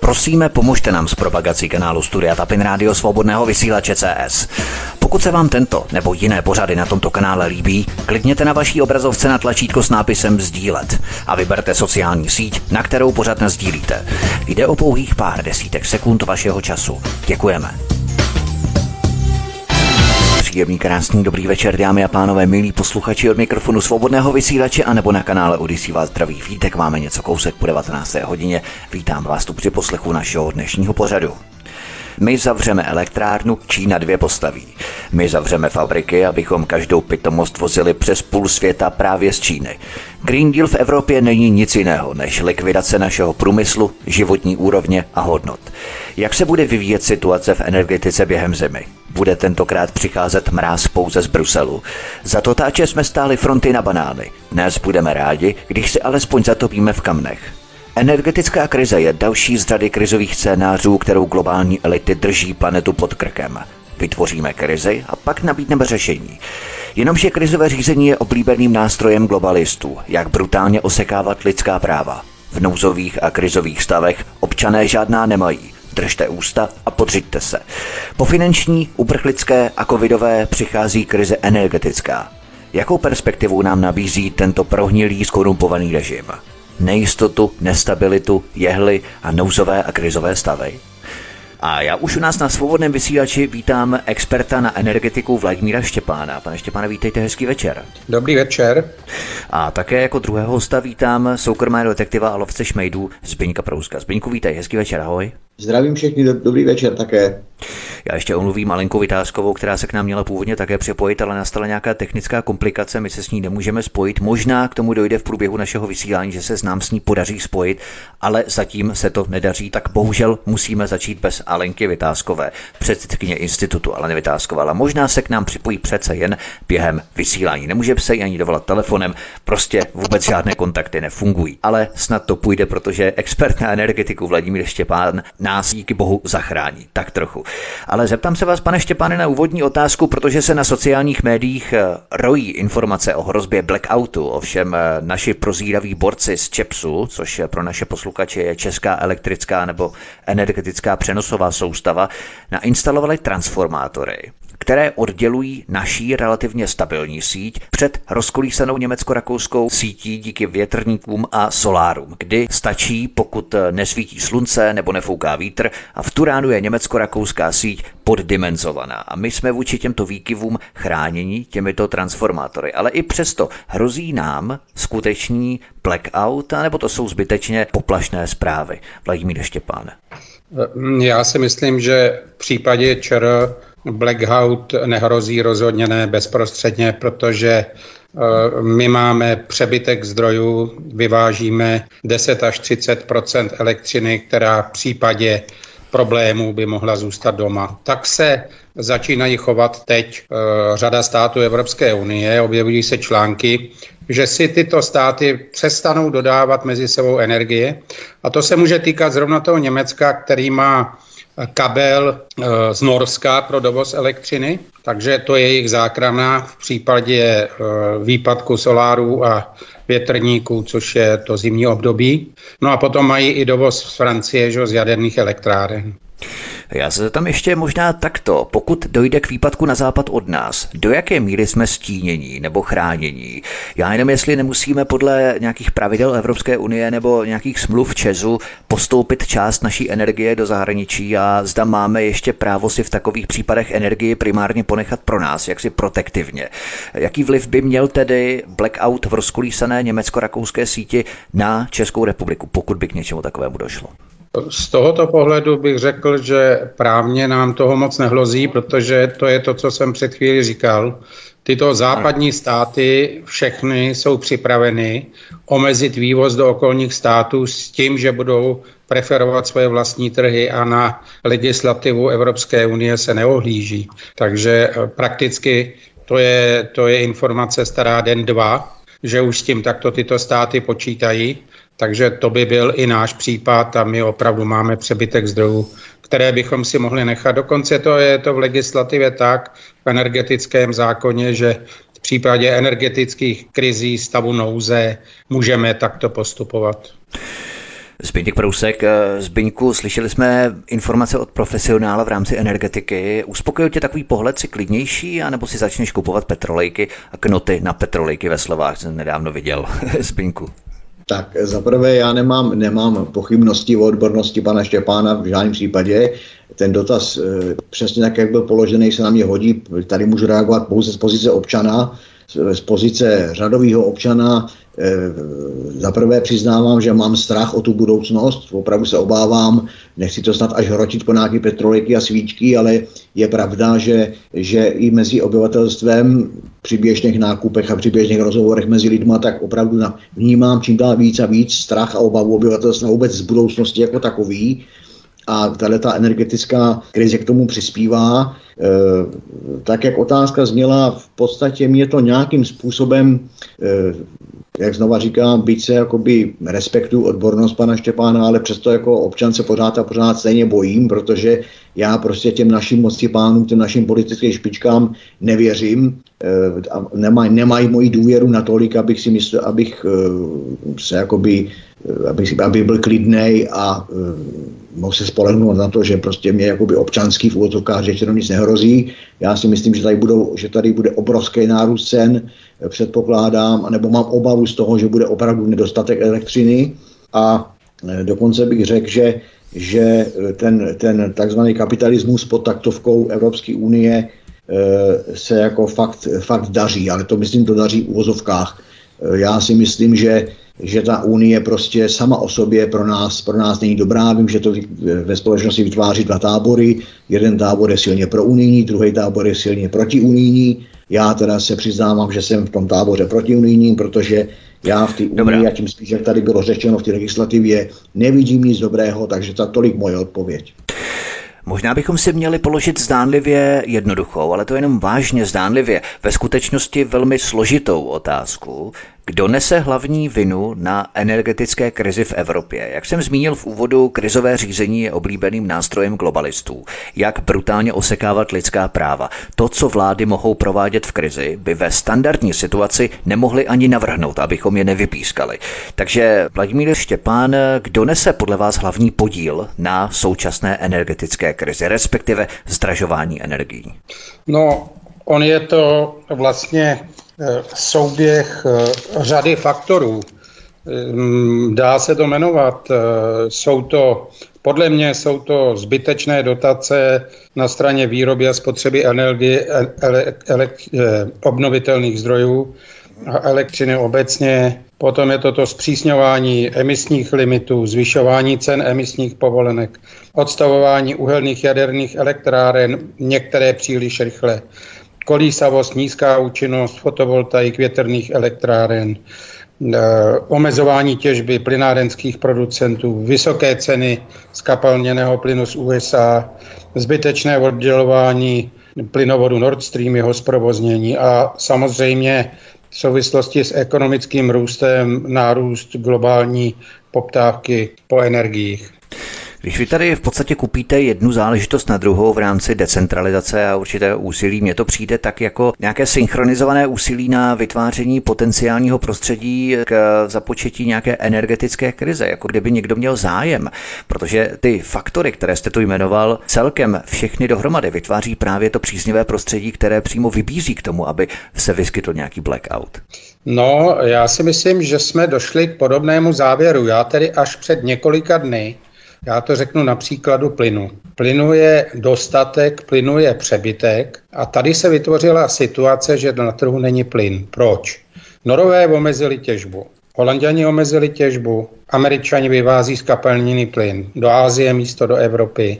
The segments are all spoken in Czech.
Prosíme, pomožte nám s propagací kanálu Studia Tapin Rádio Svobodného vysílače CS. Pokud se vám tento nebo jiné pořady na tomto kanále líbí, klikněte na vaší obrazovce na tlačítko s nápisem sdílet a vyberte sociální síť, na kterou pořad nasdílíte. Jde o pouhých pár desítek sekund vašeho času. Děkujeme. Příjemný, krásný, dobrý večer, dámy a pánové, milí posluchači, od mikrofonu Svobodného vysílače a nebo na kanále Odyssey vás zdraví Vítek. Máme něco kousek po 19. hodině. Vítám vás tu při poslechu našeho dnešního pořadu. My zavřeme elektrárnu, Čína 2 postaví. My zavřeme fabriky, abychom každou pitomost vozili přes půl světa právě z Číny. Green Deal v Evropě není nic jiného než likvidace našeho průmyslu, životní úrovně a hodnot. Jak se bude vyvíjet situace v energetice během zimy? Bude tentokrát přicházet mráz pouze z Bruselu. Za to táče jsme stáli fronty na banány. Dnes budeme rádi, když se alespoň zatopíme v kamnech. Energetická krize je další z řady krizových scénářů, kterou globální elity drží planetu pod krkem. Vytvoříme krizi a pak nabídneme řešení. Jenomže krizové řízení je oblíbeným nástrojem globalistů, jak brutálně osekávat lidská práva. V nouzových a krizových stavech občané žádná nemají. Držte ústa a podřiďte se. Po finanční, uprchlické a covidové přichází krize energetická. Jakou perspektivu nám nabízí tento prohnilý, zkorumpovaný režim? Nejistotu, nestabilitu, jehly a nouzové a krizové stavy? A já už u nás na Svobodném vysílači vítám experta na energetiku Vladimíra Štěpána. Pane Štěpáne, vítejte, hezký večer. Dobrý večer. A také jako druhého hosta vítám soukromého detektiva a lovce šmejdů Zbyňka Prouska. Zbyňku, vítej, hezký večer, ahoj. Zdravím všechny, dobrý večer také. Já ještě omluvím Alenku Vytázkovou, která se k nám měla původně také připojit, ale nastala nějaká technická komplikace, my se s ní nemůžeme spojit. Možná k tomu dojde v průběhu našeho vysílání, že se s nám s ní podaří spojit, ale zatím se to nedaří, tak bohužel musíme začít bez Alenky Vytázkové, předsedkyně institutu Aleny Vytázkové, ale možná se k nám připojí přece jen během vysílání. Nemůžeme se jí ani dovolat telefonem, prostě vůbec žádné kontakty nefungují, ale snad to půjde, protože expert na energetiku Vladimír Štěpán nás díky bohu zachrání, tak trochu. Ale zeptám se vás, pane Štěpáne, na úvodní otázku, protože se na sociálních médiích rojí informace o hrozbě blackoutu, ovšem naši prozíraví borci z ČEPSu, což pro naše posluchače je Česká elektrická nebo energetická přenosová soustava, nainstalovali transformátory, které oddělují naší relativně stabilní síť před rozkolísanou německo-rakouskou sítí díky větrníkům a solárům, kdy stačí, pokud nesvítí slunce nebo nefouká vítr, a v tu ránu je německo-rakouská síť poddimenzovaná. A my jsme vůči těmto výkyvům chráněni těmito transformátory. Ale i přesto hrozí nám skutečný blackout, anebo to jsou zbytečně poplašné zprávy. Vladimír Štěpáne. Já si myslím, že v případě ČR blackout nehrozí, rozhodně ne bezprostředně, protože my máme přebytek zdrojů, vyvážíme 10 až 30% elektřiny, která v případě problémů by mohla zůstat doma. Tak se začínají chovat teď řada států Evropské unie, objevují se články, že si tyto státy přestanou dodávat mezi sebou energie. A to se může týkat zrovna toho Německa, který má kabel z Norska pro dovoz elektřiny, takže to je jejich záchrana v případě výpadku solárů a větrníků, což je to zimní období. No a potom mají i dovoz z Francie, že, z jaderných elektráren. Já se tam ještě možná takto, pokud dojde k výpadku na západ od nás, do jaké míry jsme stínění nebo chránění? Já jenom jestli nemusíme podle nějakých pravidel Evropské unie nebo nějakých smluv ČEZu postoupit část naší energie do zahraničí a zda máme ještě právo si v takových případech energii primárně ponechat pro nás, jaksi protektivně. Jaký vliv by měl tedy blackout v rozkolísané německo-rakouské síti na Českou republiku, pokud by k něčemu takovému došlo? Z tohoto pohledu bych řekl, že právně nám toho moc nehrozí, protože to je to, co jsem před chvíli říkal. Tyto západní státy všechny jsou připraveny omezit vývoz do okolních států s tím, že budou preferovat svoje vlastní trhy a na legislativu Evropské unie se neohlíží. Takže prakticky to je informace stará den, dva, že už s tím takto tyto státy počítají. Takže to by byl i náš případ a my opravdu máme přebytek zdrojů, které bychom si mohli nechat. Dokonce to je to v legislativě tak, v energetickém zákoně, že v případě energetických krizí, stavu nouze můžeme takto postupovat. Zbyněk Prousek. Zbyňku, slyšeli jsme informace od profesionála v rámci energetiky. Uspokojil tě takový pohled, si klidnější, anebo si začneš kupovat petrolejky a knoty na petrolejky ve Slovách, jsem nedávno viděl. Zbyňku. Tak zaprvé já nemám pochybnosti o odbornosti pana Štěpána v žádném případě. Ten dotaz přesně tak, jak byl položený, se na mě hodí. Tady můžu reagovat pouze z pozice občana, z pozice řadového občana. Zaprvé přiznávám, že mám strach o tu budoucnost, opravdu se obávám, nechci to snad až hrotit po nějaké petrolejky a svíčky, ale je pravda, že i mezi obyvatelstvem při běžných nákupech a při běžných rozhovorech mezi lidma tak opravdu vnímám čím dál víc a víc strach a obavu obyvatelstva vůbec z budoucnosti jako takový. A ta energetická krize k tomu přispívá. Tak, jak otázka zněla, v podstatě mě to nějakým způsobem, jak znova říkám, byť se jakoby respektuju odbornost pana Štěpána, ale přesto jako občan se pořád a pořád stejně bojím, protože já prostě těm našim mocipánům, těm našim politickým špičkám nevěřím. Nemají moji důvěru natolik, abych si myslel, aby byl klidnej a mohl se spolehnout na to, že prostě mě jakoby občanský v úvodzovkách řečeno nic nehrozí. Já si myslím, že tady bude obrovský nárůst cen, předpokládám, nebo mám obavu z toho, že bude opravdu nedostatek elektřiny a dokonce bych řekl, že ten takzvaný kapitalismus pod taktovkou Evropské unie se jako fakt daří, ale to myslím, to daří v uvozovkách. Já si myslím, že ta unie prostě sama o sobě pro nás není dobrá. Vím, že to ve společnosti vytváří dva tábory. Jeden tábor je silně pro unijní, druhý tábor je silně protiunijní. Já teda se přiznávám, že jsem v tom táboře protiunijním, protože já v té unii, a tím spíš, jak tady bylo řečeno v té legislativě, nevidím nic dobrého, takže tolik moje odpověď. Možná bychom si měli položit zdánlivě jednoduchou, ale to jenom vážně zdánlivě, ve skutečnosti velmi složitou otázku. Kdo nese hlavní vinu na energetické krizi v Evropě? Jak jsem zmínil v úvodu, krizové řízení je oblíbeným nástrojem globalistů. Jak brutálně osekávat lidská práva? To, co vlády mohou provádět v krizi, by ve standardní situaci nemohli ani navrhnout, abychom je nevypískali. Takže Vladimír Štěpán, kdo nese podle vás hlavní podíl na současné energetické krizi, respektive zdražování energií? No, on je to vlastně souběh řady faktorů. Dá se to jmenovat. Podle mě jsou to zbytečné dotace na straně výroby a spotřeby energie, obnovitelných zdrojů a elektřiny obecně. Potom je to zpřísňování emisních limitů, zvyšování cen emisních povolenek, odstavování uhelných jaderných elektráren, některé příliš rychle, kolísavost, nízká účinnost fotovoltaik, větrných elektráren, omezování těžby plynárenských producentů, vysoké ceny zkapalněného plynu z USA, zbytečné oddělování plynovodu Nord Stream, jeho zprovoznění a samozřejmě v souvislosti s ekonomickým růstem nárůst globální poptávky po energiích. Když vy tady v podstatě kupíte jednu záležitost na druhou v rámci decentralizace a určitého úsilí, mně to přijde tak jako nějaké synchronizované úsilí na vytváření potenciálního prostředí k započetí nějaké energetické krize, jako kdyby někdo měl zájem, protože ty faktory, které jste tu jmenoval, celkem všechny dohromady vytváří právě to příznivé prostředí, které přímo vybízí k tomu, aby se vyskytl nějaký blackout. No, já si myslím, že jsme došli k podobnému závěru. Já tedy až před několika dny, já to řeknu na příkladu plynu. Plynu je dostatek, plynu je přebytek a tady se vytvořila situace, že na trhu není plyn. Proč? Norové omezili těžbu, Holanďani omezili těžbu, Američani vyvází zkapalněný plyn do Asie místo do Evropy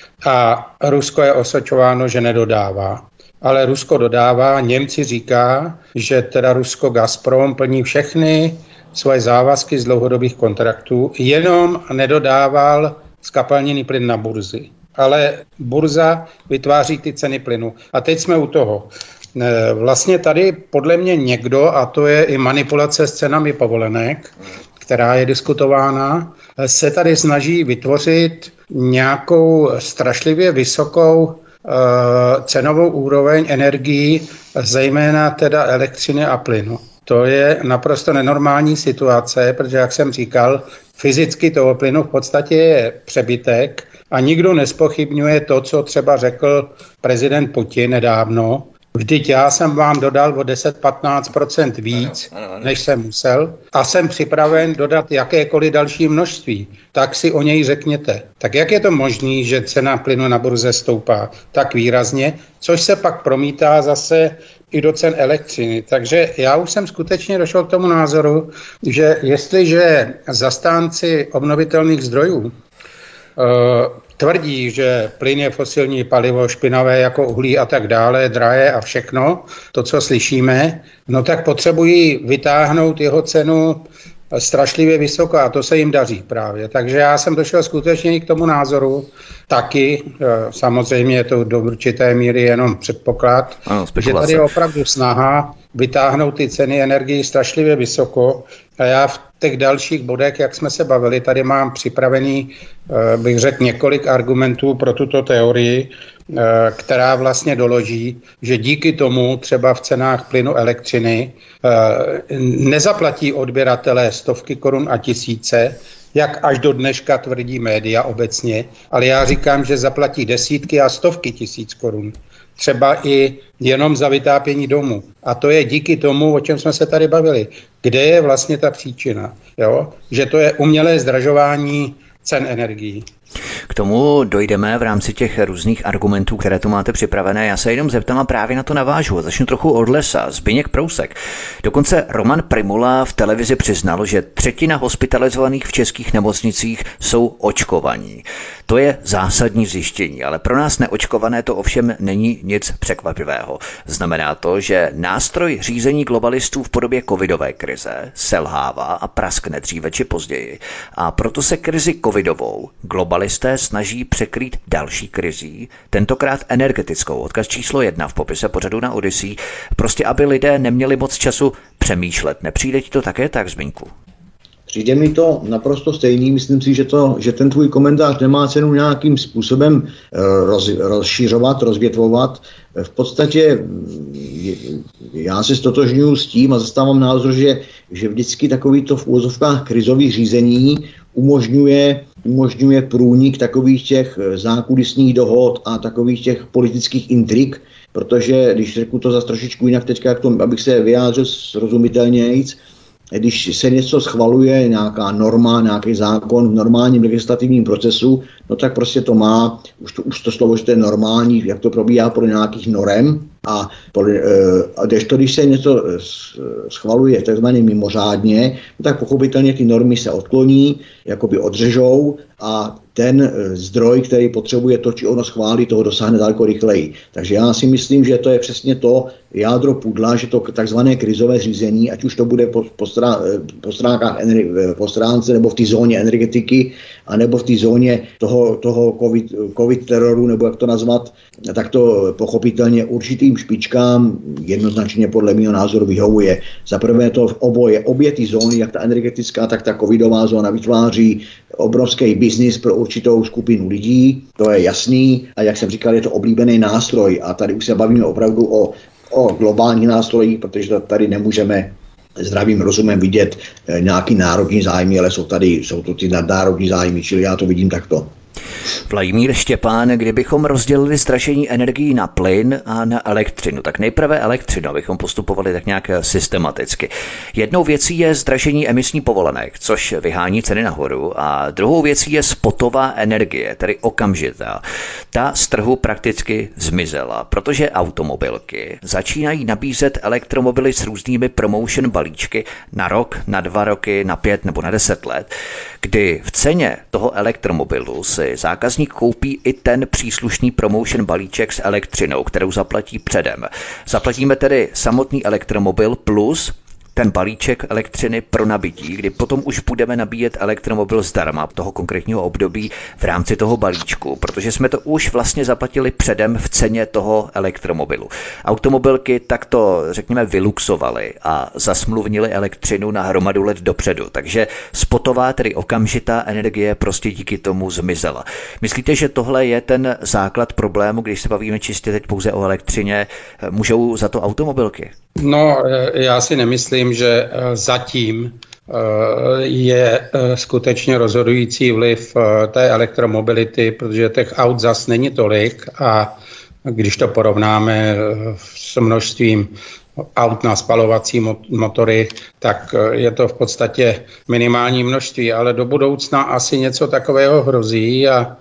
a Rusko je osočováno, že nedodává. Ale Rusko dodává, Němci říká, že teda Rusko Gazprom plní všechny svoje závazky z dlouhodobých kontraktů, jenom nedodával zkapalněný plyn na burzy. Ale burza vytváří ty ceny plynu. A teď jsme u toho. Vlastně tady podle mě někdo, a to je i manipulace s cenami povolenek, která je diskutována, se tady snaží vytvořit nějakou strašlivě vysokou cenovou úroveň energií, zejména teda elektřiny a plynu. To je naprosto nenormální situace, protože, jak jsem říkal, fyzicky toho plynu v podstatě je přebytek a nikdo nespochybňuje to, co třeba řekl prezident Putin nedávno. Vždyť já jsem vám dodal o 10-15% víc, než jsem musel a jsem připraven dodat jakékoliv další množství. Tak si o něj řekněte. Tak jak je to možné, že cena plynu na burze stoupá tak výrazně, což se pak promítá zase i do cen elektřiny. Takže já už jsem skutečně došel k tomu názoru, že jestliže zastánci obnovitelných zdrojů tvrdí, že plyn je fosilní palivo, špinavé jako uhlí a tak dále, drahé a všechno, to, co slyšíme, no tak potřebují vytáhnout jeho cenu strašlivě vysoko a to se jim daří právě. Takže já jsem došel skutečně i k tomu názoru taky, samozřejmě je to do určité míry jenom předpoklad, že tady je opravdu snaha vytáhnout ty ceny energií strašlivě vysoko a já v těch dalších bodech, jak jsme se bavili, tady mám připravený, bych řekl, několik argumentů pro tuto teorii, která vlastně doloží, že díky tomu třeba v cenách plynu elektřiny nezaplatí odběratelé stovky korun a tisíce, jak až do dneška tvrdí média obecně, ale já říkám, že zaplatí desítky a stovky tisíc korun. Třeba i jenom za vytápění domu. A to je díky tomu, o čem jsme se tady bavili. Kde je vlastně ta příčina? Jo? Že to je umělé zdražování cen energií. K tomu dojdeme v rámci těch různých argumentů, které tu máte připravené. Já se jenom zeptám a právě na to navážu. Začnu trochu od lesa. Zbyněk Prousek. Dokonce Roman Primula v televizi přiznal, že 1/3 hospitalizovaných v českých nemocnicích jsou očkovaní. To je zásadní zjištění, ale pro nás neočkované to ovšem není nic překvapivého. Znamená to, že nástroj řízení globalistů v podobě covidové krize selhává a praskne dříve či později. A proto se krizi covidovou globalisté snaží překrýt další krizí, tentokrát energetickou. Odkaz číslo 1 v popise pořadu na Odyssey. Prostě aby lidé neměli moc času přemýšlet. Nepřijde ti to také tak, Zbyňku? Přijde mi to naprosto stejný. Myslím si, že ten tvůj komentář nemá cenu nějakým způsobem rozšiřovat, rozvětvovat. V podstatě já se stotožňuji s tím a zastávám názor, že vždycky takovýto v úvozovkách krizových řízení umožňuje průnik takových těch zákulisních dohod a takových těch politických intrik, protože, když řeknu to zase trošičku jinak teďka, abych se vyjádřil srozumitelnějc, když se něco schvaluje, nějaká norma, nějaký zákon v normálním legislativním procesu, no tak prostě to má, už to slovo, že to je normální, jak to probíhá podle nějakých norem a když se něco schvaluje takzvaně mimořádně, no tak pochopitelně ty normy se odkloní, jakoby odřežou a ten zdroj, který potřebuje to, či ono schválí, toho dosáhne daleko rychleji. Takže já si myslím, že to je přesně to jádro pudla, že to takzvané krizové řízení, ať už to bude po stránce nebo v té zóně energetiky, anebo v té zóně toho covid teroru, nebo jak to nazvat, tak to pochopitelně určitým špičkám jednoznačně podle mého názoru vyhovuje. Za prvé to obě ty zóny, jak ta energetická, tak ta covidová zóna vytváří obrovský biznis pro určitou skupinu lidí, to je jasný a jak jsem říkal, je to oblíbený nástroj a tady už se bavíme opravdu o globálních nástrojích, protože tady nemůžeme zdravým rozumem vidět nějaký národní zájmy, ale jsou to ty nadnárodní zájmy, čili já to vidím takto. Vladimír Štěpán, kdybychom rozdělili zdražení energií na plyn a na elektřinu, tak nejprve elektřinu, abychom postupovali tak nějak systematicky. Jednou věcí je zdražení emisní povolenek, což vyhání ceny nahoru, a druhou věcí je spotová energie, tedy okamžitá. Ta z trhu prakticky zmizela, protože automobilky začínají nabízet elektromobily s různými promotion balíčky na rok, na 2 roky, na 5 nebo na 10 let, kdy v ceně toho elektromobilu si zákazník koupí i ten příslušný promotion balíček s elektřinou, kterou zaplatí předem. Zaplatíme tedy samotný elektromobil plus ten balíček elektřiny pro nabití, kdy potom už budeme nabíjet elektromobil zdarma toho konkrétního období v rámci toho balíčku, protože jsme to už vlastně zaplatili předem v ceně toho elektromobilu. Automobilky takto, řekněme, vyluxovaly a zasmluvnili elektřinu na hromadu let dopředu, takže spotová, tedy okamžitá energie prostě díky tomu zmizela. Myslíte, že tohle je ten základ problému, když se bavíme čistě teď pouze o elektřině, můžou za to automobilky? No, já si nemyslím, že zatím je skutečně rozhodující vliv té elektromobility, protože těch aut zas není tolik a když to porovnáme s množstvím aut na spalovací motory, tak je to v podstatě minimální množství, ale do budoucna asi něco takového hrozí a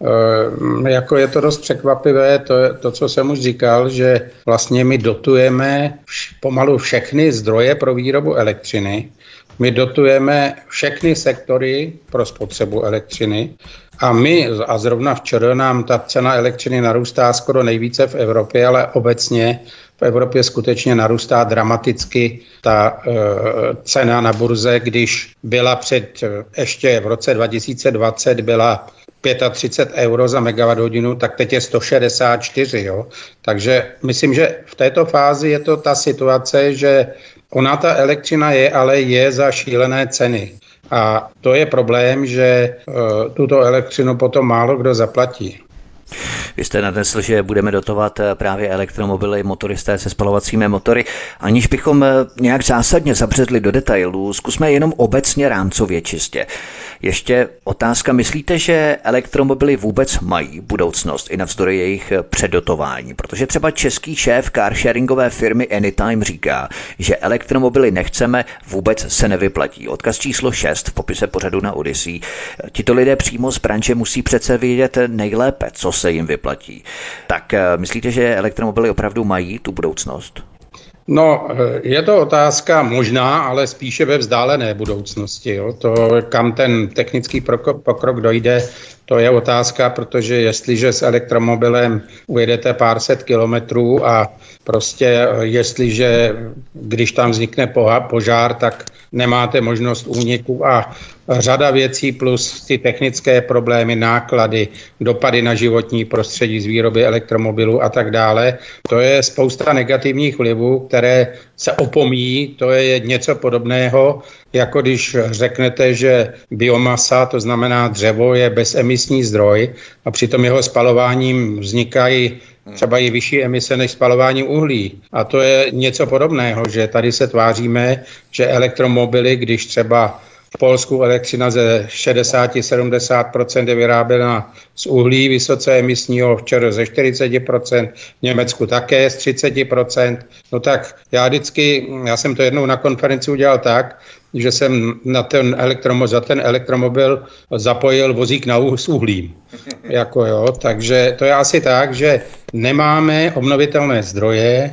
jako je to dost překvapivé, to, co jsem už říkal, že vlastně my dotujeme pomalu všechny zdroje pro výrobu elektřiny, my dotujeme všechny sektory pro spotřebu elektřiny a zrovna včera nám ta cena elektřiny narůstá skoro nejvíce v Evropě, ale obecně v Evropě skutečně narůstá dramaticky ta cena na burze, když byla ještě v roce 2020 byla 35 euro za megawatt hodinu, tak teď je 164. Jo? Takže myslím, že v této fázi je to ta situace, že ona ta elektřina je, ale je za šílené ceny. A to je problém, že tuto elektřinu potom málo kdo zaplatí. Vy jste nadnesl, že budeme dotovat právě elektromobily, motoristé se spalovacími motory. Aniž bychom nějak zásadně zabředli do detailů, zkusme jenom obecně rámcově čistě. Ještě otázka, myslíte, že elektromobily vůbec mají budoucnost i navzdory jejich předdotování? Protože třeba český šéf carsharingové firmy Anytime říká, že elektromobily nechceme, vůbec se nevyplatí. Odkaz číslo 6 v popise pořadu na Odyssey. Tito lidé přímo z branže musí přece vědět nejlépe, co se jim vyplatí. Tak myslíte, že elektromobily opravdu mají tu budoucnost? No, je to otázka možná, ale spíše ve vzdálené budoucnosti. Jo. To, kam ten technický pokrok dojde, to je otázka, protože jestliže s elektromobilem ujedete pár set kilometrů a prostě jestliže, když tam vznikne požár, tak nemáte možnost úniku a řada věcí plus ty technické problémy, náklady, dopady na životní prostředí z výroby elektromobilů a tak dále. To je spousta negativních vlivů, které se opomíjí. To je něco podobného, jako když řeknete, že biomasa, to znamená dřevo, je bezemisní zdroj a přitom jeho spalováním vznikají třeba i vyšší emise než spalování uhlí. A to je něco podobného, že tady se tváříme, že elektromobily, když třeba v Polsku elektřina ze 60-70% je vyráběna z uhlí vysoce emisního, včera ze 40%, v Německu také z 30%. No tak já jsem to jednou na konferenci udělal tak, že jsem za ten elektromobil zapojil vozík s uhlím. Takže to je asi tak, že nemáme obnovitelné zdroje,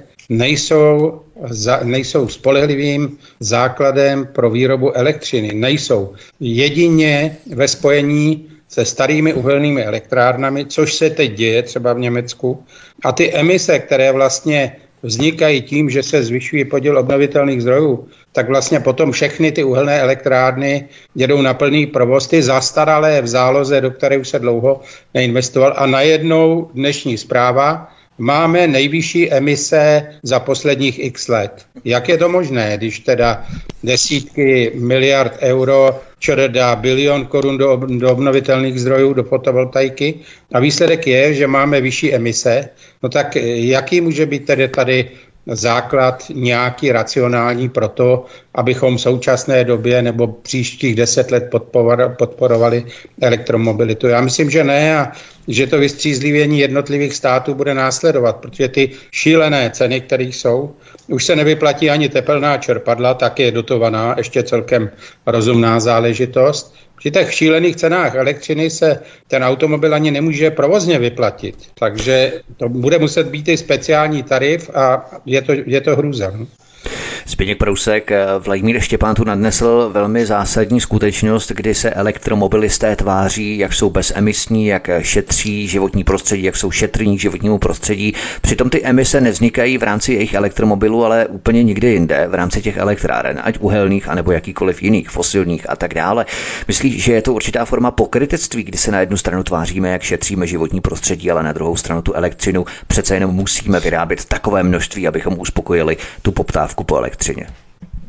nejsou spolehlivým základem pro výrobu elektřiny. Nejsou jedině ve spojení se starými uhelnými elektrárnami, což se teď děje třeba v Německu. A ty emise, které vlastně vznikají tím, že se zvyšuje podíl obnovitelných zdrojů, tak vlastně potom všechny ty uhelné elektrárny jedou na plný provoz, ty zastaralé v záloze, do které už se dlouho neinvestoval. A najednou dnešní zpráva, máme nejvyšší emise za posledních x let. Jak je to možné, když teda desítky miliard euro dá bilion korun do obnovitelných zdrojů, do fotovoltaiky a výsledek je, že máme vyšší emise, no tak jaký může být tedy tady základ nějaký racionální pro to, abychom v současné době nebo příštích 10 let podporovali elektromobilitu. Já myslím, že ne a že to vystřízlivění jednotlivých států bude následovat, protože ty šílené ceny, které jsou, už se nevyplatí ani tepelná čerpadla, tak je dotovaná, ještě celkem rozumná záležitost. Při těch šílených cenách elektřiny se ten automobil ani nemůže provozně vyplatit. Takže to bude muset být i speciální tarif a je to hrůza. Zbyněk Prousek, Vladimír Štěpán tu nadnesl velmi zásadní skutečnost, kdy se elektromobilisté tváří, jak jsou bezemisní, jak šetří životní prostředí, jak jsou šetrní k životnímu prostředí. Přitom ty emise nevznikají v rámci jejich elektromobilů, ale úplně nikde jinde, v rámci těch elektráren, ať uhelných, anebo jakýkoliv jiných, fosilních a tak dále. Myslíš, že je to určitá forma pokrytectví, kdy se na jednu stranu tváříme, jak šetříme životní prostředí, ale na druhou stranu tu elektřinu přece jenom musíme vyrábět takové množství, abychom uspokojili tu poptávku po elektřině?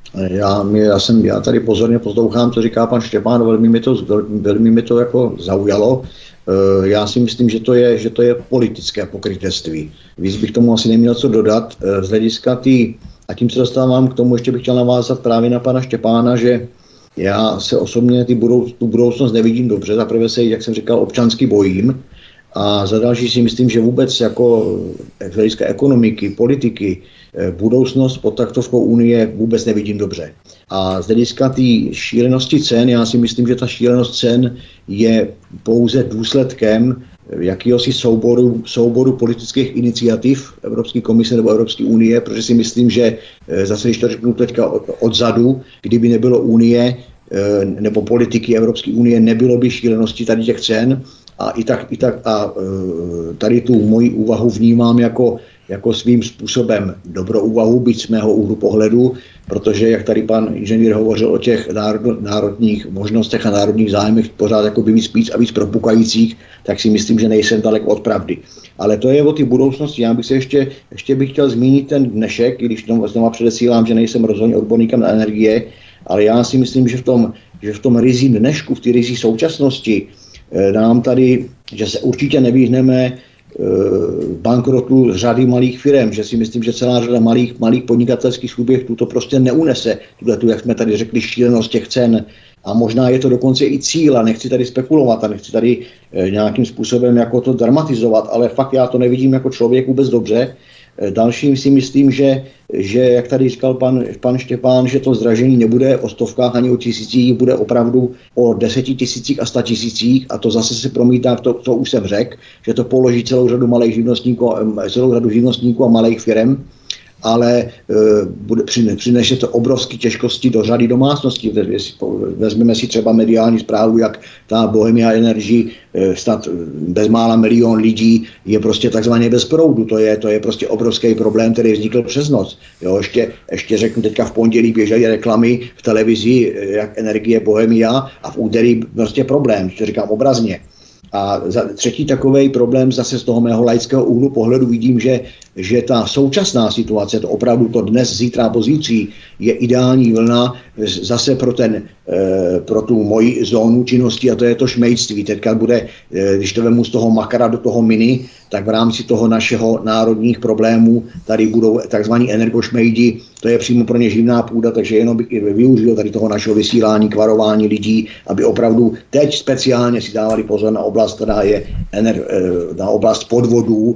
Já tady pozorně poslouchám, co říká pan Štěpán, velmi mi to jako zaujalo. Já si myslím, že to je politické pokrytectví. Víc bych tomu asi neměl co dodat. Z hlediska a tím se dostávám k tomu, ještě bych chtěl navázat právě na pana Štěpána, že já se osobně tu budoucnost nevidím dobře. Zaprvé se, jak jsem říkal, občansky bojím. A za další si myslím, že vůbec jako z hlediska ekonomiky, politiky, budoucnost pod taktovkou Unie vůbec nevidím dobře. A z hlediska té šílenosti cen, já si myslím, že ta šílenost cen je pouze důsledkem jakýhosi souboru politických iniciativ Evropské komise nebo Evropské unie, protože si myslím, že zase, když to řeknu teďka odzadu, kdyby nebylo Unie nebo politiky Evropské unie, nebylo by šílenosti tady těch cen. A tady tu moji úvahu vnímám jako svým způsobem dobrou úvahu, byť z mého úhlu pohledu, protože jak tady pan inženýr hovořil o těch národních možnostech a národních zájmech pořád jako by víc a víc propukajících, tak si myslím, že nejsem daleko od pravdy. Ale to je o ty budoucnosti. Já bych se ještě bych chtěl zmínit ten dnešek, i když znovu předesílám, že nejsem rozhodně odborníkem na energie, ale já si myslím, že v tom rizí dnešku, v té rizí současnosti, nám tady, že se určitě nevyhneme bankrotu řady malých firm, že si myslím, že celá řada malých podnikatelských subjektů to prostě neunese, tu, jak jsme tady řekli, šílenost těch cen. A možná je to dokonce i cíl, a nechci tady spekulovat a nechci tady nějakým způsobem jako to dramatizovat, ale fakt já to nevidím jako člověk vůbec dobře. Dalším si myslím, že jak tady říkal pan Štěpán, že to zdražení nebude o stovkách ani o tisících, bude opravdu o 10 000 a 100 000 a to zase se promítá to, co už jsem řekl, že to položí celou řadu živnostníků a malých firem, ale přinese to obrovské těžkosti do řady domácností. Vezmeme si třeba mediální zprávu, jak ta Bohemia Energy, snad bezmála 1 milion lidí je prostě takzvaně bez proudu. To je prostě obrovský problém, který vznikl přes noc. Jo, ještě řeknu, teďka v pondělí běžely reklamy v televizi, jak energie Bohemia, a v úterý prostě problém, to říkám obrazně. A třetí takovej problém zase z toho mého laického úhlu pohledu vidím, že ta současná situace, to opravdu to dnes, zítra, pozítří, je ideální vlna zase pro tu moji zónu činnosti, a to je to šmejdství. Teďka bude, když to vemu z toho makra do toho mini, tak v rámci toho našeho národních problémů tady budou takzvaní energošmejdi, to je přímo pro ně živná půda, takže jenom bych využil tady toho našeho vysílání k varování lidí, aby opravdu teď speciálně si dávali pozor na oblast, která je na oblast podvodů,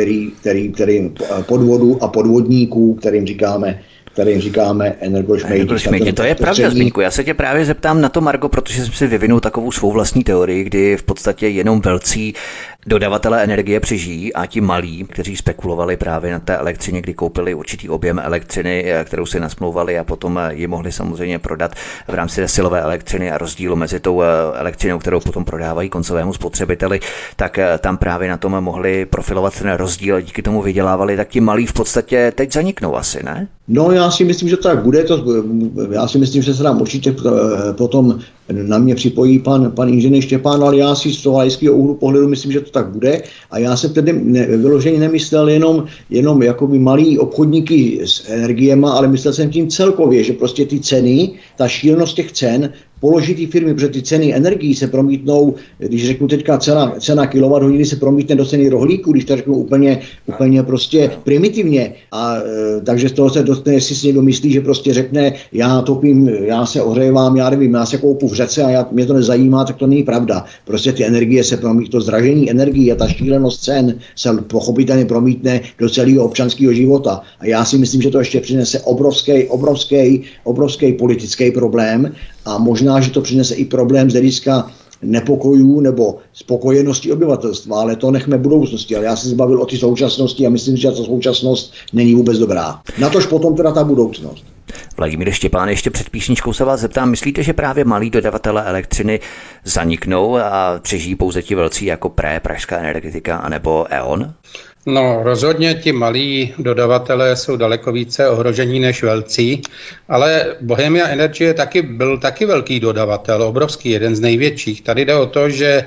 podvodů a podvodníků, kterým říkáme energošmejdi. To je pravda, Zbyňku. Já se tě právě zeptám na to, Margo, protože jsem si vyvinul takovou svou vlastní teorii, kdy v podstatě jenom velcí dodavatelé energie přežijí a ti malí, kteří spekulovali právě na té elektřině, kdy koupili určitý objem elektřiny, kterou si nasmlouvali a potom ji mohli samozřejmě prodat v rámci silové elektřiny a rozdílu mezi tou elektřinou, kterou potom prodávají koncovému spotřebiteli, tak tam právě na tom mohli profilovat ten rozdíl a díky tomu vydělávali, tak ti malí v podstatě teď zaniknou asi, ne? No, já si myslím, že tak bude. Já si myslím, že se nám určitě potom na mě připojí pan inženýr Štěpán, ale já si z toho laického úhlu pohledu myslím, že to tak bude. A já jsem tedy vyloženě nemyslel jenom jakoby malí obchodníky s energiema, ale myslel jsem tím celkově, že prostě ty ceny, ta šílenost těch cen, položí ty firmy, protože ty ceny energií se promítnou, když řeknu teďka cena kWh se promítne do ceny rohlíku, když to řeknu úplně prostě primitivně. A takže z toho se dostane, jestli si někdo myslí, že prostě řekne, já topím, já se ohřejvám, já nevím, já se koupu v řece a mě to nezajímá, tak to není pravda. Prostě ty energie se promítnou, to zdražení energií a ta šílenost cen se pochopitelně promítne do celého občanského života. A já si myslím, že to ještě přinese obrovský politický problém a možná, že to přinese i problém z hlediska nepokojů nebo spokojenosti obyvatelstva, ale to nechme budoucnosti. Ale já jsem se bavil o ty současnosti a myslím, že ta současnost není vůbec dobrá. Natož potom teda ta budoucnost. Vladimír Štěpán, ještě před písničkou se vás zeptám, myslíte, že právě malí dodavatelé elektřiny zaniknou a přežijí pouze ti velcí jako Pražská energetika anebo E.ON? No, rozhodně ti malí dodavatelé jsou daleko více ohrožení než velcí, ale Bohemia Energy byl taky velký dodavatel, obrovský, jeden z největších. Tady jde o to, že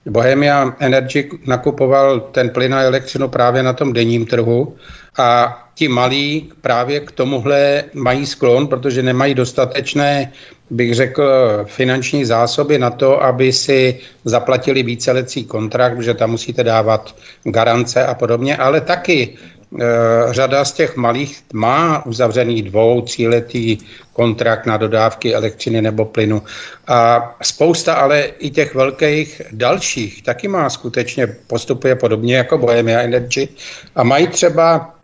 Bohemia Energy nakupoval ten plyn a elektřinu právě na tom denním trhu a ti malí právě k tomuhle mají sklon, protože nemají dostatečné, bych řekl, finanční zásoby na to, aby si zaplatili vícelecí kontrakt, protože tam musíte dávat garance a podobně, ale taky řada z těch malých má uzavřený 2-3letý kontrakt na dodávky elektřiny nebo plynu. A spousta ale i těch velkých dalších taky má skutečně, postupuje podobně jako Bohemia Energy a mají třeba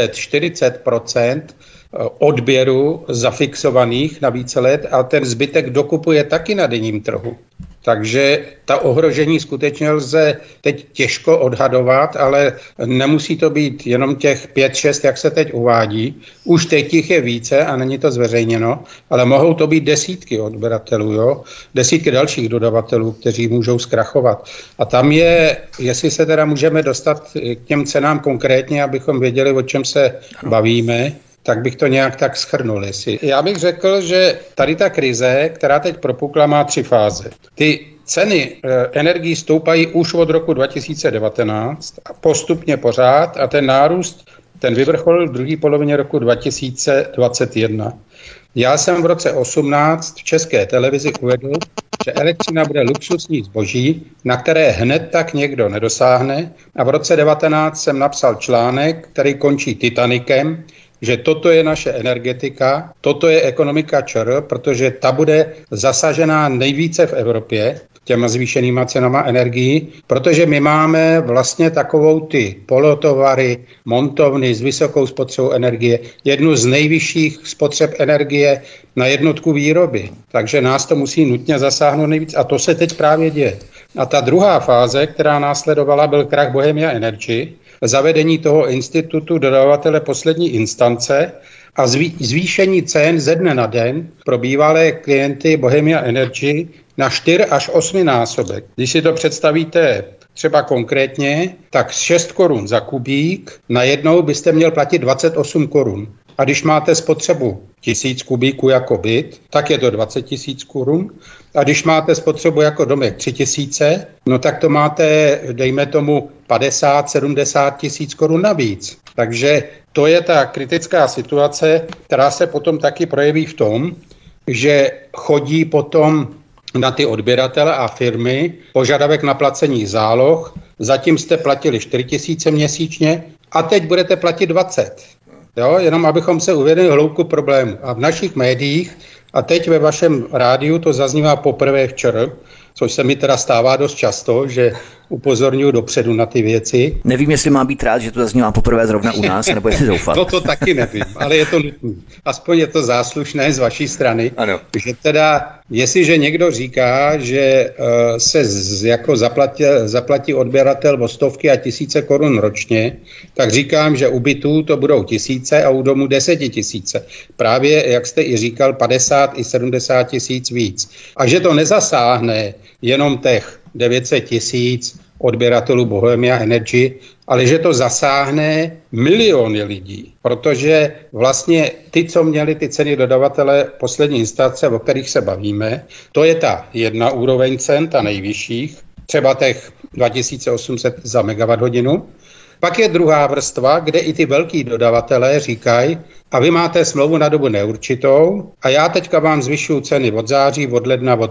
30-40% odběru zafixovaných na více let a ten zbytek dokupuje taky na denním trhu. Takže ta ohrožení skutečně lze teď těžko odhadovat, ale nemusí to být jenom těch 5-6, jak se teď uvádí. Už teď jich je více a není to zveřejněno, ale mohou to být desítky odběratelů, jo? Desítky dalších dodavatelů, kteří můžou zkrachovat. A tam je, jestli se teda můžeme dostat k těm cenám konkrétně, abychom věděli, o čem se bavíme, tak bych to nějak tak shrnul. Já bych řekl, že tady ta krize, která teď propukla, má 3 fáze. Ty ceny energií stoupají už od roku 2019 a postupně pořád a ten nárůst, ten vyvrcholil v druhé polovině roku 2021. Já jsem v roce 2018 v České televizi uvedl, že elektřina bude luxusní zboží, na které hned tak někdo nedosáhne a v roce 2019 jsem napsal článek, který končí Titanikem, že toto je naše energetika, toto je ekonomika ČR, protože ta bude zasažená nejvíce v Evropě těma zvýšenýma cenama energií, protože my máme vlastně takovou ty polotovary, montovny s vysokou spotřebou energie, jednu z nejvyšších spotřeb energie na jednotku výroby. Takže nás to musí nutně zasáhnout nejvíc a to se teď právě děje. A ta druhá fáze, která následovala, byl krach Bohemia Energy, zavedení toho institutu dodavatele poslední instance a zvýšení cen ze dne na den pro bývalé klienty Bohemia Energy na 4 až 8 násobek. Když si to představíte třeba konkrétně, tak 6 korun za kubík najednou byste měl platit 28 korun. A když máte spotřebu 1000 kubíků jako byt, tak je to 20 000 korun. A když máte spotřebu jako domek 3000, no tak to máte, dejme tomu, 50-70 tisíc korun navíc. Takže to je ta kritická situace, která se potom taky projeví v tom, že chodí potom na ty odběratele a firmy požadavek na placení záloh. Zatím jste platili 4 000 měsíčně a teď budete platit 20. Jo, jenom abychom se uvědomili hloubku problému. A v našich médiích, a teď ve vašem rádiu to zaznívá poprvé včera, což se mi teda stává dost často, že upozorňuji dopředu na ty věci. Nevím, jestli mám být rád, že to zaznívá poprvé zrovna u nás, nebo jestli zoufat. No to taky nevím, ale je to nutné. Aspoň je to záslušné z vaší strany. Ano. Že teda, jestliže někdo říká, že se jako zaplatí odběratel o stovky a tisíce korun ročně, tak říkám, že u bytů to budou 1000 a u domů 10 000. Právě, jak jste i říkal, 50 i 70 tisíc víc. A že to nezasáhne jenom těch 900 000 odběratelů Bohemia Energy, ale že to zasáhne miliony lidí, protože vlastně ty, co měli ty ceny dodavatele poslední instance, o kterých se bavíme, to je ta jedna úroveň cen, ta nejvyšších, třeba těch 2800 za megawatt-hodinu. Pak je druhá vrstva, kde i ty velký dodavatelé říkají, a vy máte smlouvu na dobu neurčitou a já teďka vám zvyšuju ceny od září, od ledna o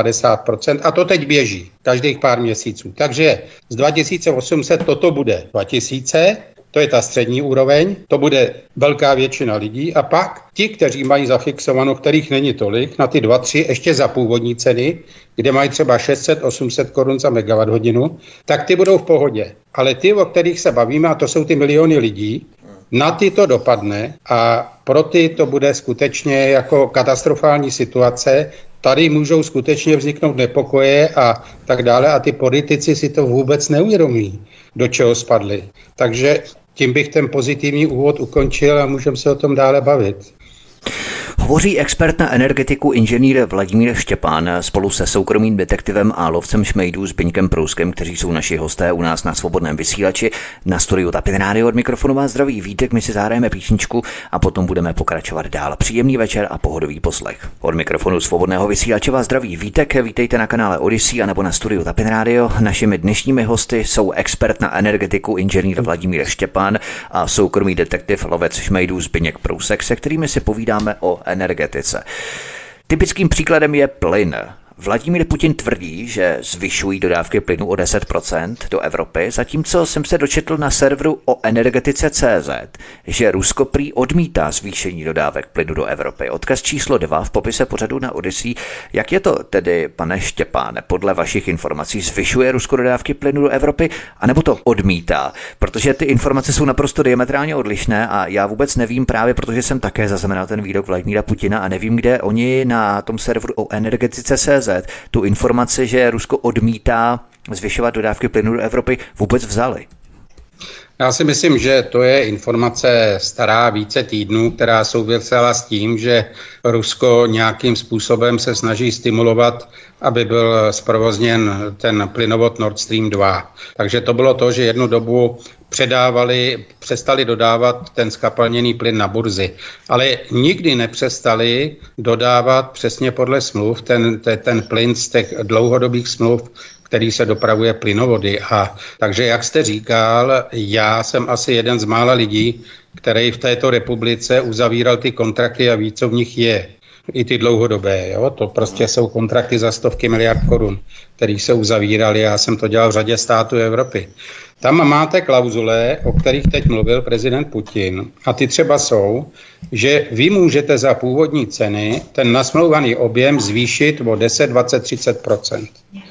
30-50% a to teď běží každých pár měsíců. Takže z 2800 toto bude 2000, to je ta střední úroveň, to bude velká většina lidí a pak ti, kteří mají zafixovanou, kterých není tolik, na ty 2-3 ještě za původní ceny, kde mají třeba 600-800 korun za megawatt-hodinu, tak ty budou v pohodě. Ale ty, o kterých se bavíme, a to jsou ty miliony lidí, na ty to dopadne a pro ty to bude skutečně jako katastrofální situace. Tady můžou skutečně vzniknout nepokoje a tak dále a ty politici si to vůbec neuvědomí, do čeho spadli. Takže tím bych ten pozitivní úvod ukončil a můžeme se o tom dále bavit. Hovoří expert na energetiku inženýr Vladimír Štěpán spolu se soukromým detektivem a lovcem šmejdů Zbyňkem Prouskem, kteří jsou naši hosté u nás na Svobodném vysílači. Na studiu Tapin Rádio od mikrofonu vás zdraví Vítek, my si zahrajeme písničku a potom budeme pokračovat dál. Příjemný večer a pohodový poslech. Od mikrofonu Svobodného vysílače vás zdraví Vítek, vítejte na kanále Odyssey a nebo na studiu Tapin Rádio. Našimi dnešními hosty jsou expert na energetiku inženýr Vladimír Štěpán a soukromý detektiv lovec šmejdů Zbyněk Prousek, se kterými si povídáme o energetice. Typickým příkladem je plyn. Vladimír Putin tvrdí, že zvyšují dodávky plynu o 10% do Evropy, zatímco jsem se dočetl na serveru o energetice.cz, že Rusko prý odmítá zvýšení dodávek plynu do Evropy. Odkaz číslo 2 v popise pořadu na Odyssey. Jak je to tedy, pane Štěpáne, podle vašich informací zvyšuje Rusko dodávky plynu do Evropy, anebo to odmítá? Protože ty informace jsou naprosto diametrálně odlišné a já vůbec nevím, právě protože jsem také zaznamenal ten výrok Vladimíra Putina a nevím, kde oni na tom serveru o energetice.cz tu informaci, že Rusko odmítá zvyšovat dodávky plynu do Evropy, vůbec vzali. Já si myslím, že to je informace stará více týdnů, která souvisela s tím, že Rusko nějakým způsobem se snaží stimulovat, aby byl zprovozněn ten plynovod Nord Stream 2. Takže to bylo to, že jednu dobu přestali dodávat ten zkapalněný plyn na burzy. Ale nikdy nepřestali dodávat přesně podle smluv ten plyn z těch dlouhodobých smluv, který se dopravuje plynovody. A takže, jak jste říkal, já jsem asi jeden z mála lidí, který v této republice uzavíral ty kontrakty a ví, co v nich je. I ty dlouhodobé, jo? To prostě jsou kontrakty za stovky miliard korun, které se uzavíraly. Já jsem to dělal v řadě států Evropy. Tam máte klauzule, o kterých teď mluvil prezident Putin. A ty třeba jsou, že vy můžete za původní ceny ten nasmlouvaný objem zvýšit o 10, 20, 30%.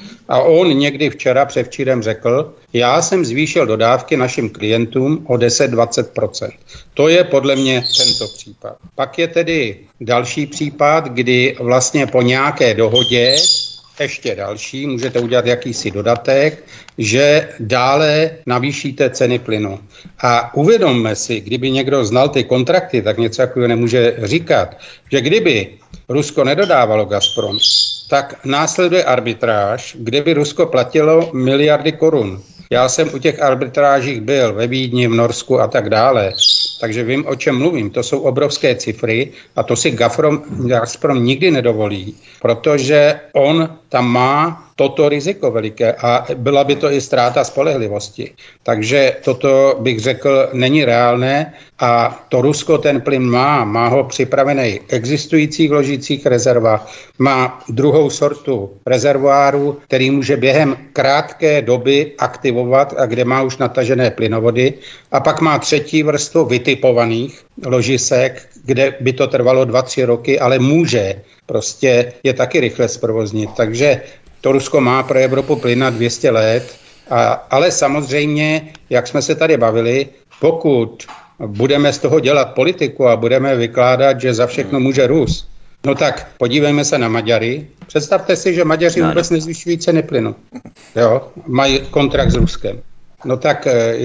A on někdy včera, předvčírem řekl, já jsem zvýšil dodávky našim klientům o 10-20%. To je podle mě tento případ. Pak je tedy další případ, kdy vlastně po nějaké dohodě, ještě další, můžete udělat jakýsi dodatek, že dále navýšíte ceny plynu. A uvědomme si, kdyby někdo znal ty kontrakty, tak něco takového nemůže říkat, že kdyby Rusko nedodávalo Gazprom, tak následuje arbitráž, kde by Rusko platilo miliardy korun. Já jsem u těch arbitrážích byl ve Vídni, v Norsku a tak dále, takže vím, o čem mluvím. To jsou obrovské cifry a to si Gazprom nikdy nedovolí, protože on tam má toto riziko veliké a byla by to i ztráta spolehlivosti. Takže toto bych řekl není reálné a to Rusko ten plyn má ho připravený existujících ložicích rezervách, má druhou sortu rezervoáru, který může během krátké doby aktivovat a kde má už natažené plynovody a pak má třetí vrstvu vytipovaných ložisek, kde by to trvalo 2-3 roky, ale může prostě je taky rychle zprovoznit. Takže to Rusko má pro Evropu plyn na 200 let, ale samozřejmě, jak jsme se tady bavili, pokud budeme z toho dělat politiku a budeme vykládat, že za všechno může Rus, no tak podívejme se na Maďary. Představte si, že Maďaři vůbec nezvyšují ceny plynu. Jo? Mají kontrakt s Ruskem. No tak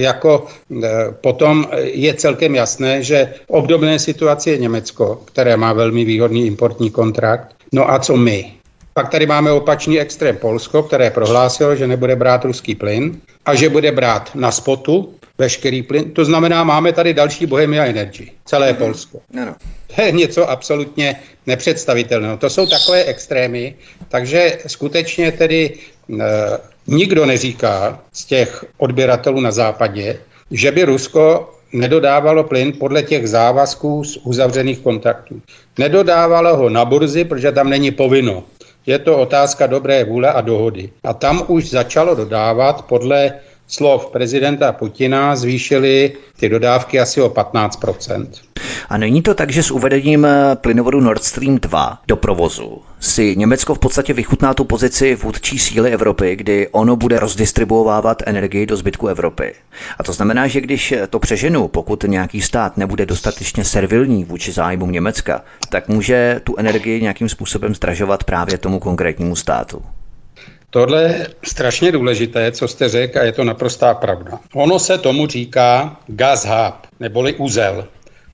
potom je celkem jasné, že v obdobné situaci je Německo, které má velmi výhodný importní kontrakt. No a co my? Pak tady máme opačný extrém Polsko, které prohlásilo, že nebude brát ruský plyn a že bude brát na spotu veškerý plyn. To znamená, máme tady další Bohemia Energy, celé Polsko. To je něco absolutně nepředstavitelného. To jsou takové extrémy, takže skutečně tedy nikdo neříká z těch odběratelů na západě, že by Rusko nedodávalo plyn podle těch závazků z uzavřených kontraktů. Nedodávalo ho na burzy, protože tam není povinno. Je to otázka dobré vůle a dohody. A tam už začalo dodávat podle slov prezidenta Putina, zvýšili ty dodávky asi o 15%. A není to tak, že s uvedením plynovodu Nord Stream 2 do provozu si Německo v podstatě vychutná tu pozici vůdčí síly Evropy, kdy ono bude rozdistribuovávat energii do zbytku Evropy. A to znamená, že když to přeženu, pokud nějaký stát nebude dostatečně servilní vůči zájmům Německa, tak může tu energii nějakým způsobem zdražovat právě tomu konkrétnímu státu. Tohle je strašně důležité, co jste řekl, a je to naprostá pravda. Ono se tomu říká gas hub, neboli uzel.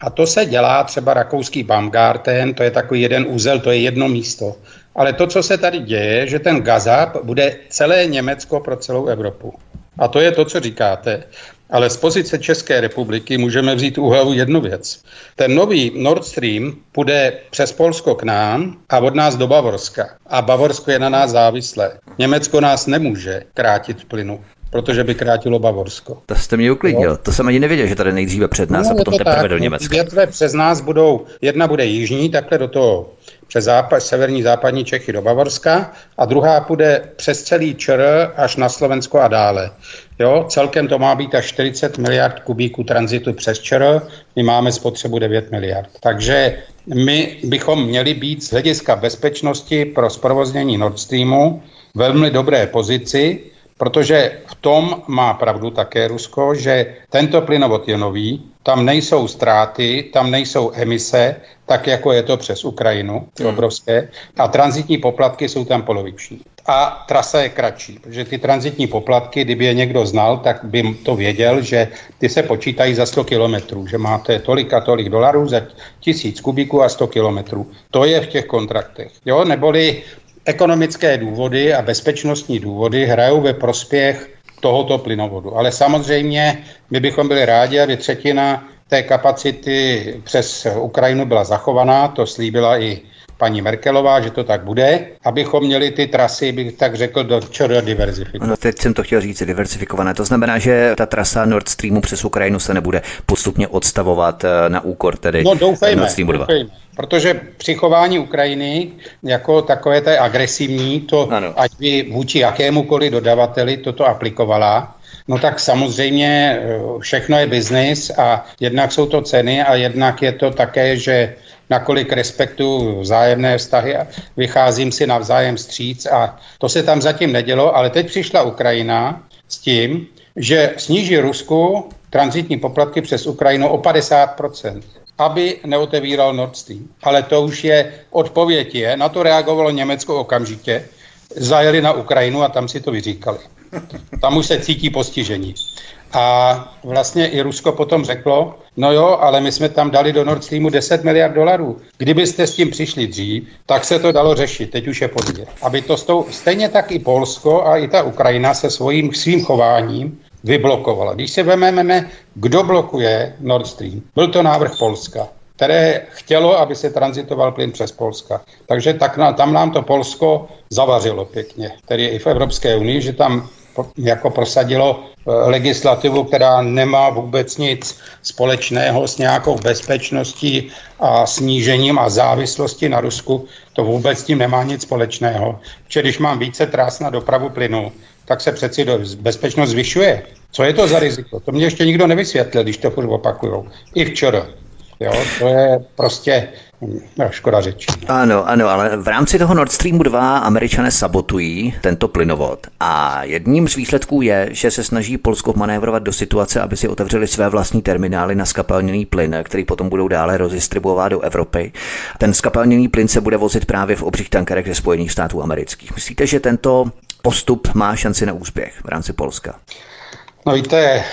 A to se dělá třeba rakouský Baumgarten, to je takový jeden úzel, to je jedno místo. Ale to, co se tady děje, že ten gazáp bude celé Německo pro celou Evropu. A to je to, co říkáte. Ale z pozice České republiky můžeme vzít úvahu jednu věc. Ten nový Nord Stream půjde přes Polsko k nám a od nás do Bavorska. A Bavorsko je na nás závislé. Německo nás nemůže krátit v plynu, protože by krátilo Bavorsko. To jste mě uklidnil. To jsem ani nevěděl, že tady nejdříve před nás a potom teprve do Německa. Větve přes nás budou, jedna bude jižní, takhle do toho přes severní západní Čechy do Bavorska a druhá půjde přes celý ČR až na Slovensko a dále. Jo, celkem to má být až 40 miliard kubíků tranzitu přes ČR, my máme spotřebu 9 miliard. Takže my bychom měli být z hlediska bezpečnosti pro zprovoznění Nord Streamu velmi dobré pozici, protože v tom má pravdu také Rusko, že tento plynovod je nový, tam nejsou ztráty, tam nejsou emise, tak jako je to přes Ukrajinu, ty obrovské, a tranzitní poplatky jsou tam poloviční. A trasa je kratší, protože ty tranzitní poplatky, kdyby je někdo znal, tak by to věděl, že ty se počítají za 100 kilometrů, že máte tolik a tolik dolarů za 1000 kubíků a 100 kilometrů. To je v těch kontraktech. Jo, neboli ekonomické důvody a bezpečnostní důvody hrajou ve prospěch tohoto plynovodu. Ale samozřejmě my bychom byli rádi, aby třetina té kapacity přes Ukrajinu byla zachovaná, to slíbila i paní Merkelová, že to tak bude, abychom měli ty trasy, bych tak řekl, do ČR diverzifikovat. No, teď jsem to chtěl říct, diverzifikované. To znamená, že ta trasa Nord Streamu přes Ukrajinu se nebude postupně odstavovat na úkor tedy doufejme, Nord Streamu 2. Protože při chování Ukrajiny jako takové té agresivní, to ano, ať by vůči jakémukoliv dodavateli toto aplikovala, no tak samozřejmě všechno je biznis a jednak jsou to ceny a jednak je to také, že nakolik respektuju vzájemné vztahy a vycházím si navzájem vstříc a to se tam zatím nedělo, ale teď přišla Ukrajina s tím, že sníží Rusku tranzitní poplatky přes Ukrajinu o 50%, aby neotevíral Nord Stream. Ale to už je odpověď, na to reagovalo Německo okamžitě, zajeli na Ukrajinu a tam si to vyříkali. Tam už se cítí postižení. A vlastně i Rusko potom řeklo, no jo, ale my jsme tam dali do Nord Streamu 10 miliard dolarů. Kdybyste s tím přišli dřív, tak se to dalo řešit, teď už je pozdě. Aby to stejně tak i Polsko a i ta Ukrajina se svým chováním vyblokovala. Když se vezmeme, kdo blokuje Nord Stream, byl to návrh Polska, které chtělo, aby se tranzitoval plyn přes Polska. Takže tam nám to Polsko zavařilo pěkně, tedy i v Evropské unii, že tam jako prosadilo legislativu, která nemá vůbec nic společného s nějakou bezpečností a snížením a závislostí na Rusku. To vůbec s tím nemá nic společného. Protože když mám více trás na dopravu plynu, tak se přeci bezpečnost zvyšuje. Co je to za riziko? To mě ještě nikdo nevysvětlil, když to furt opakujou. I včera. Jo, to je prostě škoda řeči. Ano, ale v rámci toho Nord Streamu 2 Američané sabotují tento plynovod a jedním z výsledků je, že se snaží Polsko manévrovat do situace, aby si otevřeli své vlastní terminály na skapalněný plyn, který potom budou dále rozdistribuovat do Evropy. Ten skapalněný plyn se bude vozit právě v obřích tankerech ze Spojených států amerických. Myslíte, že tento postup má šanci na úspěch v rámci Polska? No víte,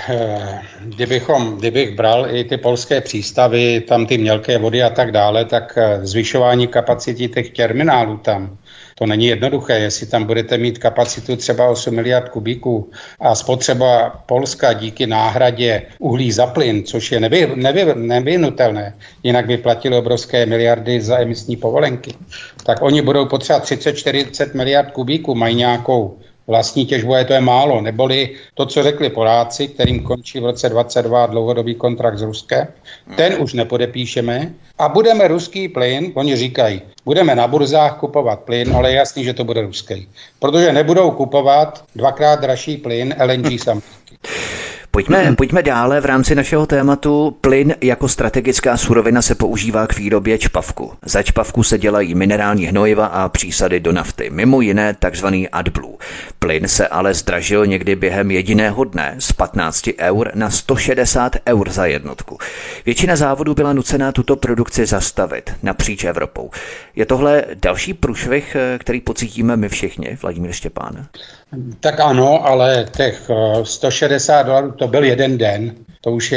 kdybych bral i ty polské přístavy, tam ty mělké vody a tak dále, tak zvyšování kapacity těch terminálů tam, to není jednoduché. Jestli tam budete mít kapacitu třeba 8 miliard kubíků a spotřeba Polska díky náhradě uhlí za plyn, což je nevyhnutelné, jinak by platili obrovské miliardy za emisní povolenky, tak oni budou potřebovat 30-40 miliard kubíků, mají nějakou vlastní těžbu, a to je málo, neboli to, co řekli Poláci, kterým končí v roce 2022 dlouhodobý kontrakt s Ruskem, ten už nepodepíšeme a budeme ruský plyn, oni říkají, budeme na burzách kupovat plyn, ale je jasný, že to bude ruský, protože nebudou kupovat dvakrát dražší plyn LNG sam. Pojďme dále v rámci našeho tématu. Plyn jako strategická surovina se používá k výrobě čpavku. Za čpavku se dělají minerální hnojiva a přísady do nafty, mimo jiné takzvaný AdBlue. Plyn se ale zdražil někdy během jediného dne z 15 eur na 160 eur za jednotku. Většina závodů byla nucená tuto produkci zastavit napříč Evropou. Je tohle další průšvih, který pocítíme my všichni, Vladimír Štěpán? Tak ano, ale těch $160 to byl jeden den. To už je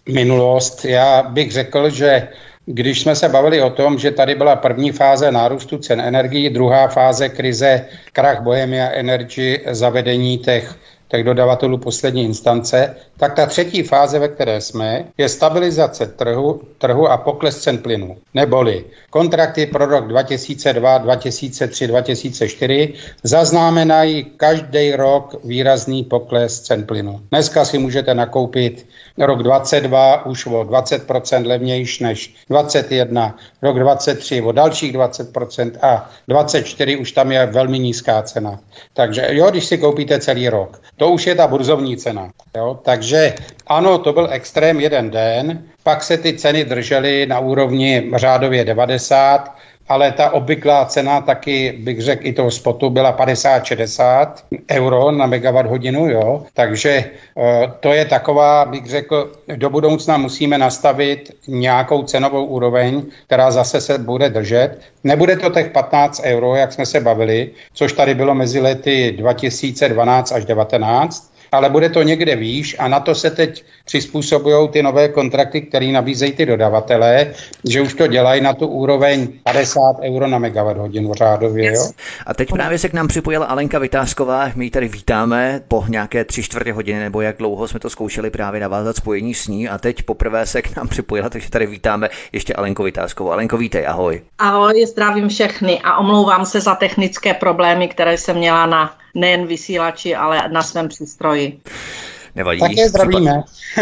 minulost. Já bych řekl, že když jsme se bavili o tom, že tady byla první fáze nárůstu cen energií, druhá fáze krize, krach Bohemia Energy, zavedení těch dodavatelů poslední instance, tak ta třetí fáze, ve které jsme, je stabilizace trhu a pokles cen plynu. Neboli kontrakty pro rok 2002, 2003, 2004 zaznamenají každý rok výrazný pokles cen plynu. Dneska si můžete nakoupit rok 2022 už o 20% levnější než 2021, rok 2023 o dalších 20% a 2024 už tam je velmi nízká cena. Takže jo, když si koupíte celý rok, to už je ta burzovní cena. Jo? Takže ano, to byl extrém jeden den, pak se ty ceny držely na úrovni řádově 90, ale ta obvyklá cena taky, bych řekl, i toho spotu byla 50-60 euro na megawatt hodinu, jo. Takže to je taková, bych řekl, do budoucna musíme nastavit nějakou cenovou úroveň, která zase se bude držet. Nebude to těch 15 euro, jak jsme se bavili, což tady bylo mezi lety 2012 až 2019, ale bude to někde výš a na to se teď přizpůsobují ty nové kontrakty, které nabízejí ty dodavatelé, že už to dělají na tu úroveň 50 euro na megawatt hodinu řádově. Jo? A teď právě se k nám připojila Alenka Vytázková, my ji tady vítáme po nějaké 3/4 hodiny, nebo jak dlouho jsme to zkoušeli právě navázat spojení s ní a teď poprvé se k nám připojila, takže tady vítáme ještě Alenku Vytázkovou. Alenko, vítej, ahoj. Ahoj, zdravím všechny a omlouvám se za technické problémy, které jsem měla na nejen vysílači, ale na svém přístroji. Nevadí. Také zdravíme.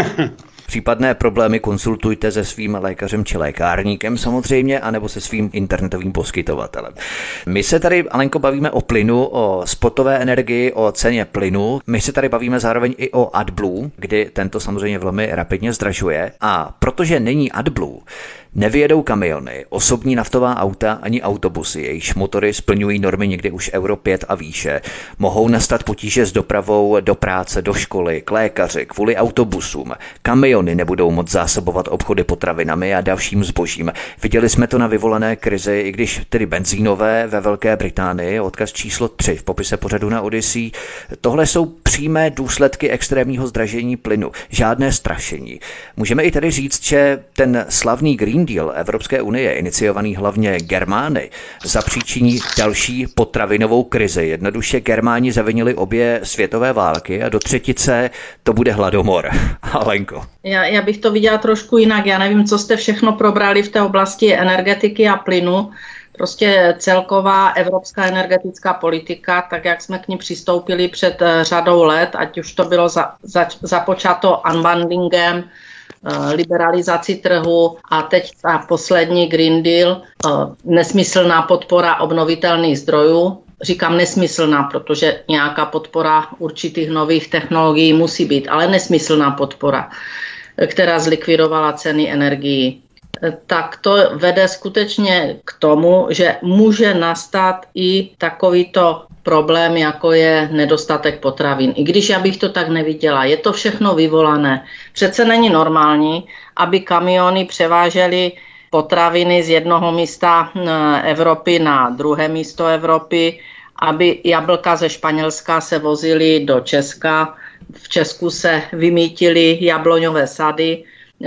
Případné problémy konsultujte se svým lékařem či lékárníkem samozřejmě, anebo se svým internetovým poskytovatelem. My se tady, Alenko, bavíme o plynu, o spotové energii, o ceně plynu. My se tady bavíme zároveň i o AdBlue, kdy tento samozřejmě velmi rapidně zdražuje. A protože není AdBlue, nevyjedou kamiony, osobní naftová auta ani autobusy, jejichž motory splňují normy někdy už Euro 5 a výše. Mohou nastat potíže s dopravou do práce, do školy, k lékaři, kvůli autobusům. Kamiony nebudou moc zásobovat obchody potravinami a dalším zbožím. Viděli jsme to na vyvolané krizi, i když tedy benzínové ve Velké Británii, odkaz číslo 3 v popise pořadu na Odyssey. Tohle jsou přímé důsledky extrémního zdražení plynu, žádné strašení. Můžeme i tedy říct, že ten slavný Green Deal Evropské unie, iniciovaný hlavně Germány, zapříčiní další potravinovou krizi. Jednoduše Germáni zavinili obě světové války a do třetice to bude hladomor. Alenko. Já bych to viděla trošku jinak. Já nevím, co jste všechno probrali v té oblasti energetiky a plynu. Prostě celková evropská energetická politika, tak jak jsme k ní přistoupili před řadou let, ať už to bylo započato unbundlingem, liberalizaci trhu a teď ta poslední Green Deal, nesmyslná podpora obnovitelných zdrojů. Říkám nesmyslná, protože nějaká podpora určitých nových technologií musí být, ale nesmyslná podpora, která zlikvidovala ceny energií. Tak to vede skutečně k tomu, že může nastat i takovýto problém, jako je nedostatek potravin. I když já bych to tak neviděla, je to všechno vyvolané. Přece není normální, aby kamiony převážely potraviny z jednoho místa Evropy na druhé místo Evropy, aby jablka ze Španělska se vozily do Česka, v Česku se vymítily jabloňové sady.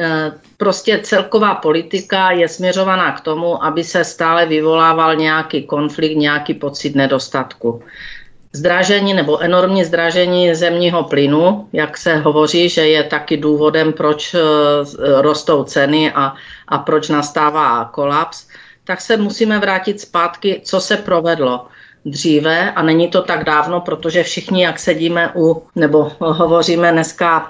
Prostě celková politika je směřovaná k tomu, aby se stále vyvolával nějaký konflikt, nějaký pocit nedostatku. Zdražení nebo enormní zdražení zemního plynu, jak se hovoří, že je taky důvodem, proč rostou ceny a proč nastává kolaps, tak se musíme vrátit zpátky, co se provedlo dříve a není to tak dávno, protože všichni, jak sedíme nebo hovoříme dneska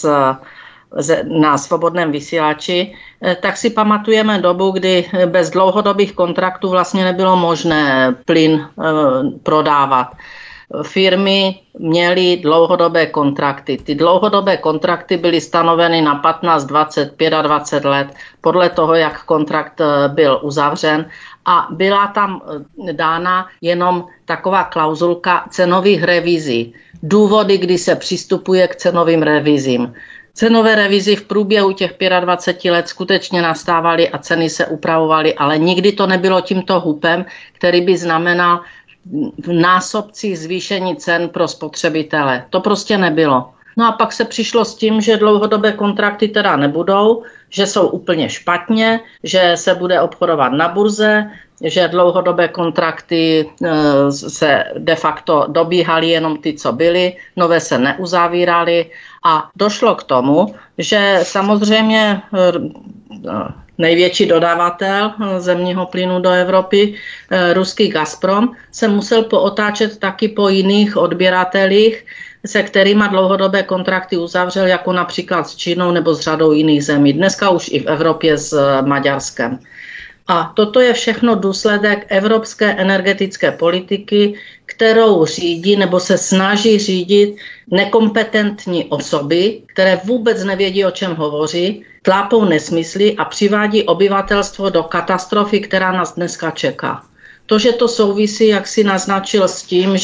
na svobodném vysílači, tak si pamatujeme dobu, kdy bez dlouhodobých kontraktů vlastně nebylo možné plyn prodávat. Firmy měly dlouhodobé kontrakty. Ty dlouhodobé kontrakty byly stanoveny na 15, 20, 25 let podle toho, jak kontrakt byl uzavřen a byla tam dána jenom taková klauzulka cenových revizí. Důvody, kdy se přistupuje k cenovým revizím. Cenové revizi v průběhu těch 25 let skutečně nastávaly a ceny se upravovaly, ale nikdy to nebylo tímto hupem, který by znamenal v násobcích zvýšení cen pro spotřebitele. To prostě nebylo. No a pak se přišlo s tím, že dlouhodobé kontrakty teda nebudou, že jsou úplně špatně, že se bude obchodovat na burze, že dlouhodobé kontrakty se de facto dobíhaly jenom ty, co byly, nové se neuzavíraly a došlo k tomu, že samozřejmě největší dodavatel zemního plynu do Evropy, ruský Gazprom, se musel pootáčet taky po jiných odběratelích, se kterými dlouhodobé kontrakty uzavřel, jako například s Čínou nebo s řadou jiných zemí. Dneska už i v Evropě s Maďarskem. A toto je všechno důsledek evropské energetické politiky, kterou řídí nebo se snaží řídit nekompetentní osoby, které vůbec nevědí, o čem hovoří, tlápou nesmysly a přivádí obyvatelstvo do katastrofy, která nás dneska čeká. To, že to souvisí, jak si naznačil, s tím,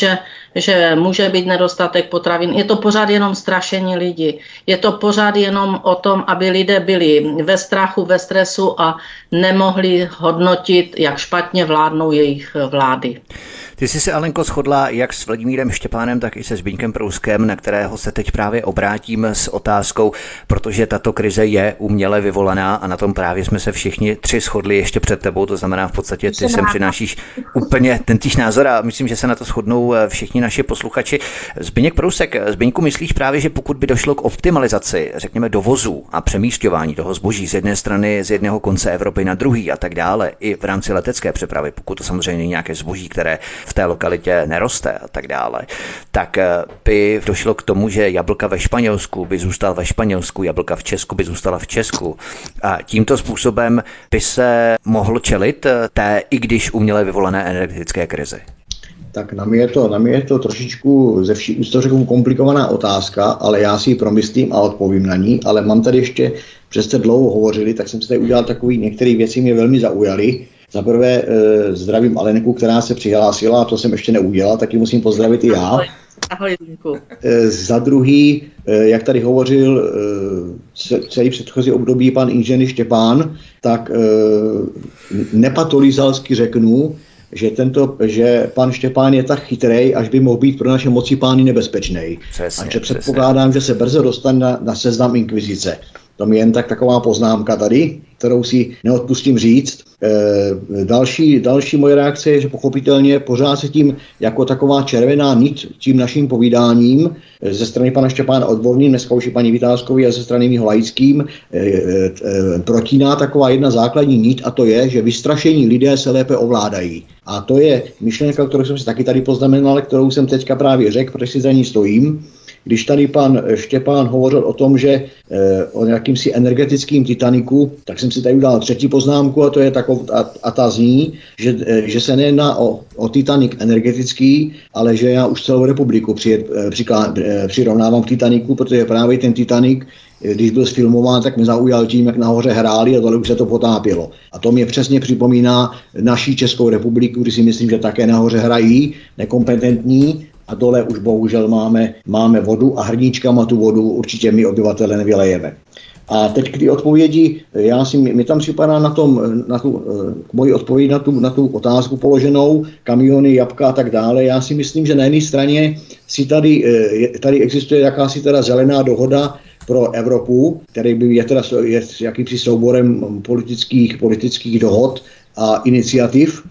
že může být nedostatek potravin, je to pořád jenom strašení lidí. Je to pořád jenom o tom, aby lidé byli ve strachu, ve stresu a nemohli hodnotit, jak špatně vládnou jejich vlády. Ty jsi se, Alenko, shodla jak s Vladimírem Štěpánem, tak i se Zbyňkem Prouskem, na kterého se teď právě obrátím s otázkou, protože tato krize je uměle vyvolaná a na tom právě jsme se všichni tři shodli ještě před tebou, to znamená v podstatě ty sem přinášíš úplně ten týž názor a myslím, že se na to shodnou všichni naši posluchači. Zbyněk Prousek, Zbyňku, myslíš právě, že pokud by došlo k optimalizaci, řekněme, dovozu a přemísťování toho zboží z jedné strany, z jedného konce Evropy na druhý a tak dále, i v rámci letecké přepravy, pokud to samozřejmě není nějaké zboží, které v té lokalitě neroste a tak dále, tak by došlo k tomu, že jablka ve Španělsku by zůstala ve Španělsku, jablka v Česku by zůstala v Česku. A tímto způsobem by se mohlo čelit té, i když uměle vyvolané energetické krizi. Tak na mě je to trošičku ze vší ústořekům komplikovaná otázka, ale já si ji promyslím a odpovím na ní, ale mám tady ještě, přes jste dlouho hovořili, tak jsem si tady udělal takový, některé věci mě velmi zaujaly. Za prvé zdravím Alenku, která se přihlásila, a to jsem ještě neudělal, tak ji musím pozdravit i já. Ahoj, Linku. Za druhý, jak tady hovořil celý předchozí období pan inženýr Štěpán, tak nepatolizalsky řeknu, že pan Štěpán je tak chytrej, až by mohl být pro naše mocipány nebezpečný. A že předpokládám, že se brzo dostane na seznam inkvizice. To mi jen taková poznámka tady, kterou si neodpustím říct. Další moje reakce je, že pochopitelně pořád se tím jako taková červená nit tím naším povídáním ze strany pana Štěpána Odborný, dneska už i paní Vitáskový a ze strany mýho Laickým protíná taková jedna základní nit, a to je, že vystrašení lidé se lépe ovládají. A to je myšlenka, kterou jsem si taky tady poznamenal, kterou jsem teďka právě řekl, protože si za ní stojím. Když tady pan Štěpán hovořil o tom, že o jakýmsi energetickým Titaniku, tak jsem si tady udělal třetí poznámku, a to je ta zní, že se nejedná o Titanic energetický, ale že já už celou republiku přirovnávám k Titaniku, protože právě ten Titanic, když byl sfilmován, tak mě zaujal tím, jak nahoře hráli a dole už se to potápělo. A to mě přesně připomíná naší Českou republiku, kdy si myslím, že také nahoře hrají nekompetentní, a dole už bohužel máme vodu a hrníčkama tu vodu určitě my obyvatele nevylejeme. A teď k té odpovědi, mi tam připadá k mojí odpovědi na tu otázku položenou, kamiony, jabka a tak dále. Já si myslím, že na jedné straně tady existuje jakási teda zelená dohoda pro Evropu, který je jakýmsi souborem politických dohod a iniciativ,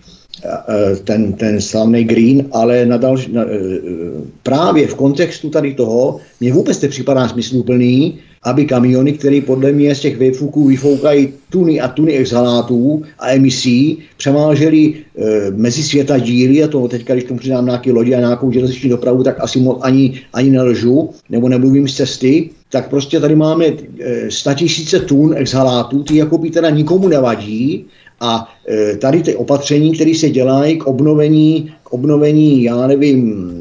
ten slavný Green, ale právě v kontextu tady toho mě vůbec nepřipadá smysluplný, aby kamiony, které podle mě z těch výfuků vyfoukají tuny a tuny exhalátů a emisí, převážely mezi světa díly, a to teďka, když tomu přidám nějaké lodi a nějakou železniční dopravu, tak asi ani nelžu, nebo nemluvím z cesty, tak prostě tady máme 100 000 tun exhalátů, ty jako by teda nikomu nevadí. A tady ty opatření, které se dělají k obnovení, já nevím,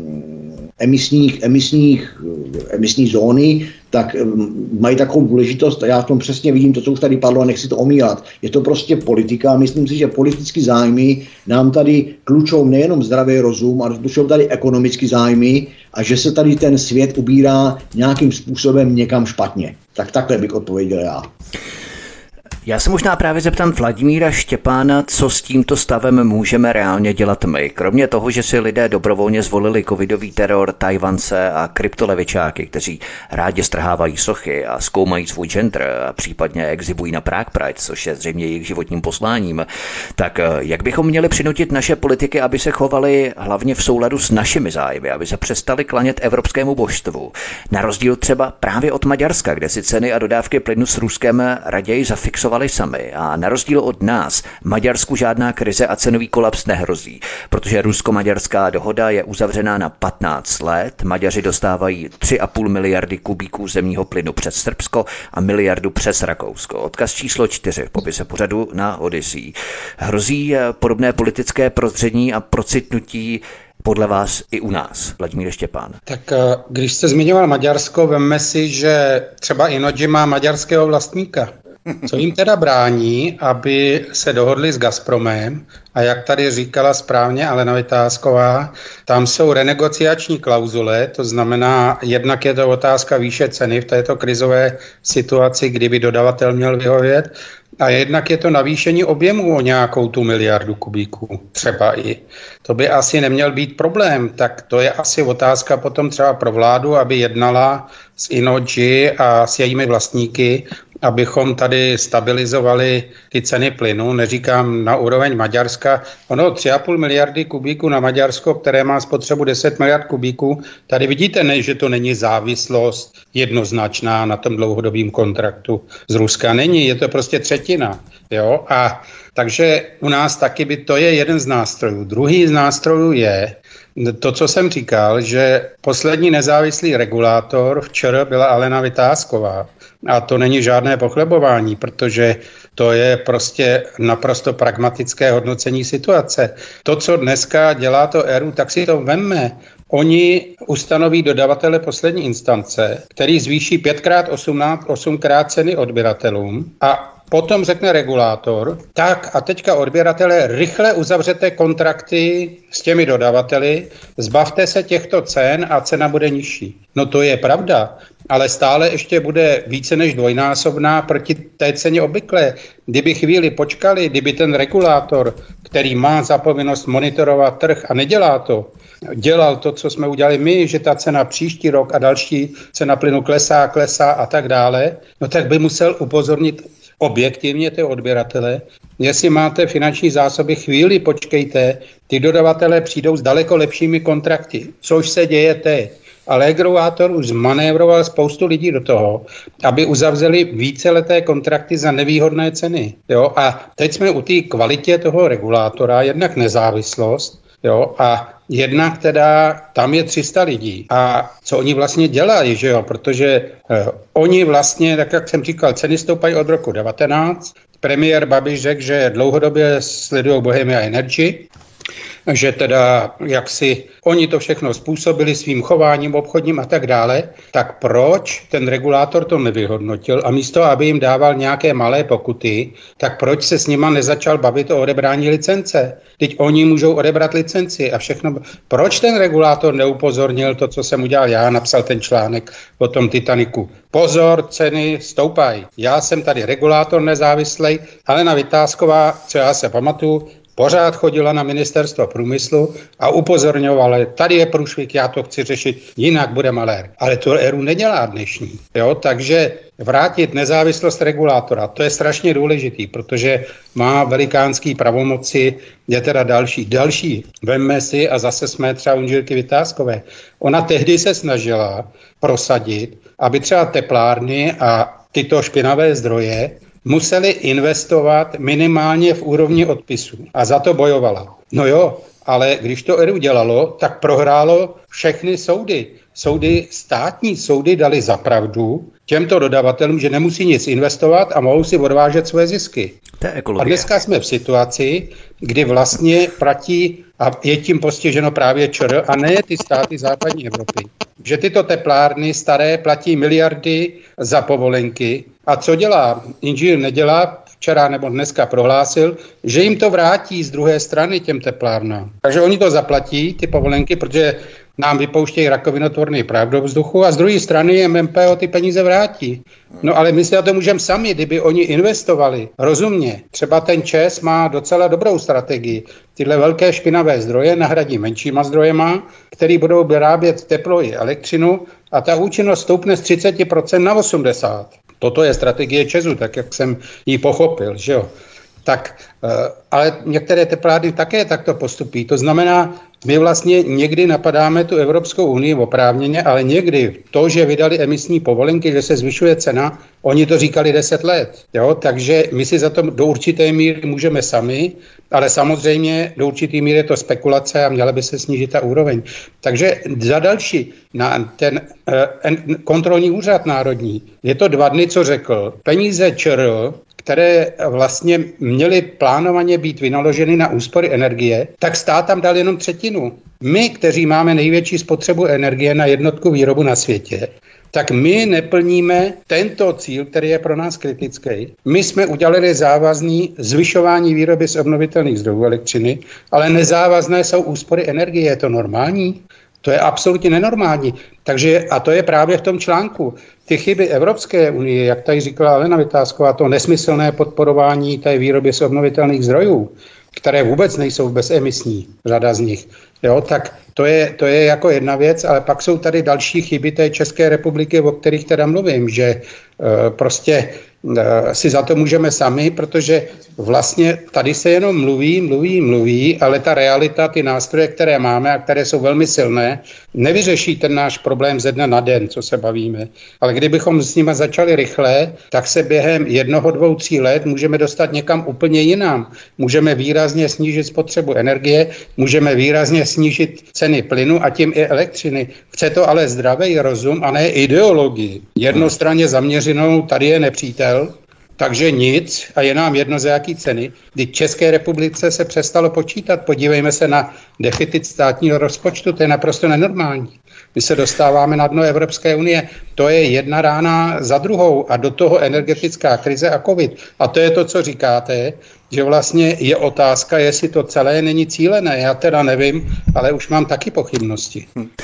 emisní zóny, tak mají takovou důležitost, a já v tom přesně vidím to, co už tady padlo, a nechci to omílat. Je to prostě politika, myslím si, že politické zájmy nám tady klučou nejenom zdravý rozum, ale klučou tady ekonomické zájmy, a že se tady ten svět ubírá nějakým způsobem někam špatně. Tak takhle bych odpověděl já. Já se možná právě zeptám Vladimíra Štěpána, co s tímto stavem můžeme reálně dělat my. Kromě toho, že si lidé dobrovolně zvolili covidový teror, Tajvance a kryptolevičáky, kteří rádi strhávají sochy a zkoumají svůj gender a případně exhibují na Prague Pride, což je zřejmě jejich životním posláním, tak jak bychom měli přinutit naše politiky, aby se chovali hlavně v souladu s našimi zájmy, aby se přestali klanět evropskému božstvu. Na rozdíl třeba právě od Maďarska, kde si ceny a dodávky plynu s Ruskem raději zafixovali sami, a na rozdíl od nás Maďarsku žádná krize a cenový kolaps nehrozí, protože rusko-maďarská dohoda je uzavřená na 15 let. Maďaři dostávají 3,5 miliardy kubíků zemního plynu přes Srbsko a miliardu přes Rakousko. Odkaz číslo 4 v popise pořadu na Odyssey. Hrozí podobné politické prozření a procitnutí podle vás i u nás, Vladimír Štěpán? Tak když jste zmiňoval Maďarsko, vemme si, že třeba Innogy má maďarského vlastníka. Co jim teda brání, aby se dohodli s Gazpromem, a jak tady říkala správně Alena Vitásková, tam jsou renegociační klauzule, to znamená, jednak je to otázka výše ceny v této krizové situaci, kdyby dodavatel měl vyhovět, a jednak je to navýšení objemu o nějakou tu miliardu kubíků, třeba i. To by asi neměl být problém, tak to je asi otázka potom třeba pro vládu, aby jednala s Innogy a s jejími vlastníky, abychom tady stabilizovali ty ceny plynu, neříkám na úroveň Maďarska. Ono 3,5 miliardy kubíků na Maďarsko, které má spotřebu 10 miliard kubíků, tady vidíte, ne, že to není závislost jednoznačná na tom dlouhodobém kontraktu z Ruska. Není, je to prostě třetina. Jo? A takže u nás taky to je jeden z nástrojů. Druhý z nástrojů je to, co jsem říkal, že poslední nezávislý regulátor včera byla Alena Vitásková. A to není žádné pochlebování, protože to je prostě naprosto pragmatické hodnocení situace. To, co dneska dělá to ERÚ, tak si to vemme. Oni ustanoví dodavatele poslední instance, který zvýší 5x, 8x ceny odběratelům, a potom řekne regulátor, tak a teďka odběratele rychle uzavřete kontrakty s těmi dodavateli, zbavte se těchto cen a cena bude nižší. No to je pravda, ale stále ještě bude více než dvojnásobná proti té ceně obvyklé. Kdyby chvíli počkali, kdyby ten regulátor, který má za povinnost monitorovat trh a nedělá to, dělal to, co jsme udělali my, že ta cena příští rok a další cena plynu klesá a tak dále, no tak by musel upozornit objektivně ty odběratele, jestli máte finanční zásoby, chvíli počkejte, ty dodavatelé přijdou s daleko lepšími kontrakty, což se děje teď. Ale regulátor už zmanévroval spoustu lidí do toho, aby uzavřeli víceleté kontrakty za nevýhodné ceny. Jo? A teď jsme u té kvalitě toho regulátora, jednak nezávislost, jo? A jednak teda tam je 300 lidí. A co oni vlastně dělají, že jo? Protože oni vlastně, tak jak jsem říkal, ceny stoupají od roku 19. Premiér Babiš řekl, že dlouhodobě sledují Bohemia Energy, že teda jaksi oni to všechno způsobili svým chováním obchodním a tak dále, tak proč ten regulátor to nevyhodnotil a místo, aby jim dával nějaké malé pokuty, tak proč se s nima nezačal bavit o odebrání licence? Teď oni můžou odebrat licenci a všechno. Proč ten regulátor neupozornil to, co jsem udělal já, napsal ten článek o tom Titaniku? Pozor, ceny stoupají. Já jsem tady regulátor nezávislej, Alena Vitásková, co já se pamatuju, pořád chodila na ministerstvo průmyslu a upozorňovala, tady je průšvih, já to chci řešit, jinak bude malér. Ale to ERÚ nedělá dnešní. Jo? Takže vrátit nezávislost regulátora, to je strašně důležitý, protože má velikánský pravomoci, je teda další. Vemme si a zase jsme třeba u Žilky Vitáskové. Ona tehdy se snažila prosadit, aby třeba teplárny a tyto špinavé zdroje museli investovat minimálně v úrovni odpisů. A za to bojovala. No jo, ale když to ERÚ dělalo, tak prohrálo všechny soudy. Státní soudy dali za pravdu těmto dodavatelům, že nemusí nic investovat a mohou si odvážet své zisky. A dneska jsme v situaci, kdy vlastně platí, a je tím postiženo právě ČR a ne ty státy západní Evropy, že tyto teplárny staré platí miliardy za povolenky. A co dělá? Inženýr nedělá, včera nebo dneska prohlásil, že jim to vrátí z druhé strany těm teplárnám. Takže oni to zaplatí, ty povolenky, protože nám vypouštějí rakovinotvorný prach do vzduchu a z druhé strany MMPO ty peníze vrátí. No ale my si na to můžeme sami, kdyby oni investovali rozumně. Třeba ten ČEZ má docela dobrou strategii. Tyhle velké špinavé zdroje nahradí menšíma zdrojema, který budou vyrábět teplo i elektřinu a ta účinnost stoupne z 30% na 80%. Toto je strategie ČEZu, tak jak jsem ji pochopil, že jo. Tak, ale některé teplárny také takto postupují. To znamená, my vlastně někdy napadáme tu Evropskou unii oprávněně, ale někdy to, že vydali emisní povolenky, že se zvyšuje cena, oni to říkali 10 let. Jo? Takže my si za to do určité míry můžeme sami, ale samozřejmě do určité míry je to spekulace a měla by se snížit ta úroveň. Takže za další, na ten kontrolní úřad národní, je to 2 dny, co řekl, peníze ČR, které vlastně měly plánovaně být vynaloženy na úspory energie, tak stát tam dal jenom 1/3. My, kteří máme největší spotřebu energie na jednotku výrobu na světě, tak my neplníme tento cíl, který je pro nás kritický. My jsme udělali závazný zvyšování výroby z obnovitelných zdrojů elektřiny, ale nezávazné jsou úspory energie. Je to normální? To je absolutně nenormální. Takže, a to je právě v tom článku. Ty chyby Evropské unie, jak tady říkala Alena Vitásková, to nesmyslné podporování té výroby z obnovitelných zdrojů, které vůbec nejsou bezemisní, řada z nich, jo, tak to je jako jedna věc, ale pak jsou tady další chyby té České republiky, o kterých teda mluvím, že prostě si za to můžeme sami, protože vlastně tady se jenom mluví, ale ta realita, ty nástroje, které máme a které jsou velmi silné, nevyřeší ten náš problém ze dne na den, co se bavíme. Ale kdybychom s nimi začali rychle, tak se během 1, 2, 3 let můžeme dostat někam úplně jinam. Můžeme výrazně snížit spotřebu energie, můžeme výrazně snížit ceny plynu a tím i elektřiny. Chce to ale zdravý rozum a ne ideologii. Jednostranně zaměřenou, tady je nepřítel, takže nic a je nám jedno za jaký ceny. Když České republice se přestalo počítat, podívejme se na deficit státního rozpočtu, to je naprosto nenormální. My se dostáváme na dno Evropské unie, to je jedna rána za druhou a do toho energetická krize a covid. A to je to, co říkáte, že vlastně je otázka, jestli to celé není cílené. Já teda nevím, ale už mám taky pochybnosti.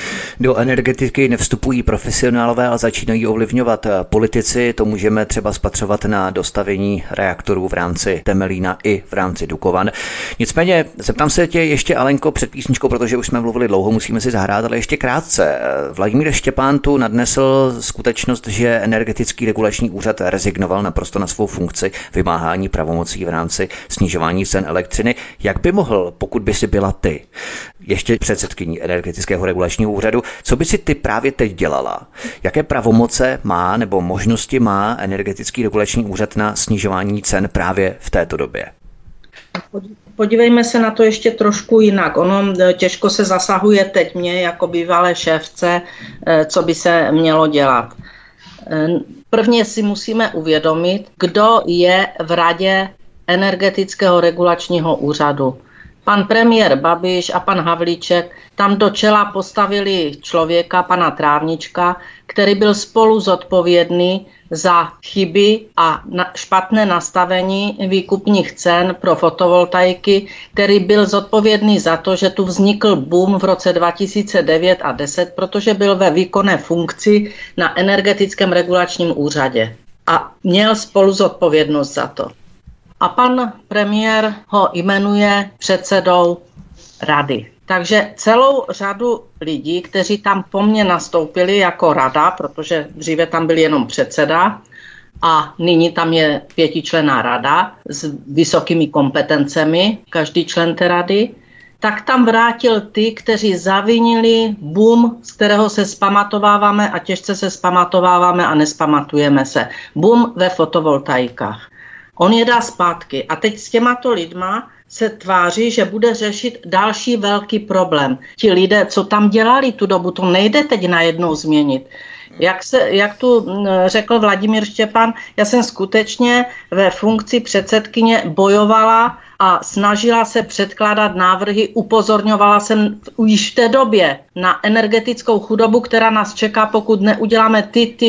Do energetiky nevstupují profesionálové, ale začínají ovlivňovat politici. To můžeme třeba spatřovat na dostavení reaktorů v rámci Temelína i v rámci Dukovan. Nicméně zeptám se tě ještě, Alenko, před písničkou, protože už jsme mluvili dlouho, musíme si zahrát, ale ještě krátce. Vladimír Štěpán tu nadnesl skutečnost, že Energetický regulační úřad rezignoval naprosto na svou funkci vymáhání pravomocí v rámci snižování cen elektřiny. Jak by mohl, pokud by si byla ty, ještě předsedkyní Energetického regulačního úřadu, co by si ty právě teď dělala? Jaké pravomoce má nebo možnosti má Energetický regulační úřad na snižování cen právě v této době? Podívejme se na to ještě trošku jinak. Ono těžko se zasahuje teď mě jako bývalé šéfce, co by se mělo dělat. Prvně si musíme uvědomit, kdo je v radě Energetického regulačního úřadu. Pan premiér Babiš a pan Havlíček tam do čela postavili člověka, pana Trávnička, který byl spolu zodpovědný za chyby a špatné nastavení výkupních cen pro fotovoltaiky, který byl zodpovědný za to, že tu vznikl boom v roce 2009 a 10, protože byl ve výkonné funkci na Energetickém regulačním úřadě a měl spolu zodpovědnost za to. A pan premiér ho jmenuje předsedou rady. Takže celou řadu lidí, kteří tam po mně nastoupili jako rada, protože dříve tam byl jenom předseda a nyní tam je 5členná rada s vysokými kompetencemi, každý člen té rady, tak tam vrátil ty, kteří zavinili boom, z kterého se zpamatováváme a těžce se zpamatováváme a nespamatujeme se. Boom ve fotovoltaikách. On je dá zpátky a teď s těmato lidma se tváří, že bude řešit další velký problém. Ti lidé, co tam dělali tu dobu, to nejde teď najednou změnit. Jak tu řekl Vladimír Štěpán, já jsem skutečně ve funkci předsedkyně bojovala a snažila se předkládat návrhy, upozorňovala jsem již v té době na energetickou chudobu, která nás čeká, pokud neuděláme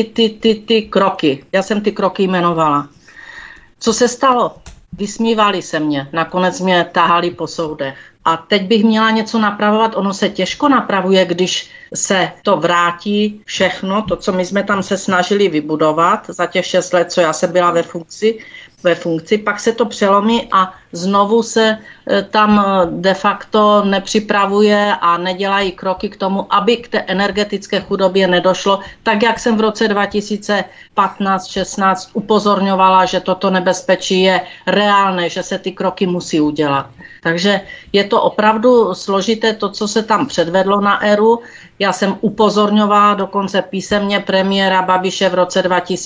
ty kroky. Já jsem ty kroky jmenovala. Co se stalo? Vysmívali se mě, nakonec mě tahali po soudech. a teď bych měla něco napravovat. Ono se těžko napravuje, když se to vrátí všechno, to, co my jsme tam se snažili vybudovat za těch 6 let, co já jsem byla ve funkci, pak se to přelomí a znovu se tam de facto nepřipravuje a nedělají kroky k tomu, aby k té energetické chudobě nedošlo, tak jak jsem v roce 2015-16 upozorňovala, že toto nebezpečí je reálné, že se ty kroky musí udělat. Takže je to opravdu složité to, co se tam předvedlo na ERÚ. Já jsem upozorňovala dokonce písemně premiéra Babiše v roce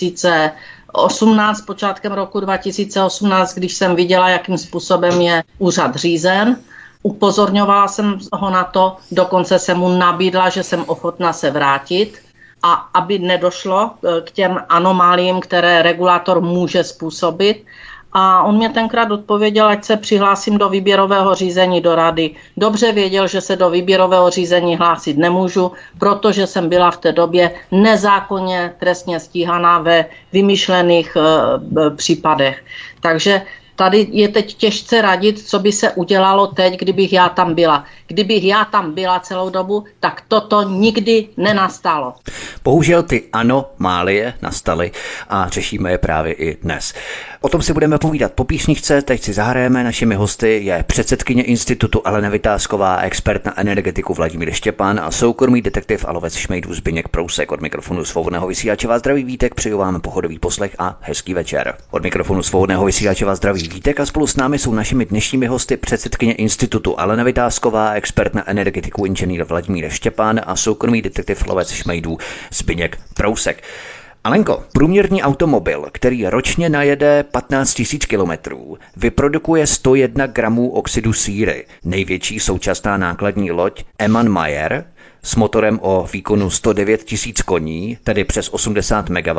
2018, počátkem roku 2018, když jsem viděla, jakým způsobem je úřad řízen. Upozorňovala jsem ho na to, dokonce jsem mu nabídla, že jsem ochotna se vrátit a aby nedošlo k těm anomáliím, které regulátor může způsobit. A on mě tenkrát odpověděl, ať se přihlásím do výběrového řízení do rady. Dobře věděl, že se do výběrového řízení hlásit nemůžu, protože jsem byla v té době nezákonně trestně stíhaná ve vymyšlených případech. Takže tady je teď těžce radit, co by se udělalo teď, kdybych já tam byla. Kdybych já tam byla celou dobu, tak toto nikdy nenastalo. Bohužel ty anomálie nastaly a řešíme je právě i dnes. O tom si budeme povídat po písničce, teď si zahrajeme. Našimi hosty je předsedkyně institutu Alena Vytázková, expert na energetiku Vladimír Štěpán a soukromý detektiv a lovec šmejdů Zbyněk Prousek. Od mikrofonu Svobodného vysílače vás zdraví Vítek, přeju vám pohodový poslech a hezký večer. Od mikrofonu Svobodného vysílače vás zdraví Vítek a spolu s námi jsou našimi dnešními hosty předsedkyně institutu Alena Vytázková, expert na energetiku inženýr Vladimír Štěpán a soukromý detektiv lovec šmejdů Zbyněk Prousek. Alenko, průměrný automobil, který ročně najede 15 000 kilometrů, vyprodukuje 101 gramů oxidu síry. Největší současná nákladní loď Eman Mayer s motorem o výkonu 109 000 koní, tedy přes 80 MW,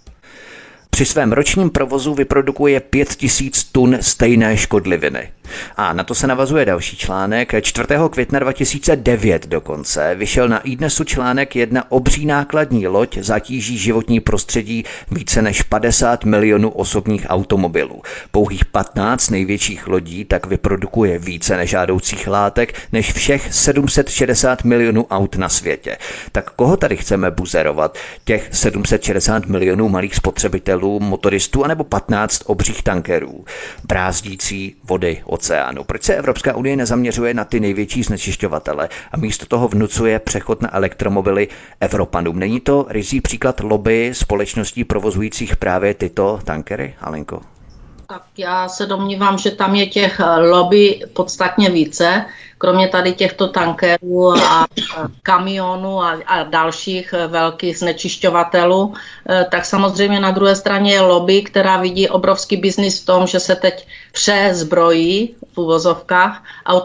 při svém ročním provozu vyprodukuje 5 000 tun stejné škodliviny. A na to se navazuje další článek. 4. května 2009 dokonce vyšel na iDnesu článek: jedna obří nákladní loď zatíží životní prostředí více než 50 milionů osobních automobilů. Pouhých 15 největších lodí tak vyprodukuje více nežádoucích látek než všech 760 milionů aut na světě. Tak koho tady chceme buzerovat? Těch 760 milionů malých spotřebitelů, motoristů anebo 15 obřích tankerů brázdící vody oceánu? Proč se Evropská unie nezaměřuje na ty největší znečišťovatele a místo toho vnucuje přechod na elektromobily Evropanům? Není to ryzí příklad lobby společností provozujících právě tyto tankery, Alenko? Tak já se domnívám, že tam je těch lobby podstatně více. Kromě tady těchto tankerů a kamionů a dalších velkých znečišťovatelů, tak samozřejmě na druhé straně je lobby, která vidí obrovský biznis v tom, že se teď přezbrojí v uvozovkách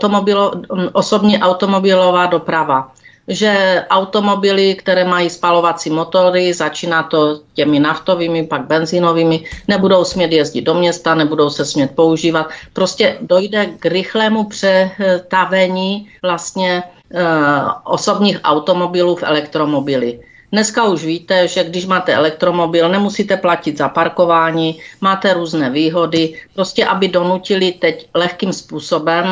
osobní automobilová doprava. Že automobily, které mají spalovací motory, začíná to těmi naftovými, pak benzínovými, nebudou smět jezdit do města, nebudou se smět používat. Prostě dojde k rychlému přetavení vlastně osobních automobilů v elektromobily. Dneska už víte, že když máte elektromobil, nemusíte platit za parkování, máte různé výhody, prostě aby donutili teď lehkým způsobem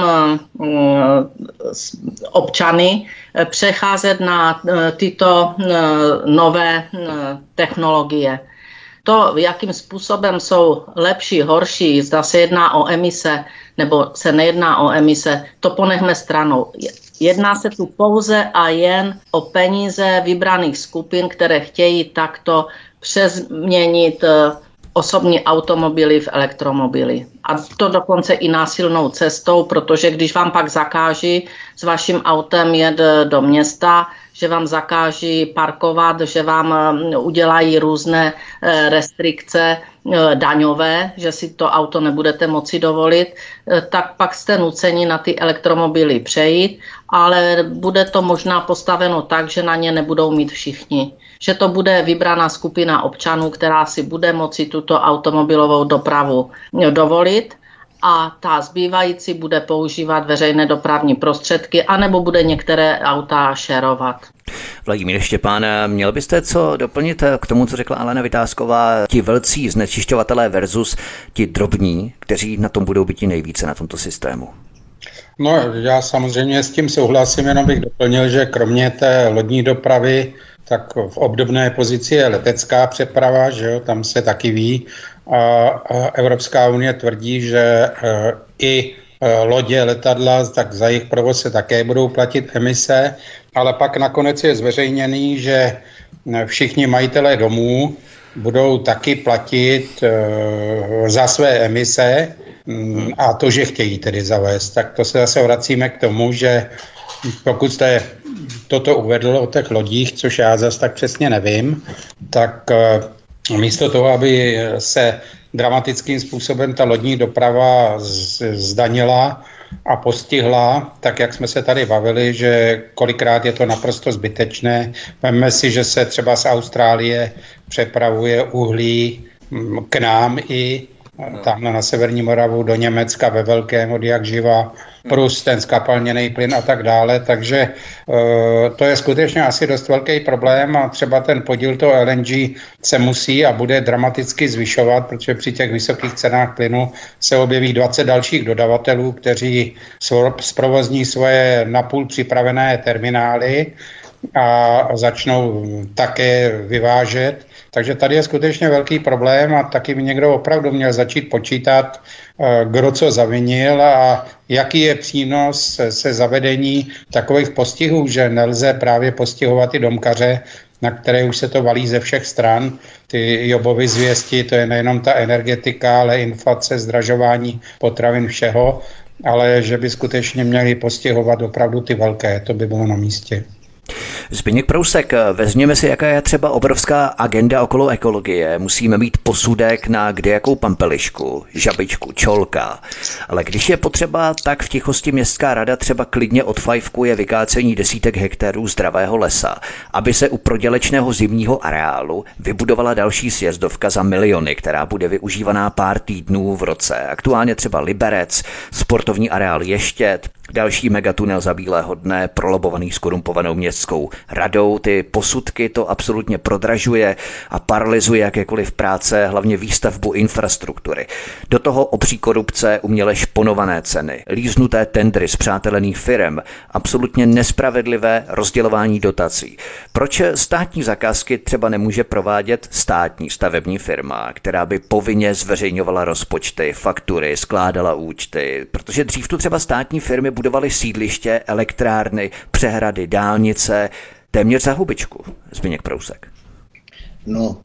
občany přecházet na tyto nové technologie. To, jakým způsobem jsou lepší, horší, zda se jedná o emise nebo se nejedná o emise, to ponechme stranou. Jedná se tu pouze a jen o peníze vybraných skupin, které chtějí takto přezměnit osobní automobily v elektromobily. A to dokonce i násilnou cestou, protože když vám pak zakáží s vaším autem jet do města, že vám zakáží parkovat, že vám udělají různé restrikce daňové, že si to auto nebudete moci dovolit, tak pak jste nuceni na ty elektromobily přejít, ale bude to možná postaveno tak, že na ně nebudou mít všichni. Že to bude vybraná skupina občanů, která si bude moci tuto automobilovou dopravu dovolit, a ta zbývající bude používat veřejné dopravní prostředky anebo bude některé auta šerovat. Vladimír Štěpán, měl byste co doplnit k tomu, co řekla Alena Vytázková, ti velcí znečišťovatelé versus ti drobní, kteří na tom budou být nejvíce na tomto systému? No, já samozřejmě s tím souhlasím, jenom bych doplnil, že kromě té lodní dopravy, tak v obdobné pozici je letecká přeprava, že jo, tam se taky ví. A Evropská unie tvrdí, že i lodě, letadla, tak za jejich provoz se také budou platit emise, ale pak nakonec je zveřejněný, že všichni majitelé domů budou taky platit za své emise a to, že chtějí tedy zavést. Tak to se zase vracíme k tomu, že pokud jste toto uvedl o těch lodích, což já zase tak přesně nevím, tak místo toho, aby se dramatickým způsobem ta lodní doprava zdanila a postihla, tak jak jsme se tady bavili, že kolikrát je to naprosto zbytečné. Vemme si, že se třeba z Austrálie přepravuje uhlí k nám i tamhle na severní Moravu, do Německa ve velkém od jak živa, plus ten skapalněný plyn a tak dále, takže to je skutečně asi dost velký problém a třeba ten podíl toho LNG se musí a bude dramaticky zvyšovat, protože při těch vysokých cenách plynu se objeví 20 dalších dodavatelů, kteří zprovozní svoje napůl připravené terminály a začnou také vyvážet. Takže tady je skutečně velký problém a taky by někdo opravdu měl začít počítat, kdo co zavinil a jaký je přínos se zavedení takových postihů, že nelze právě postihovat i domkaře, na které už se to valí ze všech stran. Ty Jobovy zvěsti, to je nejenom ta energetika, ale inflace, zdražování potravin, všeho, ale že by skutečně měli postihovat opravdu ty velké, to by bylo na místě. Zbyněk Prousek, vezměme si, jaká je třeba obrovská agenda okolo ekologie. Musíme mít posudek na kdejakou pampelišku, žabičku, čolka. Ale když je potřeba, tak v tichosti městská rada třeba klidně odfajfkuje vykácení desítek hektarů zdravého lesa, aby se u prodělečného zimního areálu vybudovala další sjezdovka za miliony, která bude využívaná pár týdnů v roce. Aktuálně třeba Liberec, sportovní areál Ještěd, další megatunel za bílého dne, prolobovaný skorumpovanou městskou radou. Ty posudky to absolutně prodražuje a paralyzuje jakékoliv práce, hlavně výstavbu infrastruktury. Do toho obří korupce, uměle šponované ceny, líznuté tendry spřátelených firem, absolutně nespravedlivé rozdělování dotací. Proč státní zakázky třeba nemůže provádět státní stavební firma, která by povinně zveřejňovala rozpočty, faktury, skládala účty? Protože dřív tu třeba státní firmy budovaly sídliště, elektrárny, přehrady, dálnice, téměř za hubičku. Zbyněk Prousek. No,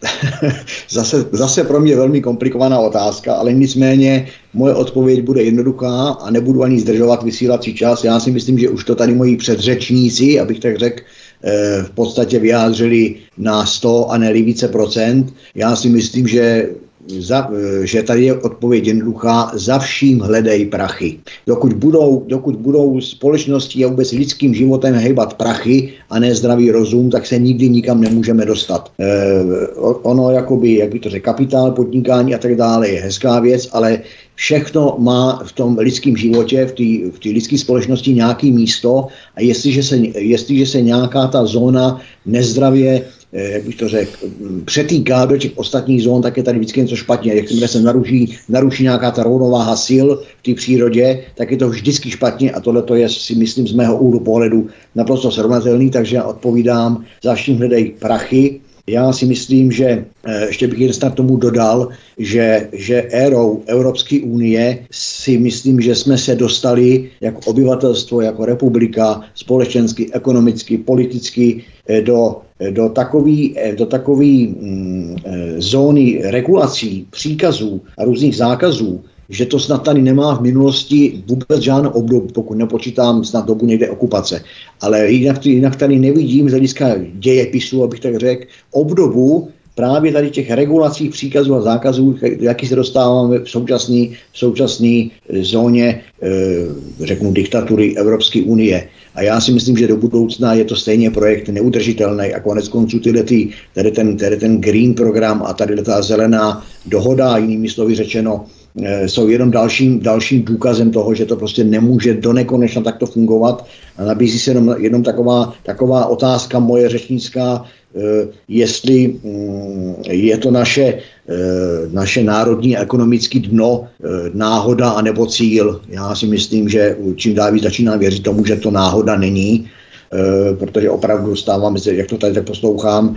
zase pro mě velmi komplikovaná otázka, ale nicméně moje odpověď bude jednoduchá a nebudu ani zdržovat vysílací čas. Já si myslím, že už to tady moji předřečníci, abych tak řekl, v podstatě vyjádřili na 100 a ne více procent. Já si myslím, že tady je odpověď jednoduchá, za vším hledej prachy. Dokud budou společnosti a vůbec lidským životem hejbat prachy a ne zdravý rozum, tak se nikdy nikam nemůžeme dostat. Ono jakoby, jak by to řekl, kapitál, podnikání a tak dále je hezká věc, ale všechno má v tom lidském životě, v té lidské společnosti nějaké místo a jestliže se nějaká ta zóna nezdravě, jak bych to řekl, přetýká do těch ostatních zón, tak je tady vždycky něco špatně. Jakmile se naruší nějaká ta rovnováha sil v té přírodě, tak je to vždycky špatně a tohle je, si myslím, z mého úhlu pohledu naprosto srovnatelný, takže já odpovídám, za vším hledej prachy. Já si myslím, že ještě bych jen snad tomu dodal, že érou Evropské unie si myslím, že jsme se dostali jako obyvatelstvo, jako republika, společensky, ekonomicky, politicky do takové zóny regulací, příkazů a různých zákazů, že to snad tady nemá v minulosti vůbec žádnou obdobu, pokud nepočítám snad dobu někde okupace. Ale jinak tady nevidím z hlediska dějepisu, abych tak řekl, obdobu právě tady těch regulací, příkazů a zákazů, jaký se dostáváme v současné zóně, řeknu, diktatury Evropské unie. A já si myslím, že do budoucna je to stejně projekt neudržitelný a konec konců tady ten green program a tady ta zelená dohoda, jinými slovy řečeno, jsou jenom dalším důkazem toho, že to prostě nemůže do nekonečna takto fungovat. A nabízí se jenom taková otázka moje řečnická, jestli je to naše naše národní ekonomické dno náhoda anebo cíl. Já si myslím, že čím dál víc začínám věřit tomu, že to náhoda není, protože opravdu dostávám, jak to tady tak poslouchám,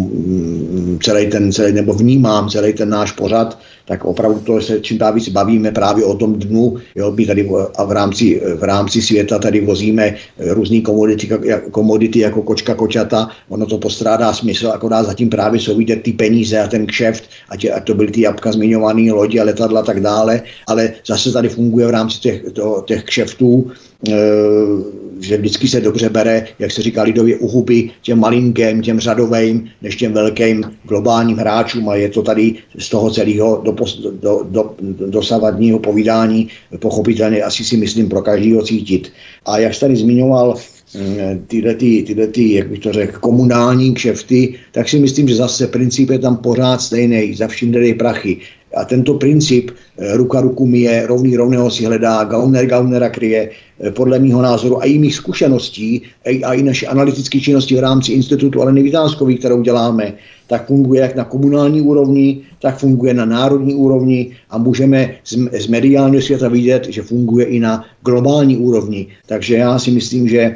nebo vnímám celý ten náš pořad, tak opravdu to se čím dál víc bavíme právě o tom dnu, jo, my tady a v rámci světa tady vozíme různý komodity jako kočka kočata, ono to postrádá smysl, akorát zatím právě jsou vidět ty peníze a ten kšeft, ať to byly ty jabka zmiňované, lodi a letadla a tak dále, ale zase tady funguje v rámci těch kšeftů, že vždycky se dobře bere, jak se říká lidově, u huby těm malinkým, těm řadovým, než těm velkým globálním hráčům, a je to tady z toho celého dosavadního povídání pochopitelně asi si myslím pro každého cítit. A jak jsi tady zmiňoval tyhle, jak bych to řekl, komunální kšefty, tak si myslím, že zase princip je tam pořád stejný, za vším dej prachy. A tento princip ruka ruku myje, rovný rovného si hledá, gauner gaunera kryje, podle mýho názoru a i mých zkušeností a i naše analytické činnosti v rámci institutu Aleny Vitánskové, kterou děláme, tak funguje jak na komunální úrovni, tak funguje na národní úrovni a můžeme z mediálního světa vidět, že funguje i na globální úrovni. Takže já si myslím, že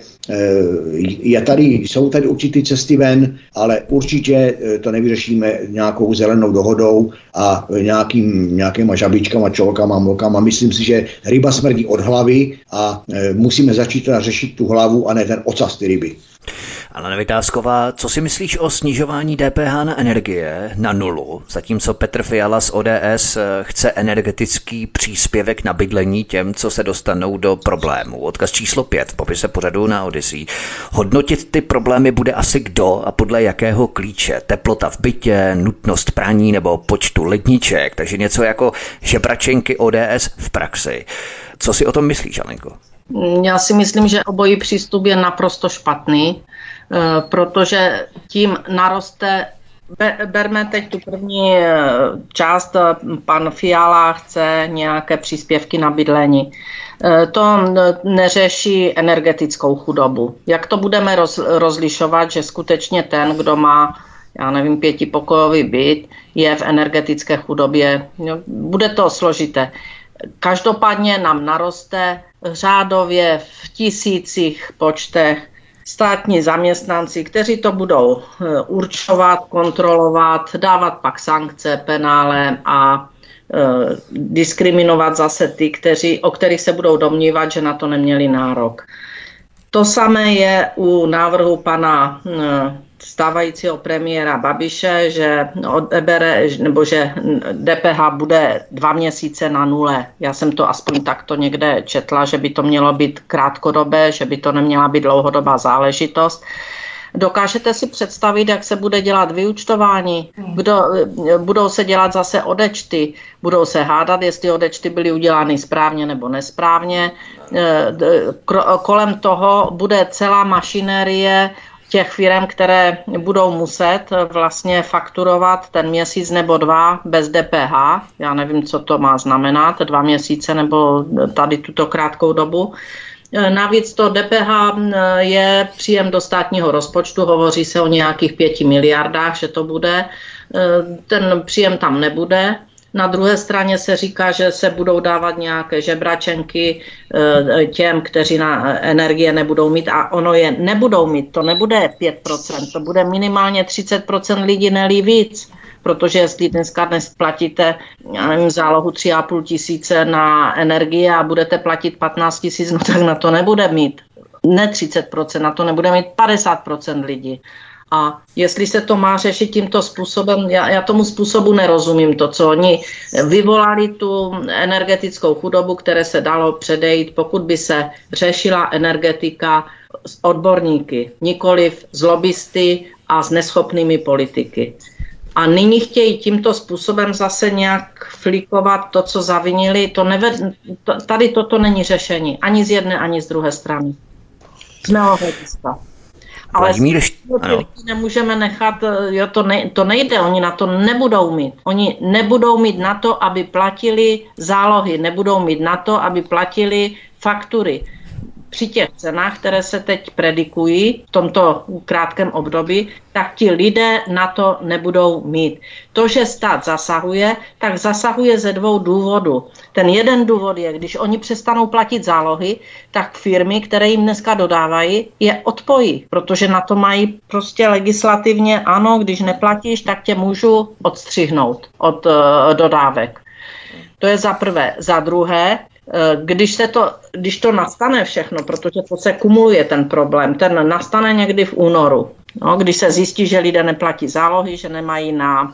jsou tady určitý cesty ven, ale určitě to nevyřešíme nějakou zelenou dohodou a nějakýma žabičkama, čolkama, mlokama. Myslím si, že ryba smrdí od hlavy a musíme začít řešit tu hlavu a ne ten ocas ty ryby. Alena Vitásková, co si myslíš o snižování DPH na energie na 0, zatímco Petr Fiala z ODS chce energetický příspěvek na bydlení těm, co se dostanou do problémů? Odkaz číslo 5 v popise pořadu na Odyssey. Hodnotit ty problémy bude asi kdo a podle jakého klíče? Teplota v bytě, nutnost praní nebo počtu ledniček, takže něco jako žebračenky ODS v praxi. Co si o tom myslíš, Alenko? Já si myslím, že obojí přístup je naprosto špatný, protože tím naroste, berme teď tu první část, pan Fiala chce nějaké příspěvky na bydlení. To neřeší energetickou chudobu. Jak to budeme rozlišovat, že skutečně ten, kdo má, já nevím, 5pokojový byt, je v energetické chudobě? Bude to složité. Každopádně nám naroste řádově v tisících počtech státní zaměstnanci, kteří to budou určovat, kontrolovat, dávat pak sankce, penále a diskriminovat zase ty, o kterých se budou domnívat, že na to neměli nárok. To samé je u návrhu pana stávajícího premiéra Babiše, že odebere, nebo že DPH bude 2 měsíce na 0. Já jsem to aspoň takto někde četla, že by to mělo být krátkodobé, že by to neměla být dlouhodobá záležitost. Dokážete si představit, jak se bude dělat vyúčtování? Budou se dělat zase odečty, budou se hádat, jestli odečty byly udělány správně nebo nesprávně. Kolem toho bude celá mašinérie těch firem, které budou muset vlastně fakturovat ten měsíc nebo 2 bez DPH. Já nevím, co to má znamenat, 2 měsíce nebo tady tuto krátkou dobu. Navíc to DPH je příjem do státního rozpočtu, hovoří se o nějakých 5 miliardách, že to bude. Ten příjem tam nebude. Na druhé straně se říká, že se budou dávat nějaké žebračenky těm, kteří na energie nebudou mít, a ono je nebudou mít, to nebude 5%, to bude minimálně 30% lidí, ne-li víc. Protože jestli dneska platíte, já nevím, zálohu 3,5 tisíce na energie a budete platit 15 tisíc, no tak na to nebude mít ne 30%, na to nebude mít 50% lidí. A jestli se to má řešit tímto způsobem, já tomu způsobu nerozumím. To, co oni vyvolali, tu energetickou chudobu, které se dalo předejít, pokud by se řešila energetika s odborníky, nikoliv s lobbysty a s neschopnými politiky. A nyní chtějí tímto způsobem zase nějak flikovat to, co zavinili. Tady toto není řešení. Ani z jedné, ani z druhé strany. Z mého hlediska. Ale nemůžeme nechat, to nejde, oni na to nebudou mít. Oni nebudou mít na to, aby platili zálohy, nebudou mít na to, aby platili faktury. při těch cenách, které se teď predikují v tomto krátkém období, tak ti lidé na to nebudou mít. To, že stát zasahuje, tak zasahuje ze 2 důvodů. Ten jeden důvod je, když oni přestanou platit zálohy, tak firmy, které jim dneska dodávají, je odpojí, protože na to mají prostě legislativně, ano, když neplatíš, tak tě můžu odstřihnout od dodávek. To je za prvé. Za druhé, když to nastane všechno, protože to se kumuluje ten problém, ten nastane někdy v únoru, no, když se zjistí, že lidé neplatí zálohy, že nemají na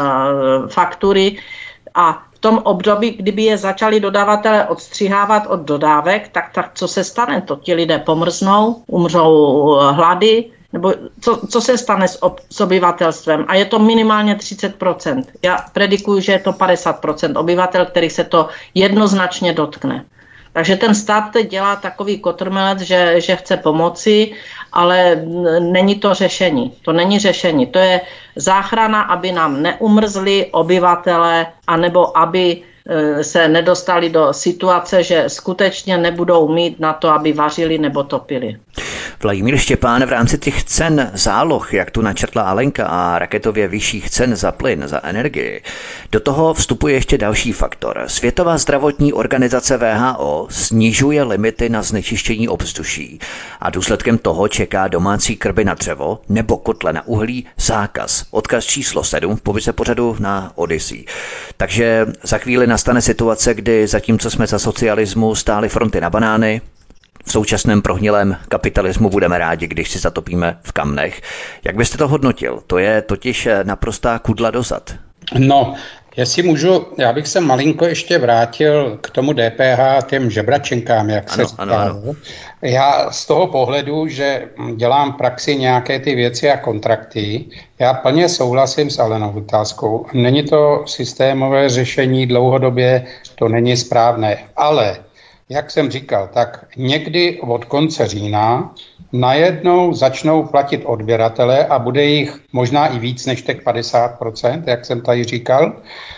faktury a v tom období, kdyby je začali dodavatelé odstřihávat od dodávek, tak co se stane? To ti lidé pomrznou, umřou hlady, nebo co se stane s obyvatelstvem? A je to minimálně 30%. Já predikuju, že je to 50% obyvatel, kterých se to jednoznačně dotkne. Takže ten stát teď dělá takový kotrmelec, že chce pomoci, ale není to řešení. To není řešení. To je záchrana, aby nám neumrzli obyvatele, anebo aby se nedostali do situace, že skutečně nebudou mít na to, aby vařili nebo topili. Vladimír Štěpán, v rámci těch cen záloh, jak tu načrtla Alenka, a raketově vyšších cen za plyn, za energii, do toho vstupuje ještě další faktor. Světová zdravotní organizace WHO snižuje limity na znečištění ovzduší a důsledkem toho čeká domácí krby na dřevo nebo kotle na uhlí zákaz. Odkaz číslo 7 v popise pořadu na Odyssey. Takže za chvíli nastane situace, kdy zatímco jsme za socialismu stáli fronty na banány, v současném prohnilém kapitalismu budeme rádi, když si zatopíme v kamnech. Jak byste to hodnotil? To je totiž naprostá kudla dozad. No, jestli můžu, já bych se malinko ještě vrátil k tomu DPH, těm žebračenkám, jak se říká. Ano. Já z toho pohledu, že dělám v praxi nějaké ty věci a kontrakty, já plně souhlasím s Alenou otázkou. Není to systémové řešení dlouhodobě, to není správné, ale jak jsem říkal, tak někdy od konce října najednou začnou platit odběratele a bude jich možná i víc než těch 50%, jak jsem tady říkal.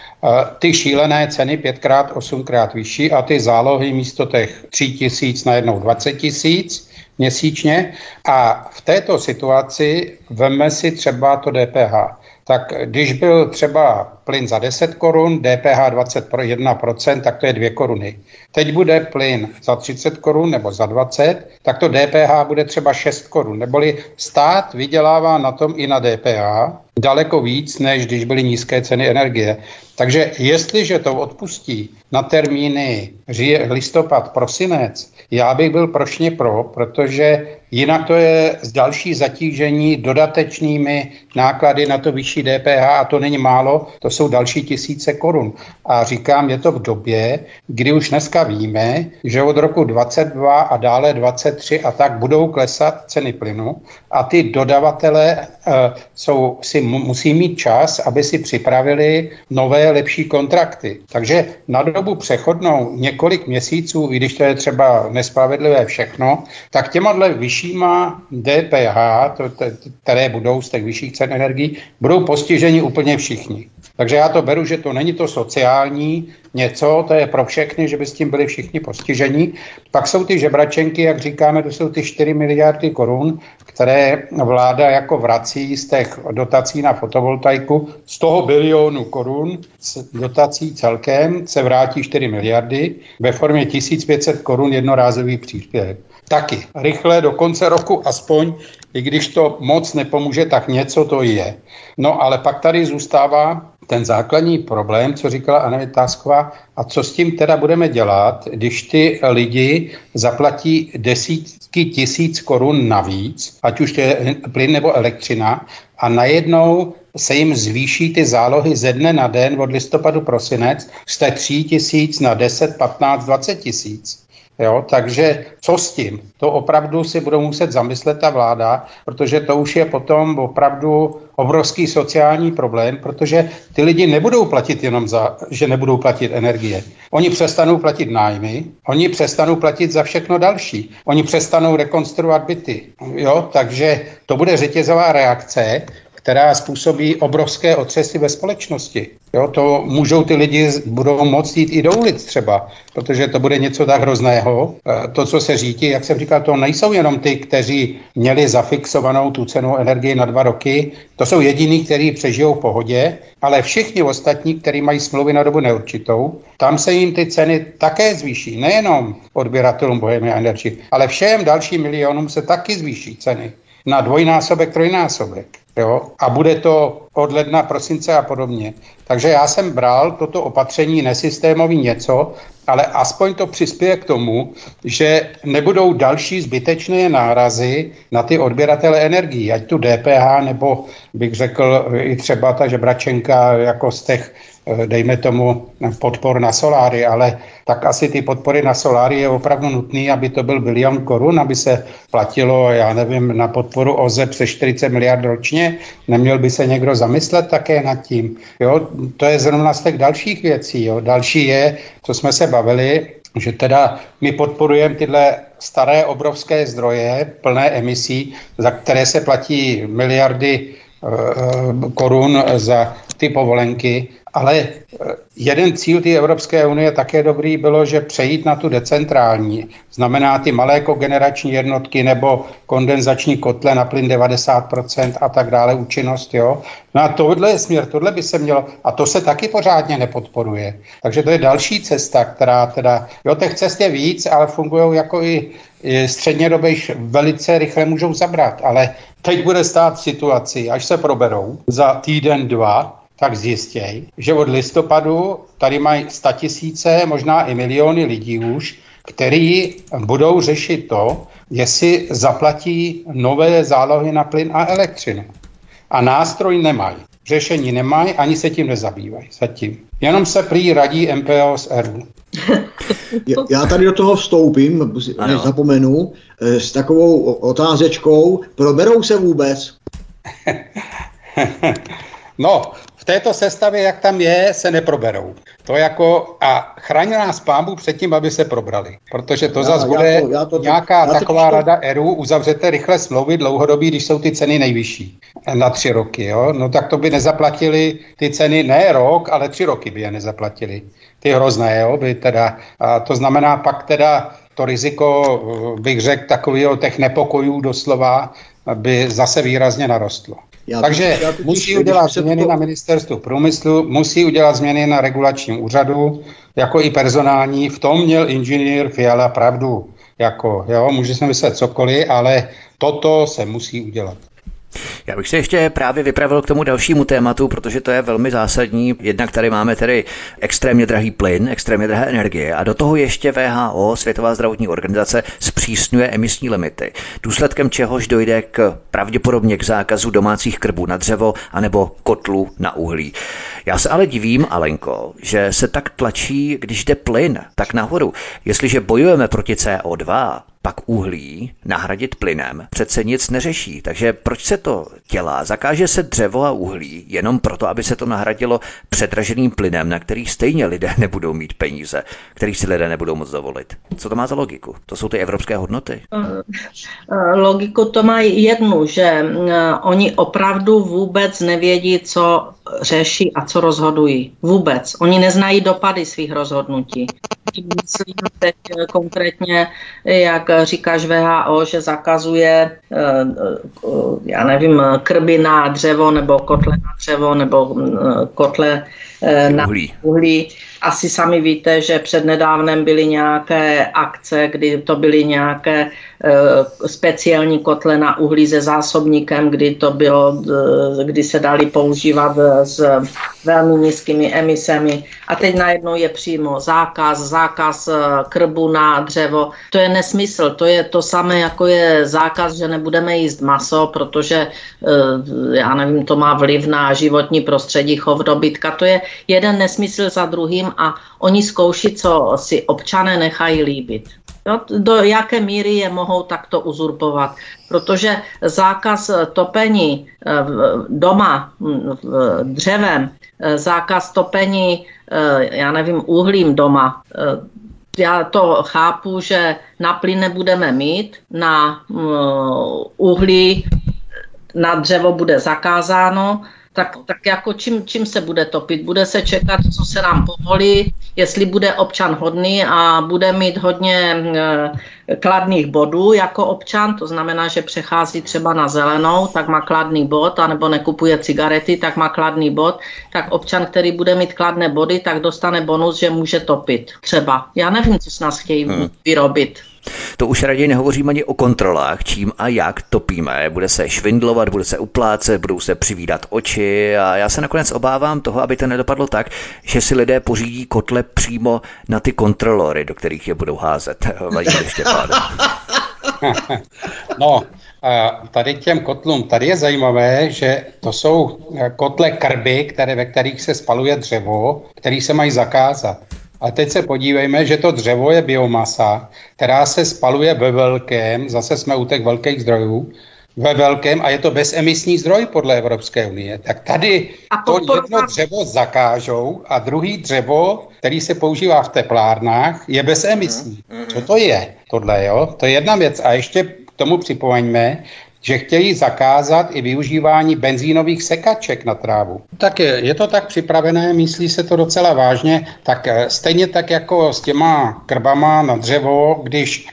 Ty šílené ceny 5x, 8x vyšší a ty zálohy místo těch 3 000 najednou 20 000 měsíčně. A v této situaci veme si třeba to DPH. Tak když byl třeba plyn za 10 korun, DPH 21%, tak to je 2 koruny. Teď bude plyn za 30 korun nebo za 20, tak to DPH bude třeba 6 korun. Neboli stát vydělává na tom i na DPH daleko víc, než když byly nízké ceny energie. Takže jestliže to odpustí na termíny listopad, prosinec, já bych byl prošně pro, protože jinak to je další zatížení dodatečnými náklady na to vyšší DPH a to není málo, to jsou další tisíce korun. A říkám, je to v době, kdy už dneska víme, že od roku 22 a dále 23 a tak budou klesat ceny plynu a ty dodavatelé musí mít čas, aby si připravili nové lepší kontrakty. Takže na dobu přechodnou několik měsíců, i když to je třeba nespravedlivé všechno, tak těma vyššíma DPH, které budou z těch vyšších cen energií, budou postiženi úplně všichni. Takže já to beru, že to není to sociální něco, to je pro všechny, že by s tím byli všichni postiženi. Pak jsou ty žebračenky, jak říkáme, to jsou ty 4 miliardy korun, které vláda jako vrací z těch dotací na fotovoltaiku. Z toho bilionu korun dotací celkem se vrátí 4 miliardy ve formě 1500 korun jednorázový příspěvek. Taky rychle do konce roku aspoň, i když to moc nepomůže, tak něco to je. No ale pak tady zůstává ten základní problém, co říkala Anna Vytázková, a co s tím teda budeme dělat, když ty lidi zaplatí desítky tisíc korun navíc, ať už to je plyn nebo elektřina, a najednou se jim zvýší ty zálohy ze dne na den od listopadu prosinec z 3 000 na 10, 15, 20 tisíc. Jo, takže co s tím? To opravdu si budou muset zamyslet ta vláda, protože to už je potom opravdu obrovský sociální problém, protože ty lidi nebudou platit jenom že nebudou platit energie. Oni přestanou platit nájmy, oni přestanou platit za všechno další, oni přestanou rekonstruovat byty. Jo, takže to bude řetězová reakce, která způsobí obrovské otřesy ve společnosti. Jo, to můžou ty lidi, budou moct jít i do ulic třeba, protože to bude něco tak hrozného. To, co se řídí, jak jsem říkal, to nejsou jenom ty, kteří měli zafixovanou tu cenu energie na 2 roky, to jsou jediní, kteří přežijou v pohodě, ale všichni ostatní, kteří mají smlouvy na dobu neurčitou, tam se jim ty ceny také zvýší. Nejenom odběratelům Bohemia Energy, ale všem dalším milionům se taky zvýší ceny na 2násobek, 3násobek. Jo? A bude to od ledna, prosince a podobně. Takže já jsem bral toto opatření nesystémový něco, ale aspoň to přispěje k tomu, že nebudou další zbytečné nárazy na ty odběratele energií, ať tu DPH, nebo bych řekl i třeba ta žebračenka jako z těch, dejme tomu, podpor na soláry, ale tak asi ty podpory na soláry je opravdu nutný, aby to byl 1 bilion korun, aby se platilo, já nevím, na podporu OZE přes 40 miliard ročně. Neměl by se někdo zamyslet také nad tím. Jo? To je zrovna z těch dalších věcí. Jo? Další je, co jsme se bavili, že teda my podporujeme tyhle staré obrovské zdroje plné emisí, za které se platí miliardy korun za ty povolenky, ale jeden cíl té Evropské unie také dobrý bylo, že přejít na tu decentrální, znamená ty malé kogenerační jednotky nebo kondenzační kotle na plyn 90% a tak dále účinnost, jo. No a tohle je směr, tohle by se mělo, a to se taky pořádně nepodporuje. Takže to je další cesta, která teda, jo, těch cest je víc, ale fungují jako i střednědobě velice rychle můžou zabrat, ale teď bude stát situaci, až se proberou za týden, 2, tak zjistěj, že od listopadu tady mají 100 000, možná i miliony lidí už, kteří budou řešit to, jestli zaplatí nové zálohy na plyn a elektřinu. A nástroj nemají. Řešení nemají, ani se tím nezabývají zatím. Jenom se prý radí MPO s ERU. Já tady do toho vstoupím, než zapomenu, s takovou otázečkou. Proberou se vůbec? No, v této sestavě, jak tam je, se neproberou. To jako, a chraň nás Pán Bůh před tím, aby se probrali. Protože to zase bude nějaká taková rada ERU, uzavřete rychle smlouvy dlouhodobí, když jsou ty ceny nejvyšší na 3 roky. Jo? No tak to by nezaplatili ty ceny ne rok, ale 3 roky by je nezaplatili. Ty hrozné, jo, by teda, a to znamená pak teda to riziko, bych řekl, takového těch nepokojů doslova, by zase výrazně narostlo. Takže musí udělat změny na ministerstvu průmyslu, musí udělat změny na regulačním úřadu, jako i personální. V tom měl inženýr Fiala pravdu. Jako, jo, může se myslet cokoliv, ale toto se musí udělat. Já bych se ještě právě vypravil k tomu dalšímu tématu, protože to je velmi zásadní. Jednak tady máme tedy extrémně drahý plyn, extrémně drahé energie a do toho ještě WHO, Světová zdravotní organizace, zpřísňuje emisní limity, důsledkem čehož dojde pravděpodobně k zákazu domácích krbů na dřevo anebo kotlů na uhlí. Já se ale divím, Alenko, že se tak tlačí, když jde plyn, tak nahoru. Jestliže bojujeme proti CO2, pak uhlí nahradit plynem přece nic neřeší. Takže proč se to dělá? Zakáže se dřevo a uhlí jenom proto, aby se to nahradilo předraženým plynem, na který stejně lidé nebudou mít peníze, který si lidé nebudou moc dovolit. Co to má za logiku? To jsou ty evropské hodnoty? Logiku to má jednu, že oni opravdu vůbec nevědí, co řeší a co rozhodují. Vůbec. Oni neznají dopady svých rozhodnutí. Myslím teď konkrétně, jak říkáš WHO, že zakazuje, já nevím, krby na dřevo nebo kotle na dřevo nebo kotle na uhlí. Asi sami víte, že přednedávnem byly nějaké akce, kdy to byly nějaké speciální kotle na uhlí se zásobníkem, kdy se dali používat s velmi nízkými emisemi. A teď najednou je přímo zákaz krbu na dřevo. To je nesmysl. To je to samé, jako je zákaz, že nebudeme jíst maso, protože, já nevím, to má vliv na životní prostředí, chov dobytka. To je jeden nesmysl za druhým a oni zkouší, co si občané nechají líbit. Jo, do jaké míry je mohou takto uzurpovat. Protože zákaz topení doma dřevem, zákaz topení, já nevím, uhlím doma, já to chápu, že na plyn nebudeme mít, na uhlí na dřevo bude zakázáno, tak jako čím se bude topit? Bude se čekat, co se nám povolí, jestli bude občan hodný a bude mít hodně kladných bodů jako občan, to znamená, že přechází třeba na zelenou, tak má kladný bod, anebo nekupuje cigarety, tak má kladný bod, tak občan, který bude mít kladné body, tak dostane bonus, že může topit třeba. Já nevím, co s nás chtějí vyrobit. To už raději nehovořím ani o kontrolách, čím a jak topíme. Bude se švindlovat, bude se uplácet, budou se přivídat oči a já se nakonec obávám toho, aby to nedopadlo tak, že si lidé pořídí kotle přímo na ty kontrolory, do kterých je budou házet. Vladimír Štěpán. No, tady těm kotlům, tady je zajímavé, že to jsou kotle krby, ve kterých se spaluje dřevo, které se mají zakázat. A teď se podívejme, že to dřevo je biomasa, která se spaluje ve velkém, zase jsme u těch velkých zdrojů, ve velkém a je to bezemisní zdroj podle Evropské unie. Tak tady to jedno dřevo zakážou a druhý dřevo, který se používá v teplárnách, je bezemisní. Co to je tohle, jo? To je jedna věc. A ještě k tomu připomeňme, že chtějí zakázat i využívání benzínových sekaček na trávu. Tak je to tak připravené, myslí se to docela vážně, tak stejně tak jako s těma krbama na dřevo, když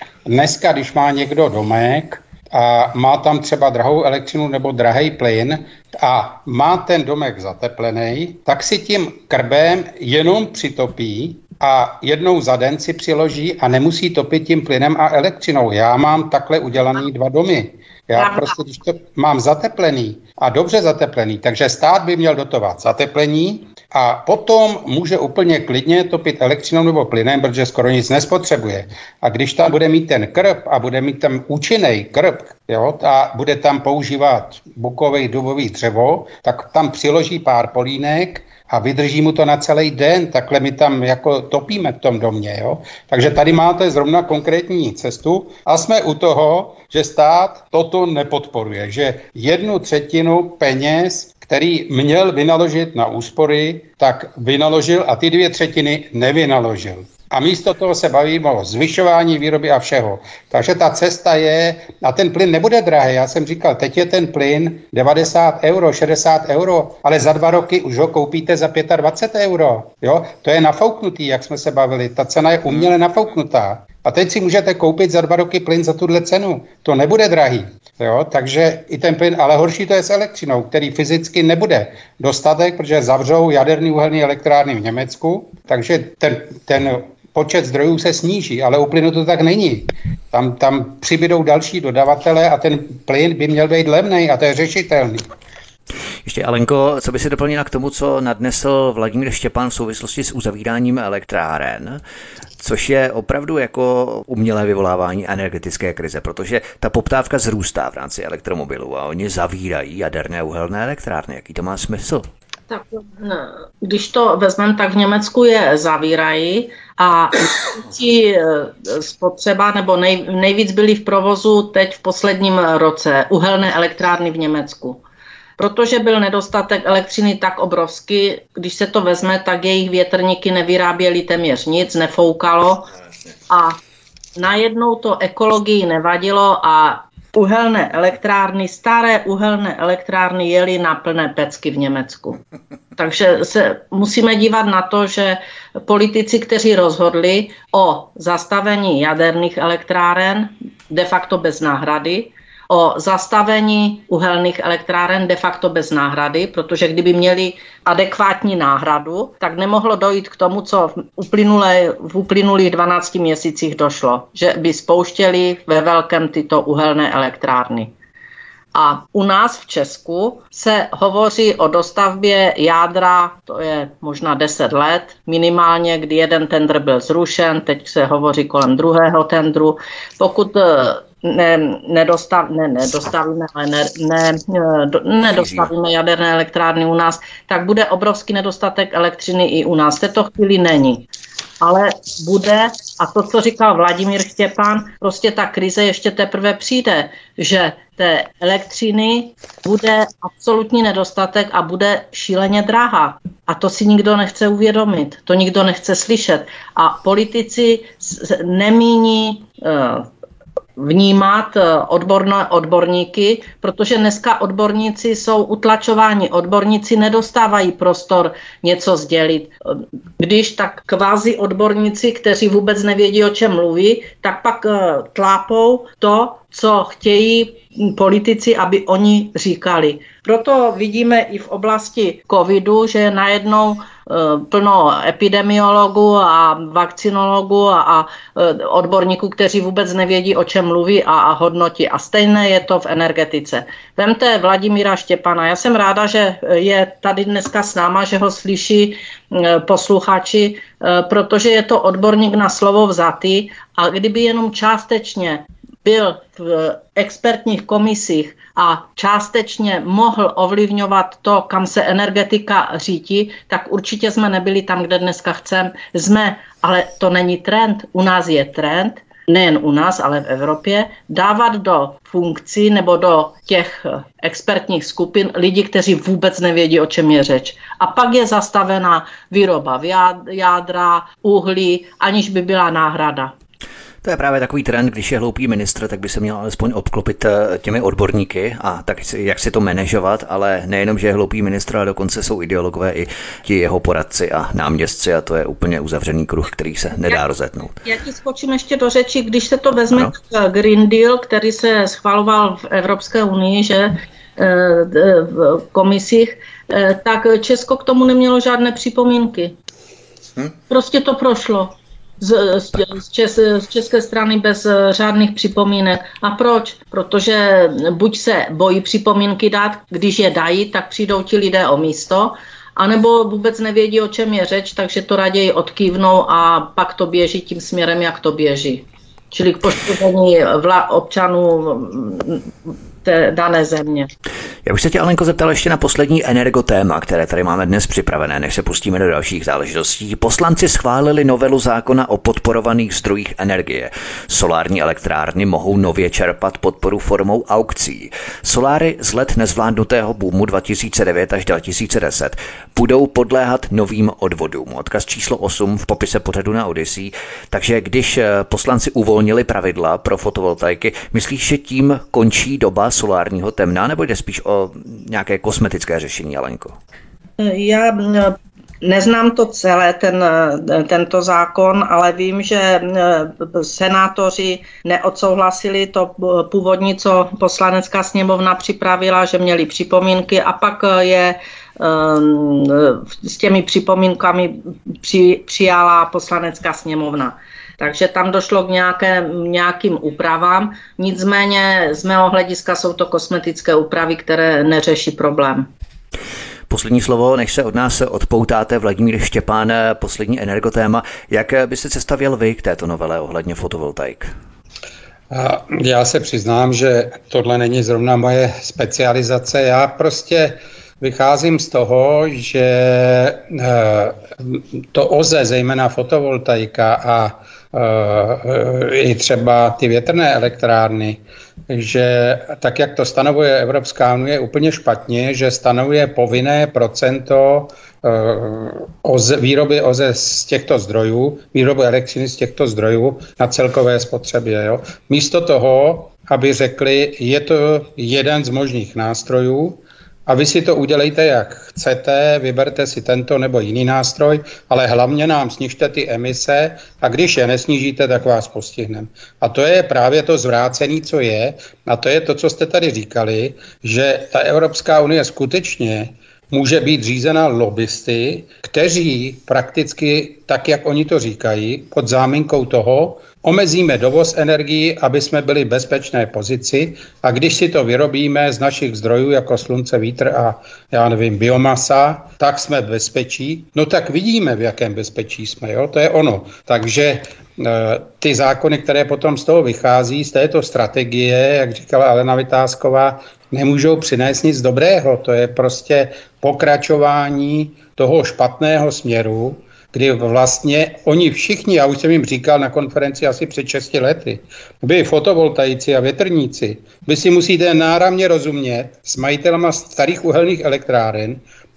má někdo domek a má tam třeba drahou elektřinu nebo drahý plyn a má ten domek zateplený, tak si tím krbem jenom přitopí a jednou za den si přiloží a nemusí topit tím plynem a elektřinou. Já mám takhle udělaný 2 domy. Já prostě, když to mám zateplený a dobře zateplený, takže stát by měl dotovat zateplení a potom může úplně klidně topit elektřinou nebo plynem, protože skoro nic nespotřebuje. A když tam bude mít ten krb a bude mít tam účinný krb, jo, a bude tam používat bukový dubový dřevo, tak tam přiloží pár polínek a vydrží mu to na celý den, takhle my tam jako topíme v tom domě. Jo? Takže tady máte zrovna konkrétní cestu a jsme u toho, že stát toto nepodporuje, že 1/3 peněz, který měl vynaložit na úspory, tak vynaložil a ty 2/3 nevynaložil. A místo toho se bavíme o zvyšování výroby a všeho. Takže ta cesta je, a ten plyn nebude drahý, já jsem říkal, teď je ten plyn 90 euro, 60 euro, ale za 2 roky už ho koupíte za 25 euro. Jo? To je nafouknutý, jak jsme se bavili, ta cena je uměle nafouknutá. A teď si můžete koupit za 2 roky plyn za tuhle cenu. To nebude drahý. Jo? Takže i ten plyn, ale horší to je s elektřinou, který fyzicky nebude dostatek, protože zavřou jaderný uhelný elektrárny v Německu, takže ten počet zdrojů se sníží, ale u plynu to tak není. Tam přibydou další dodavatele a ten plyn by měl být levnej a to je řešitelný. Ještě Alenko, co by si doplnila k tomu, co nadnesl Vladimír Štěpán v souvislosti s uzavíráním elektráren, což je opravdu jako umělé vyvolávání energetické krize, protože ta poptávka zrůstá v rámci elektromobilů a oni zavírají jaderné uhelné elektrárny. Jaký to má smysl? Tak, když to vezmeme, tak v Německu je zavírají a spotřeba nebo nejvíc byly v provozu teď v posledním roce uhelné elektrárny v Německu. Protože byl nedostatek elektřiny tak obrovský, když se to vezme, tak jejich větrníky nevyráběly téměř nic, nefoukalo a najednou to ekologii nevadilo a staré uhelné elektrárny jely na plné pecky v Německu. Takže se musíme dívat na to, že politici, kteří rozhodli o zastavení jaderných elektráren de facto bez náhrady, o zastavení uhelných elektráren de facto bez náhrady, protože kdyby měli adekvátní náhradu, tak nemohlo dojít k tomu, co v uplynulých 12 měsících došlo, že by spouštěli ve velkém tyto uhelné elektrárny. A u nás v Česku se hovoří o dostavbě jádra, to je možná 10 let, minimálně, kdy jeden tendr byl zrušen, teď se hovoří kolem druhého tendru. Pokud nedostavíme jaderné elektrárny u nás, tak bude obrovský nedostatek elektřiny i u nás. V této chvíli není. Ale bude, a to, co říkal Vladimír Štěpán, prostě ta krize ještě teprve přijde, že té elektřiny bude absolutní nedostatek a bude šíleně drahá. A to si nikdo nechce uvědomit, to nikdo nechce slyšet. A politici nemíní vnímat odborníky, protože dneska odborníci jsou utlačováni, odborníci nedostávají prostor něco sdělit. Když tak kvázi odborníci, kteří vůbec nevědí, o čem mluví, tak pak tlápou to, co chtějí politici, aby oni říkali. Proto vidíme i v oblasti covidu, že je najednou plno epidemiologů a vakcinologů a odborníků, kteří vůbec nevědí, o čem mluví a hodnotí. A stejné je to v energetice. Vemte Vladimíra Štěpána. Já jsem ráda, že je tady dneska s náma, že ho slyší posluchači, protože je to odborník na slovo vzatý a kdyby jenom částečně byl v expertních komisích a částečně mohl ovlivňovat to, kam se energetika řítí, tak určitě jsme nebyli tam, kde dneska jsme, ale to není trend. U nás je trend, nejen u nás, ale v Evropě, dávat do funkcí nebo do těch expertních skupin lidi, kteří vůbec nevědí, o čem je řeč. A pak je zastavená výroba jádra, uhlí, aniž by byla náhrada. To je právě takový trend, když je hloupý ministr, tak by se měl alespoň obklopit těmi odborníky a tak jak si to manažovat, ale nejenom, že je hloupý ministr, ale dokonce jsou ideologové i ti jeho poradci a náměstci a to je úplně uzavřený kruh, který se nedá rozetnout. Já ti skočím ještě do řeči, když se to vezme Green Deal, který se schvaloval v Evropské unii, že v komisích, tak Česko k tomu nemělo žádné připomínky. Prostě to prošlo. Z české strany bez žádných připomínek. A proč? Protože buď se bojí připomínky dát, když je dají, tak přijdou ti lidé o místo, anebo vůbec nevědí, o čem je řeč, takže to raději odkývnou a pak to běží tím směrem, jak to běží. Čili k poškození občanů té dané země. Já už se tě, Alenko, zeptal ještě na poslední energotéma, které tady máme dnes připravené, než se pustíme do dalších záležitostí. Poslanci schválili novelu zákona o podporovaných zdrojích energie. Solární elektrárny mohou nově čerpat podporu formou aukcí. Soláry z let nezvládnutého boomu 2009 až 2010 budou podléhat novým odvodům. Odkaz číslo 8 v popise pořadu na Odyssey. Takže když poslanci uvolnili pravidla pro fotovoltaiky, myslíš, že tím končí doba solárního temna, nebo jde spíš o nějaké kosmetické řešení, Alenko? Já neznám to celé, tento zákon, ale vím, že senátoři neodsouhlasili to původní, co poslanecká sněmovna připravila, že měli připomínky a pak je s těmi připomínkami přijala poslanecká sněmovna. Takže tam došlo k nějakým úpravám, nicméně z mého hlediska jsou to kosmetické úpravy, které neřeší problém. Poslední slovo, než se od nás odpoutáte, Vladimír Štěpán, poslední energotéma. Jak byste se stavěl vy k této novele ohledně fotovoltaik? Já se přiznám, že tohle není zrovna moje specializace. Já prostě vycházím z toho, že to OZE, zejména fotovoltaika a i třeba ty větrné elektrárny, že tak, jak to stanovuje Evropská unie, je úplně špatně, že stanovuje povinné procento výroby OZE z těchto zdrojů, výroby elektřiny z těchto zdrojů na celkové spotřebě. Jo. Místo toho, aby řekli, je to jeden z možných nástrojů, a vy si to udělejte, jak chcete, vyberte si tento nebo jiný nástroj, ale hlavně nám snižte ty emise a když je nesnížíte, tak vás postihneme. A to je právě to zvrácený, co je, a to je to, co jste tady říkali, že ta Evropská unie skutečně může být řízena lobbysty, kteří prakticky, tak jak oni to říkají, pod záminkou toho, omezíme dovoz energií, aby jsme byli v bezpečné pozici a když si to vyrobíme z našich zdrojů, jako slunce, vítr a já nevím, biomasa, tak jsme v bezpečí. No tak vidíme, v jakém bezpečí jsme, jo? To je ono. Takže ty zákony, které potom z toho vychází, z této strategie, jak říkala Alena Vitásková, nemůžou přinést nic dobrého. To je prostě pokračování toho špatného směru, kdy vlastně oni všichni, já už jsem jim říkal na konferenci asi před 6 lety, vy fotovoltaici a větrníci, vy si musíte náramně rozumět s majitelama starých uhelných elektráren,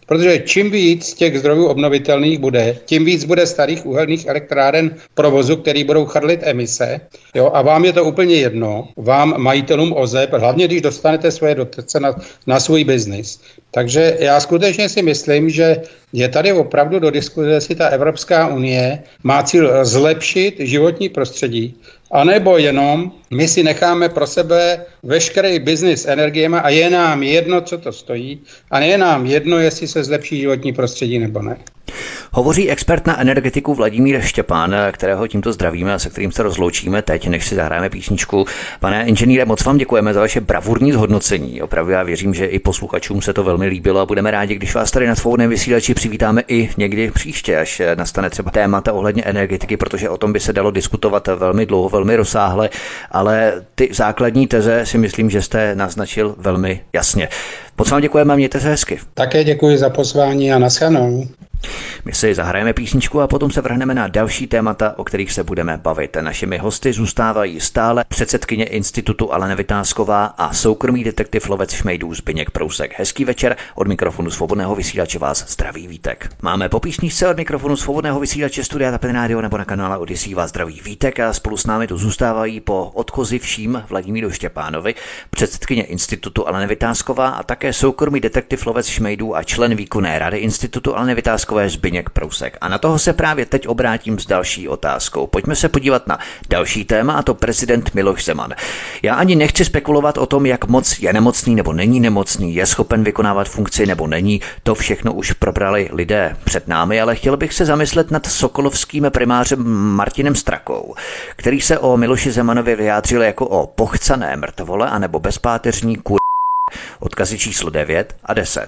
Protože čím víc těch zdrojů obnovitelných bude, tím víc bude starých uhelných elektráren provozu, který budou chrlit emise. Jo, a vám je to úplně jedno, vám majitelům OZE, hlavně když dostanete svoje dotace na svůj biznis. Takže já skutečně si myslím, že je tady opravdu do diskuze, jestli ta Evropská unie má cíl zlepšit životní prostředí, anebo jenom my si necháme pro sebe veškerý biznis s energiemi a je nám jedno, co to stojí, a je nám jedno, jestli se zlepší životní prostředí nebo ne. Hovoří expert na energetiku Vladimír Štěpán, kterého tímto zdravíme a se kterým se rozloučíme teď, než si zahrajeme písničku. Pane inženýre, moc vám děkujeme za vaše bravurní zhodnocení. Opravdu já věřím, že i posluchačům se to velmi líbilo a budeme rádi, když vás tady na Svobodném vysílači přivítáme i někdy příště, až nastane třeba témata ohledně energetiky, protože o tom by se dalo diskutovat velmi dlouho, velmi rozsáhle, ale ty základní teze si myslím, že jste naznačil velmi jasně. Moc vám děkujeme a mějte se hezky. Také děkuji za pozvání a nashledanou. My si zahrajeme písničku a potom se vrhneme na další témata, o kterých se budeme bavit. Našimi hosty zůstávají stále předsedkyně institutu Alena Vytázková a soukromý detektiv lovec šmejdů Zbyněk Prousek. Hezký večer, od mikrofonu Svobodného vysílače vás zdraví Vítek. Máme po písničce od mikrofonu Svobodného vysílače Studia Tapin Rádio nebo na kanále Odyssey vás zdraví Vítek a spolu s námi tu zůstávají po odchozi vším Vladimíru Štěpánovi, předsedkyně institutu Alena Vytázková a také soukromý detektiv lovec šmejdů a člen výkonné rady institutu Alena Vytázkové Zbyněk Prousek. A na toho se právě teď obrátím s další otázkou. Pojďme se podívat na další téma, a to prezident Miloš Zeman. Já ani nechci spekulovat o tom, jak moc je nemocný nebo není nemocný, je schopen vykonávat funkci nebo není, to všechno už probrali lidé před námi, ale chtěl bych se zamyslet nad sokolovským primářem Martinem Strakou, který se o Miloši Zemanovi vyjádřil jako o pochcané mrtvole anebo bezpáteřní odkazy číslo 9 a 10.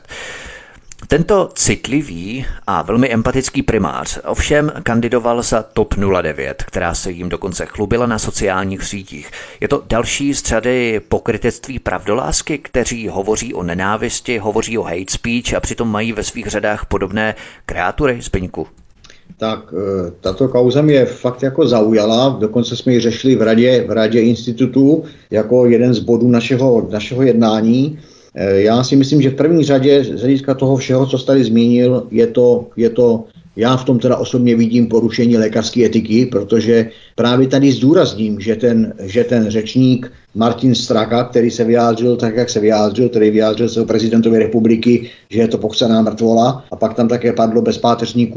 Tento citlivý a velmi empatický primář ovšem kandidoval za TOP 09, která se jim dokonce chlubila na sociálních sítích. Je to další z řady pokrytectví pravdolásky, kteří hovoří o nenávisti, hovoří o hate speech a přitom mají ve svých řadách podobné kreatury, Zbyňku. Tak tato kauza mě fakt jako zaujala, dokonce jsme ji řešili v radě institutu jako jeden z bodů našeho jednání. Já si myslím, že v první řadě z hlediska toho všeho, co jsi tady zmínil, je to já v tom teda osobně vidím porušení lékařské etiky, protože právě tady zdůrazním, že ten řečník Martin Straka, který se vyjádřil tak, jak se vyjádřil, který vyjádřil se o prezidentovi republiky, že je to pochcená mrtvola, a pak tam také padlo bezpáteřní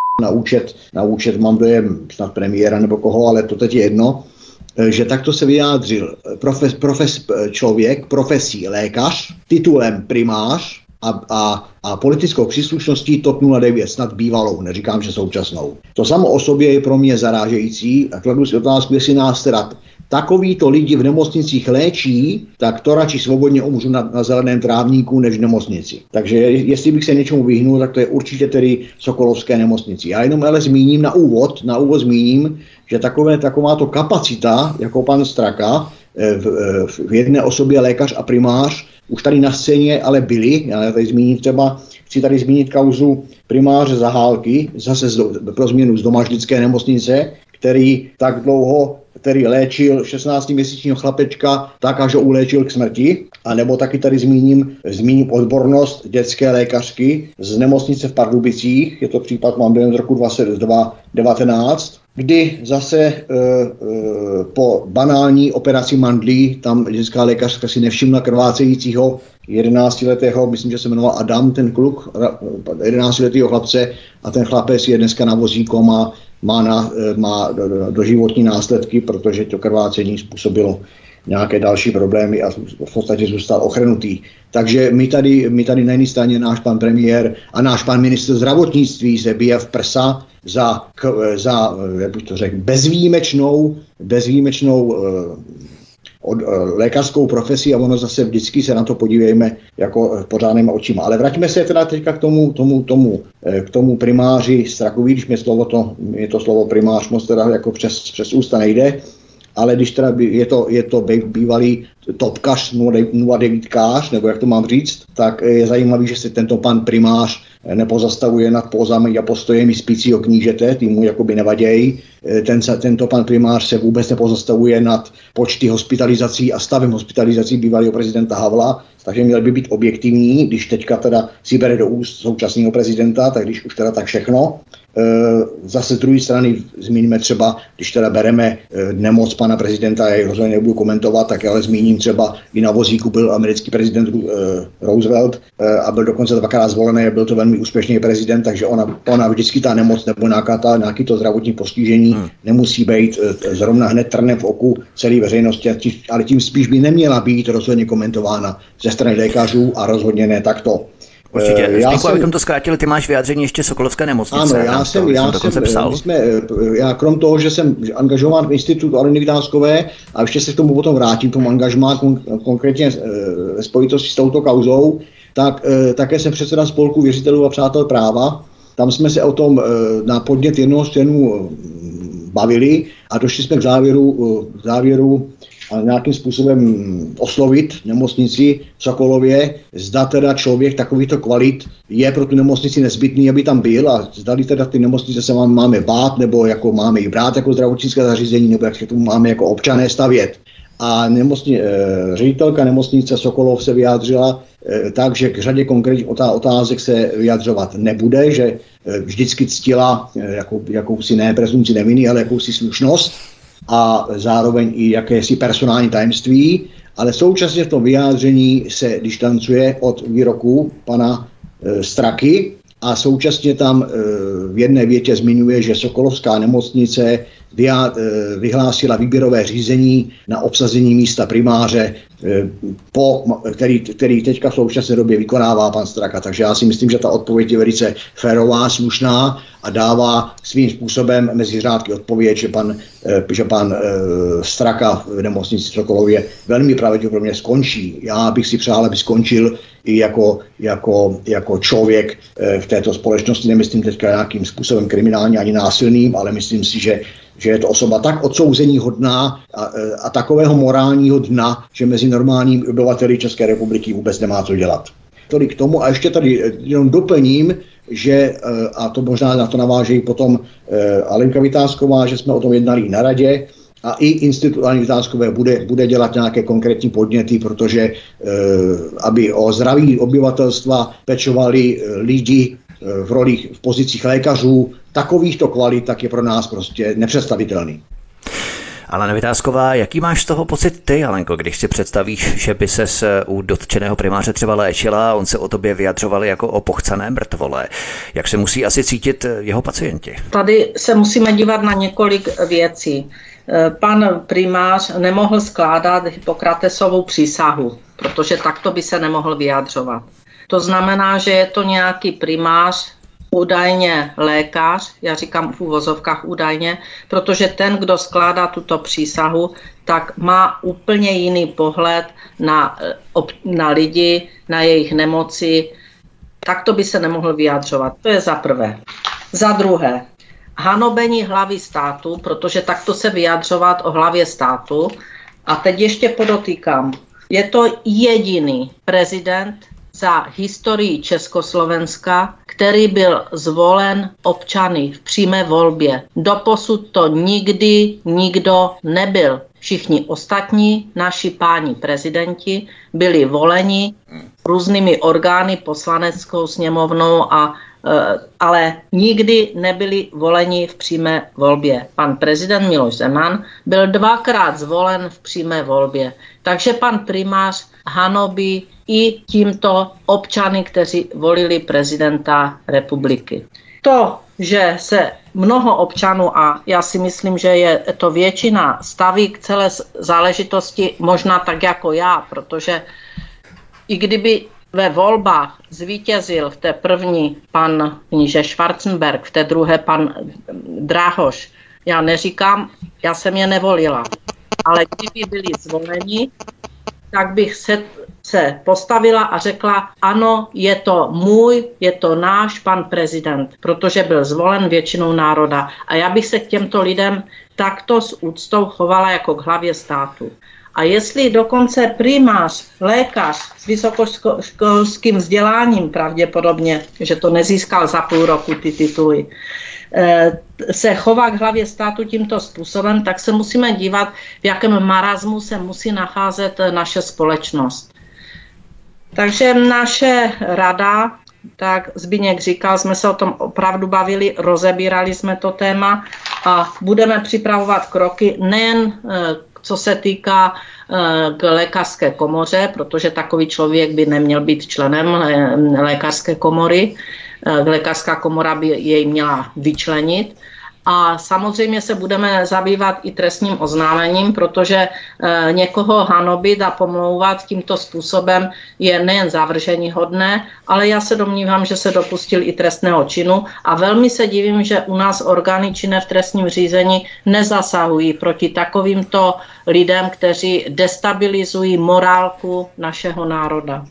na účet mám dojem snad premiéra nebo koho, ale to teď je jedno, že takto se vyjádřil člověk, profesí lékař, titulem primář a politickou příslušností TOP 09, snad bývalou, neříkám, že současnou. To samo o sobě je pro mě zarážející a kladu si otázku, jestli nás teda takovýto lidi v nemocnicích léčí, tak to radši svobodně umřu na zeleném trávníku než v nemocnici. Takže jestli bych se něčemu vyhnul, tak to je určitě tedy sokolovské nemocnici. Já jenom ale zmíním na úvod zmíním, že takováto kapacita, jako pan Straka, v jedné osobě lékař a primář, už tady na scéně ale byli. Já tady chci tady zmínit kauzu primáře Zahálky, zase pro změnu z Domažlické nemocnice, který léčil 16-měsíčního chlapečka tak, až ho uléčil k smrti. A nebo taky tady zmíním odbornost dětské lékařky z nemocnice v Pardubicích. Je to případ, mám dojem, z roku 2019, kdy zase po banální operaci mandlí tam dětská lékařka si nevšimla krvácejícího 11letého, myslím, že se jmenoval Adam, ten kluk, 11letého chlapce, a ten chlapec je dneska na vozíku, má doživotní následky, protože to krvácení způsobilo nějaké další problémy a v podstatě zůstal ochrnutý. Takže my tady na jedné straně náš pan premiér a náš pan ministr zdravotnictví se bije v prsa za jak bych to řekl, bezvýjimečnou lékařskou profesi, a ono zase vždycky se na to podívejme jako pořádnýma očima. Ale vraťme se teda teďka k tomu primáři Strakovi, když mě to slovo primář moc teda jako přes ústa nejde, ale když teda je to bývalý topkař, 09kář, nebo jak to mám říct, tak je zajímavý, že se tento pan primář nepozastavuje nad pózami a postojemi spícího knížete, ty mu jakoby nevadějí. Tento pan primář se vůbec nepozastavuje nad počty hospitalizací a stavem hospitalizací bývalého prezidenta Havla. takže měl by být objektivní, když teďka teda si bere do úst současného prezidenta, tak když už teda tak všechno. Zase z druhé strany zmíníme třeba, když teda bereme nemoc pana prezidenta, já ji rozhodně nebudu komentovat, tak ale zmíním třeba i na vozíku byl americký prezident Roosevelt a byl dokonce dvakrát zvolený, byl to velmi úspěšný prezident, takže ona vždycky ta nemoc nebo nějaký to zdravotní postižení nemusí být zrovna hned trnem v oku celé veřejnosti, ale tím spíš by neměla být rozhodně komentována ze strany lékařů a rozhodně ne takto. Určitě. Abychom to zkrátili, ty máš vyjádření ještě Sokolovské nemocnice. Ano, já krom toho, že jsem angažován v institutu Aleny Vitáskové a ještě se k tomu potom vrátím, tomu angažmá konkrétně ve spojitosti s touto kauzou, tak také jsem předseda spolku věřitelů a přátel práva. Tam jsme se o tom na podnět jednoho z členů bavili a došli jsme k závěru a nějakým způsobem oslovit nemocnici v Sokolově, zda teda člověk takovýchto kvalit je pro tu nemocnici nezbytný, aby tam byl a zdali teda ty nemocnice se máme bát, nebo jako máme ji brát jako zdravotnické zařízení, nebo jak se tomu máme jako občané stavět. A ředitelka nemocnice Sokolov se vyjádřila tak, že k řadě konkrétních otázek se vyjadřovat nebude, že vždycky ctila jakousi ne prezumci neviny, ale jakousi slušnost a zároveň i jakési personální tajemství, ale současně v tom vyjádření se distancuje od výroku pana Straky a současně tam v jedné větě zmiňuje, že Sokolovská nemocnice vyhlásila výběrové řízení na obsazení místa primáře, který teďka v současné době vykonává pan Straka. Takže já si myslím, že ta odpověď je velice férová, slušná a dává svým způsobem mezi řádky odpověď, že pan Straka v nemocnici Sokolově velmi pravděpodobně skončí. Já bych si přál, aby skončil i jako člověk v této společnosti, nemyslím teďka nějakým způsobem kriminální ani násilným, ale myslím si, že je to osoba tak odsouzení hodná a takového morálního dna, že mezi normálními obyvateli České republiky vůbec nemá co dělat. Tolik k tomu a ještě tady jenom doplním, že, a to možná na to navážejí potom Alenka Vitásková, že jsme o tom jednali i na radě, a i institut Aleny Vitáskové bude dělat nějaké konkrétní podněty, protože aby o zdraví obyvatelstva pečovali lidi v pozicích lékařů, takovýchto kvalit, tak je pro nás prostě nepředstavitelný. Alena Vitásková, jaký máš z toho pocit ty, Alenko, když si představíš, že by ses u dotčeného primáře třeba léčila a on se o tobě vyjadřovali jako o pochcané mrtvole? Jak se musí asi cítit jeho pacienti? Tady se musíme dívat na několik věcí. Pan primář nemohl skládat Hippokratesovou přísahu, protože takto by se nemohl vyjadřovat. To znamená, že je to nějaký primář, údajně lékař, já říkám v uvozovkách údajně, protože ten, kdo skládá tuto přísahu, tak má úplně jiný pohled na lidi, na jejich nemoci. Takto by se nemohl vyjadřovat. To je za prvé. Za druhé, hanobení hlavy státu, protože takto se vyjadřovat o hlavě státu. A teď ještě podotýkám, je to jediný prezident za historii Československa, který byl zvolen občany v přímé volbě. Doposud to nikdy nikdo nebyl. Všichni ostatní naši páni prezidenti byli voleni různými orgány, poslaneckou sněmovnou, ale nikdy nebyli voleni v přímé volbě. Pan prezident Miloš Zeman byl dvakrát zvolen v přímé volbě. Takže pan primář hanobí i tímto občany, kteří volili prezidenta republiky. To, že se mnoho občanů, a já si myslím, že je to většina, staví k celé záležitosti možná tak jako já, protože i kdyby ve volbách zvítězil v té první pan kníže Schwarzenberg, v té druhé pan Drahoš, já neříkám, já jsem je nevolila, ale kdyby byli zvoleni, tak bych se postavila a řekla, ano, je to můj, je to náš pan prezident, protože byl zvolen většinou národa. A já bych se k těmto lidem takto s úctou chovala jako k hlavě státu. A jestli dokonce primář, lékař s vysokoškolským vzděláním pravděpodobně, že to nezískal za půl roku ty tituly, se chová k hlavě státu tímto způsobem, tak se musíme dívat, v jakém marazmu se musí nacházet naše společnost. Takže naše rada, tak Zbyněk říkal, jsme se o tom opravdu bavili, rozebírali jsme to téma a budeme připravovat kroky nejen co se týká k lékařské komoře, protože takový člověk by neměl být členem lékařské komory. Lékařská komora by jej měla vyčlenit. A samozřejmě se budeme zabývat i trestním oznámením, protože někoho hanobit a pomlouvat tímto způsobem je nejen zavrženíhodné, ale já se domnívám, že se dopustil i trestného činu a velmi se divím, že u nás orgány činné v trestním řízení nezasahují proti takovýmto lidem, kteří destabilizují morálku našeho národa.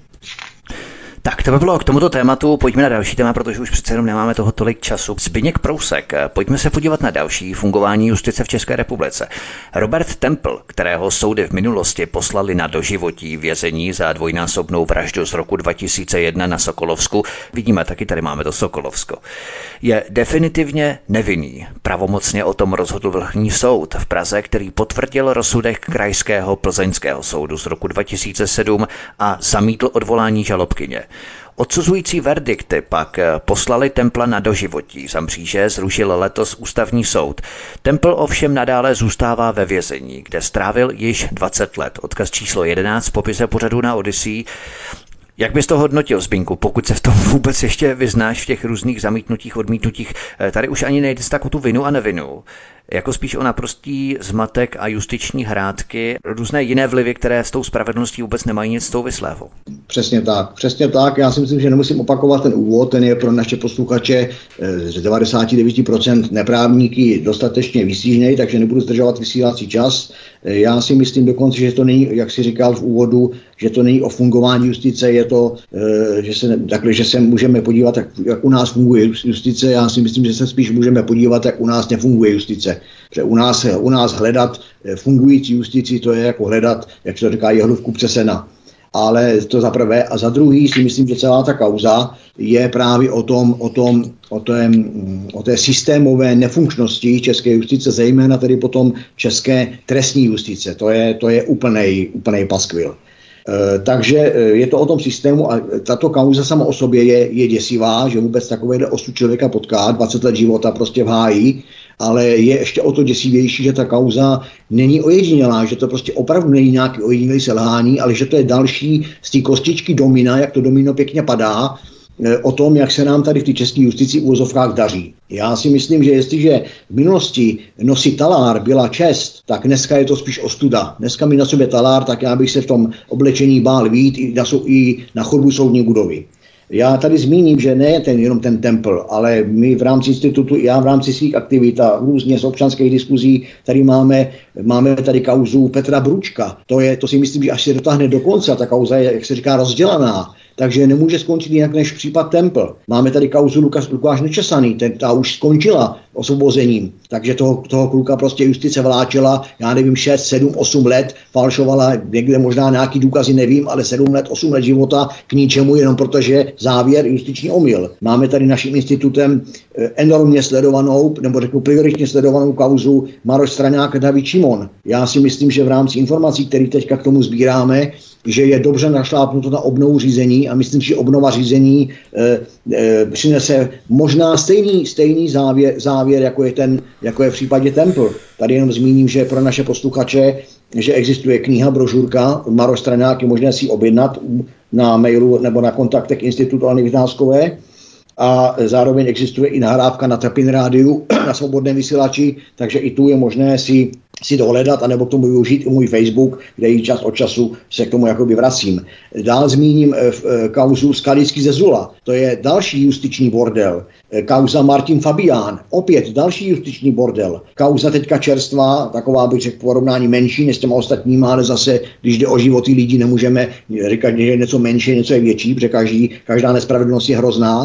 Tak to by bylo k tomuto tématu, pojďme na další téma, protože už přece jenom nemáme toho tolik času. Zbyněk Prousek, pojďme se podívat na další fungování justice v České republice. Robert Templ, kterého soudy v minulosti poslali na doživotí vězení za dvojnásobnou vraždu z roku 2001 na Sokolovsku, vidíme, taky tady máme to Sokolovsko, je definitivně nevinný. Pravomocně o tom rozhodl Vrchní soud v Praze, který potvrdil rozsudek Krajského plzeňského soudu z roku 2007 a zamítl odvolání žalobkyně. Odsuzující verdikty pak poslali Templa na doživotí. Za mříže zrušil letos ústavní soud. Templ ovšem nadále zůstává ve vězení, kde strávil již 20 let. Odkaz číslo 11 v popise pořadu na Odyssey. Jak bys to hodnotil, Zbyňku, pokud se v tom vůbec ještě vyznáš v těch různých zamítnutích, odmítnutích? Tady už ani nejde tak o tu vinu a nevinu, jako spíš o naprostý zmatek a justiční hrátky, různé jiné vlivy, které s tou spravedlností vůbec nemají nic souvislého. Přesně tak. Já si myslím, že nemusím opakovat ten úvod, ten je pro naše posluchače z 99% neprávníky dostatečně výstižný, takže nebudu zdržovat vysílací čas. Já si myslím dokonce, že to není, jak si říkal v úvodu, že to není o fungování justice, je to, že se můžeme podívat, jak u nás funguje justice. Já si myslím, že se spíš můžeme podívat, jak u nás nefunguje justice. Protože u nás hledat fungující justici, to je jako hledat, jak se to říká, jehlu v kupce sena. Ale to za prvé. A za druhý si myslím, že celá ta kauza je právě o té systémové nefunkčnosti české justice, zejména tedy potom české trestní justice. To je úplnej paskvil. Takže je to o tom systému a tato kauza sama o sobě je děsivá, že vůbec takovýhle osud člověka potká, 20 let života prostě v háji, ale je ještě o to děsivější, že ta kauza není ojedinělá, že to prostě opravdu není nějaký ojedinělý selhání, ale že to je další z té kostičky domina, jak to domino pěkně padá, o tom, jak se nám tady v té české justici v uvozovkách daří. Já si myslím, že jestliže v minulosti nosit talár byla čest, tak dneska je to spíš ostuda. Dneska mi na sobě talár, tak já bych se v tom oblečení bál vít i na chodbu soudní budovy. Já tady zmíním, že ne jenom ten Templ, ale my v rámci institutu, já v rámci svých aktivit a různě z občanských diskuzí tady máme tady kauzu Petra Bručka. To si myslím, že až se dotáhne do konce, ta kauza je, jak se říká, rozdělaná. Takže nemůže skončit jinak než případ Templ. Máme tady kauzu Lukáš Nečesaný, ta už skončila osvobozením. Takže toho kluka prostě justice vláčela, já nevím, 6, 7, 8 let, falšovala někde možná nějaký důkazy, nevím, ale 7 let, 8 let života k ničemu, jenom protože závěr justiční omyl. Máme tady naším institutem enormně sledovanou, nebo řeknu prioritně sledovanou kauzu Maroš Straňák a David Šimon. Já si myslím, že v rámci informací, které teďka k tomu sbíráme, že je dobře našlápnuto na obnovu řízení a myslím, že obnova řízení přinese možná stejný závěr jako je v případě Templ. Tady jenom zmíním, že pro naše posluchače, že existuje kniha, brožurka Maroš Straňák, je možné si ji objednat na mailu nebo na kontaktech Institutu Aleny Vytázkové. A zároveň existuje i nahrávka na Tapin rádiu, na svobodném vysílači, takže i tu je možné si dohledat, anebo k tomu využít i můj Facebook, kde i čas od času se k tomu jakoby vracím. Dál zmíním kauzu Skalický ze Zula, to je další justiční bordel. Kauza Martin Fabián, opět další justiční bordel. Kauza teďka čerstvá, taková bych řekl porovnání menší než s těma ostatníma, ale zase, když jde o životy lidí, nemůžeme říkat, že je něco menší, něco je větší, protože každá nespravedlnost je hrozná.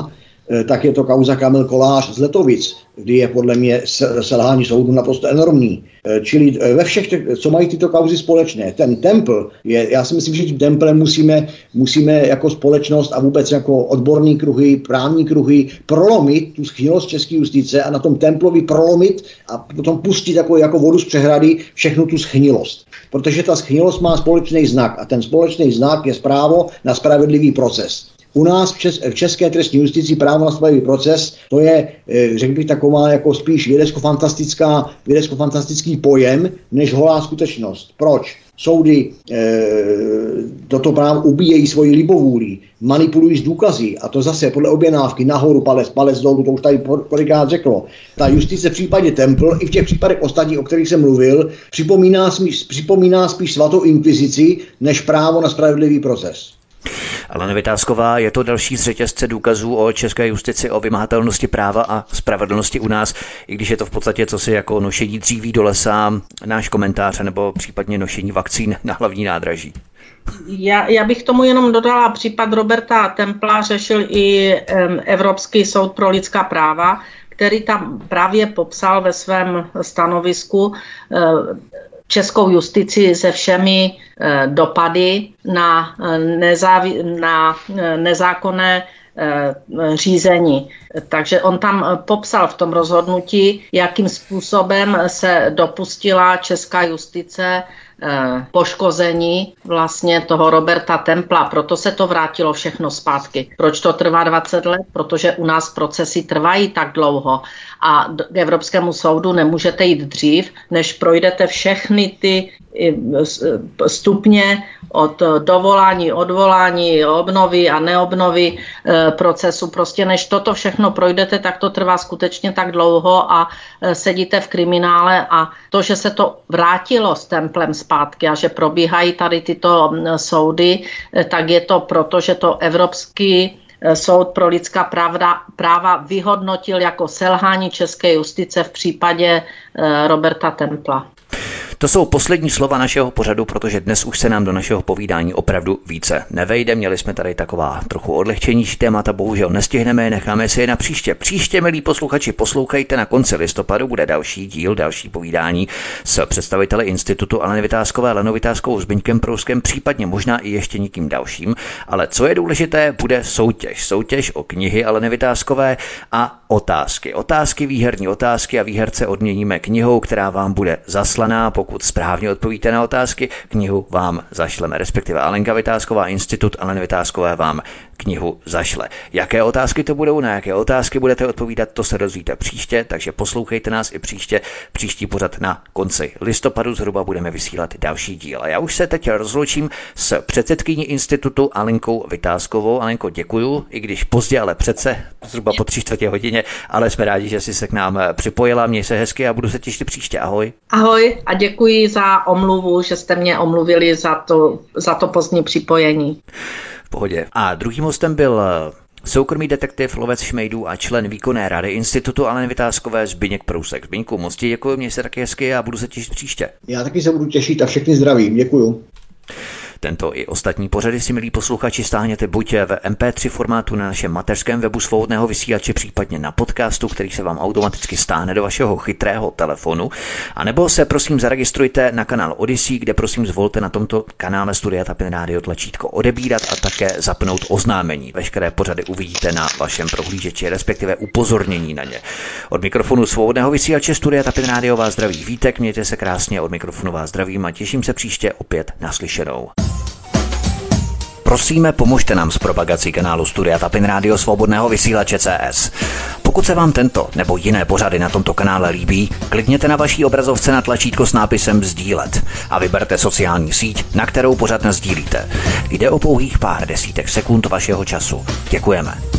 tak je to kauza Kamil Kolář z Letovic, kdy je podle mě selhání soudu naprosto enormní. Čili ve všech, co mají tyto kauzy společné, ten templ, já si myslím, že tím templem musíme jako společnost a vůbec jako odborní kruhy, právní kruhy prolomit tu schynilost české justice a na tom templovi prolomit a potom pustit jako vodu z přehrady všechnu tu schynilost. Protože ta schynilost má společný znak a ten společný znak je právo na spravedlivý proces. U nás v české trestní justici právo na spravedlivý proces, to je, řekl bych, taková jako spíš vědecko-fantastický pojem, než holá skutečnost. Proč? Soudy toto právo ubíjejí svoji libovůli, manipulují s důkazy a to zase podle objednávky nahoru, palec dolů, to už tady kolikrát řeklo. Ta justice v případě Templ i v těch případech ostatních, o kterých jsem mluvil, připomíná spíš svatou inkvizici, než právo na spravedlivý proces. Alena Vitásková, je to další z řetězce důkazů o české justici, o vymahatelnosti práva a spravedlnosti u nás, i když je to v podstatě cosi jako nošení dříví do lesa, náš komentář nebo případně nošení vakcín na hlavní nádraží. Já bych tomu jenom dodala, případ Roberta Templa řešil i Evropský soud pro lidská práva, který tam právě popsal ve svém stanovisku českou justici se všemi dopady na nezákonné řízení. Takže on tam popsal v tom rozhodnutí, jakým způsobem se dopustila česká justice poškození vlastně toho Roberta Templa. Proto se to vrátilo všechno zpátky. Proč to trvá 20 let? Protože u nás procesy trvají tak dlouho a k Evropskému soudu nemůžete jít dřív, než projdete všechny ty stupně od dovolání, odvolání, obnovy a neobnovy procesu. Prostě než toto všechno projdete, tak to trvá skutečně tak dlouho a sedíte v kriminále a to, že se to vrátilo s Templem zpátky a že probíhají tady tyto soudy, tak je to proto, že to Evropský soud pro lidská práva vyhodnotil jako selhání české justice v případě Roberta Templa. To jsou poslední slova našeho pořadu, protože dnes už se nám do našeho povídání opravdu více nevejde. Měli jsme tady taková trochu odlehčenější témata, bohužel nestihneme, necháme si je na příště. Příště, milí posluchači, poslouchejte, na konci listopadu bude další díl, další povídání s představiteli institutu Aleny Vitáskové, Alenou Vitáskovou, Zbyňkem Prouskem, případně možná i ještě někým dalším. Ale co je důležité, bude soutěž o knihy Aleny Vitáskové a otázky, výherní otázky a výherce odměníme knihou, která vám bude zaslaná. Pokud správně odpovíte na otázky, knihu vám zašleme, respektive Alenka Vitásková, institut Aleny Vitáskové vám knihu zašle. Jaké otázky to budou, na jaké otázky budete odpovídat, to se dozvíte příště, takže poslouchejte nás i příště. Příští pořad na konci listopadu zhruba budeme vysílat další díl. A já už se teď rozloučím s předsedkyní institutu Alenkou Vitáskovou. Alenko, děkuju, i když pozdě, ale přece zhruba po 3/4 hodině, ale jsme rádi, že jsi se k nám připojila. Měj se hezky a budu se těšit příště. Ahoj. Ahoj a děkuji za omluvu, že jste mě omluvili za to pozdní připojení. V pohodě. A druhým hostem byl soukromý detektiv, lovec šmejdů a člen výkonné rady institutu Aleny Vitáskové Zbyněk Prousek. Zbyňku, moc ti děkuji, měj se taky hezky a budu se těšit příště. Já taky se budu těšit a všechny zdravím. Děkuju. Tento i ostatní pořady si, milí posluchači, stáhněte buď v MP3 formátu na našem mateřském webu Svobodného vysílače, případně na podcastu, který se vám automaticky stáhne do vašeho chytrého telefonu, anebo se prosím zaregistrujte na kanál Odyssey, kde prosím zvolte na tomto kanále Studia Tapin Radio tlačítko odebírat a také zapnout oznámení. Veškeré pořady uvidíte na vašem prohlížeči, respektive upozornění na ně. Od mikrofonu Svobodného vysílače Studia Tapin Radio vás zdraví Vítek, mějte se krásně, od mikrofonu vás zdravím a těším se příště opět naslyšenou. Prosíme, pomožte nám s propagací kanálu Studia Tapin Radio Svobodného vysílače CS. Pokud se vám tento nebo jiné pořady na tomto kanále líbí, klikněte na vaší obrazovce na tlačítko s nápisem sdílet a vyberte sociální síť, na kterou pořad nasdílíte. Jde o pouhých pár desítek sekund vašeho času. Děkujeme.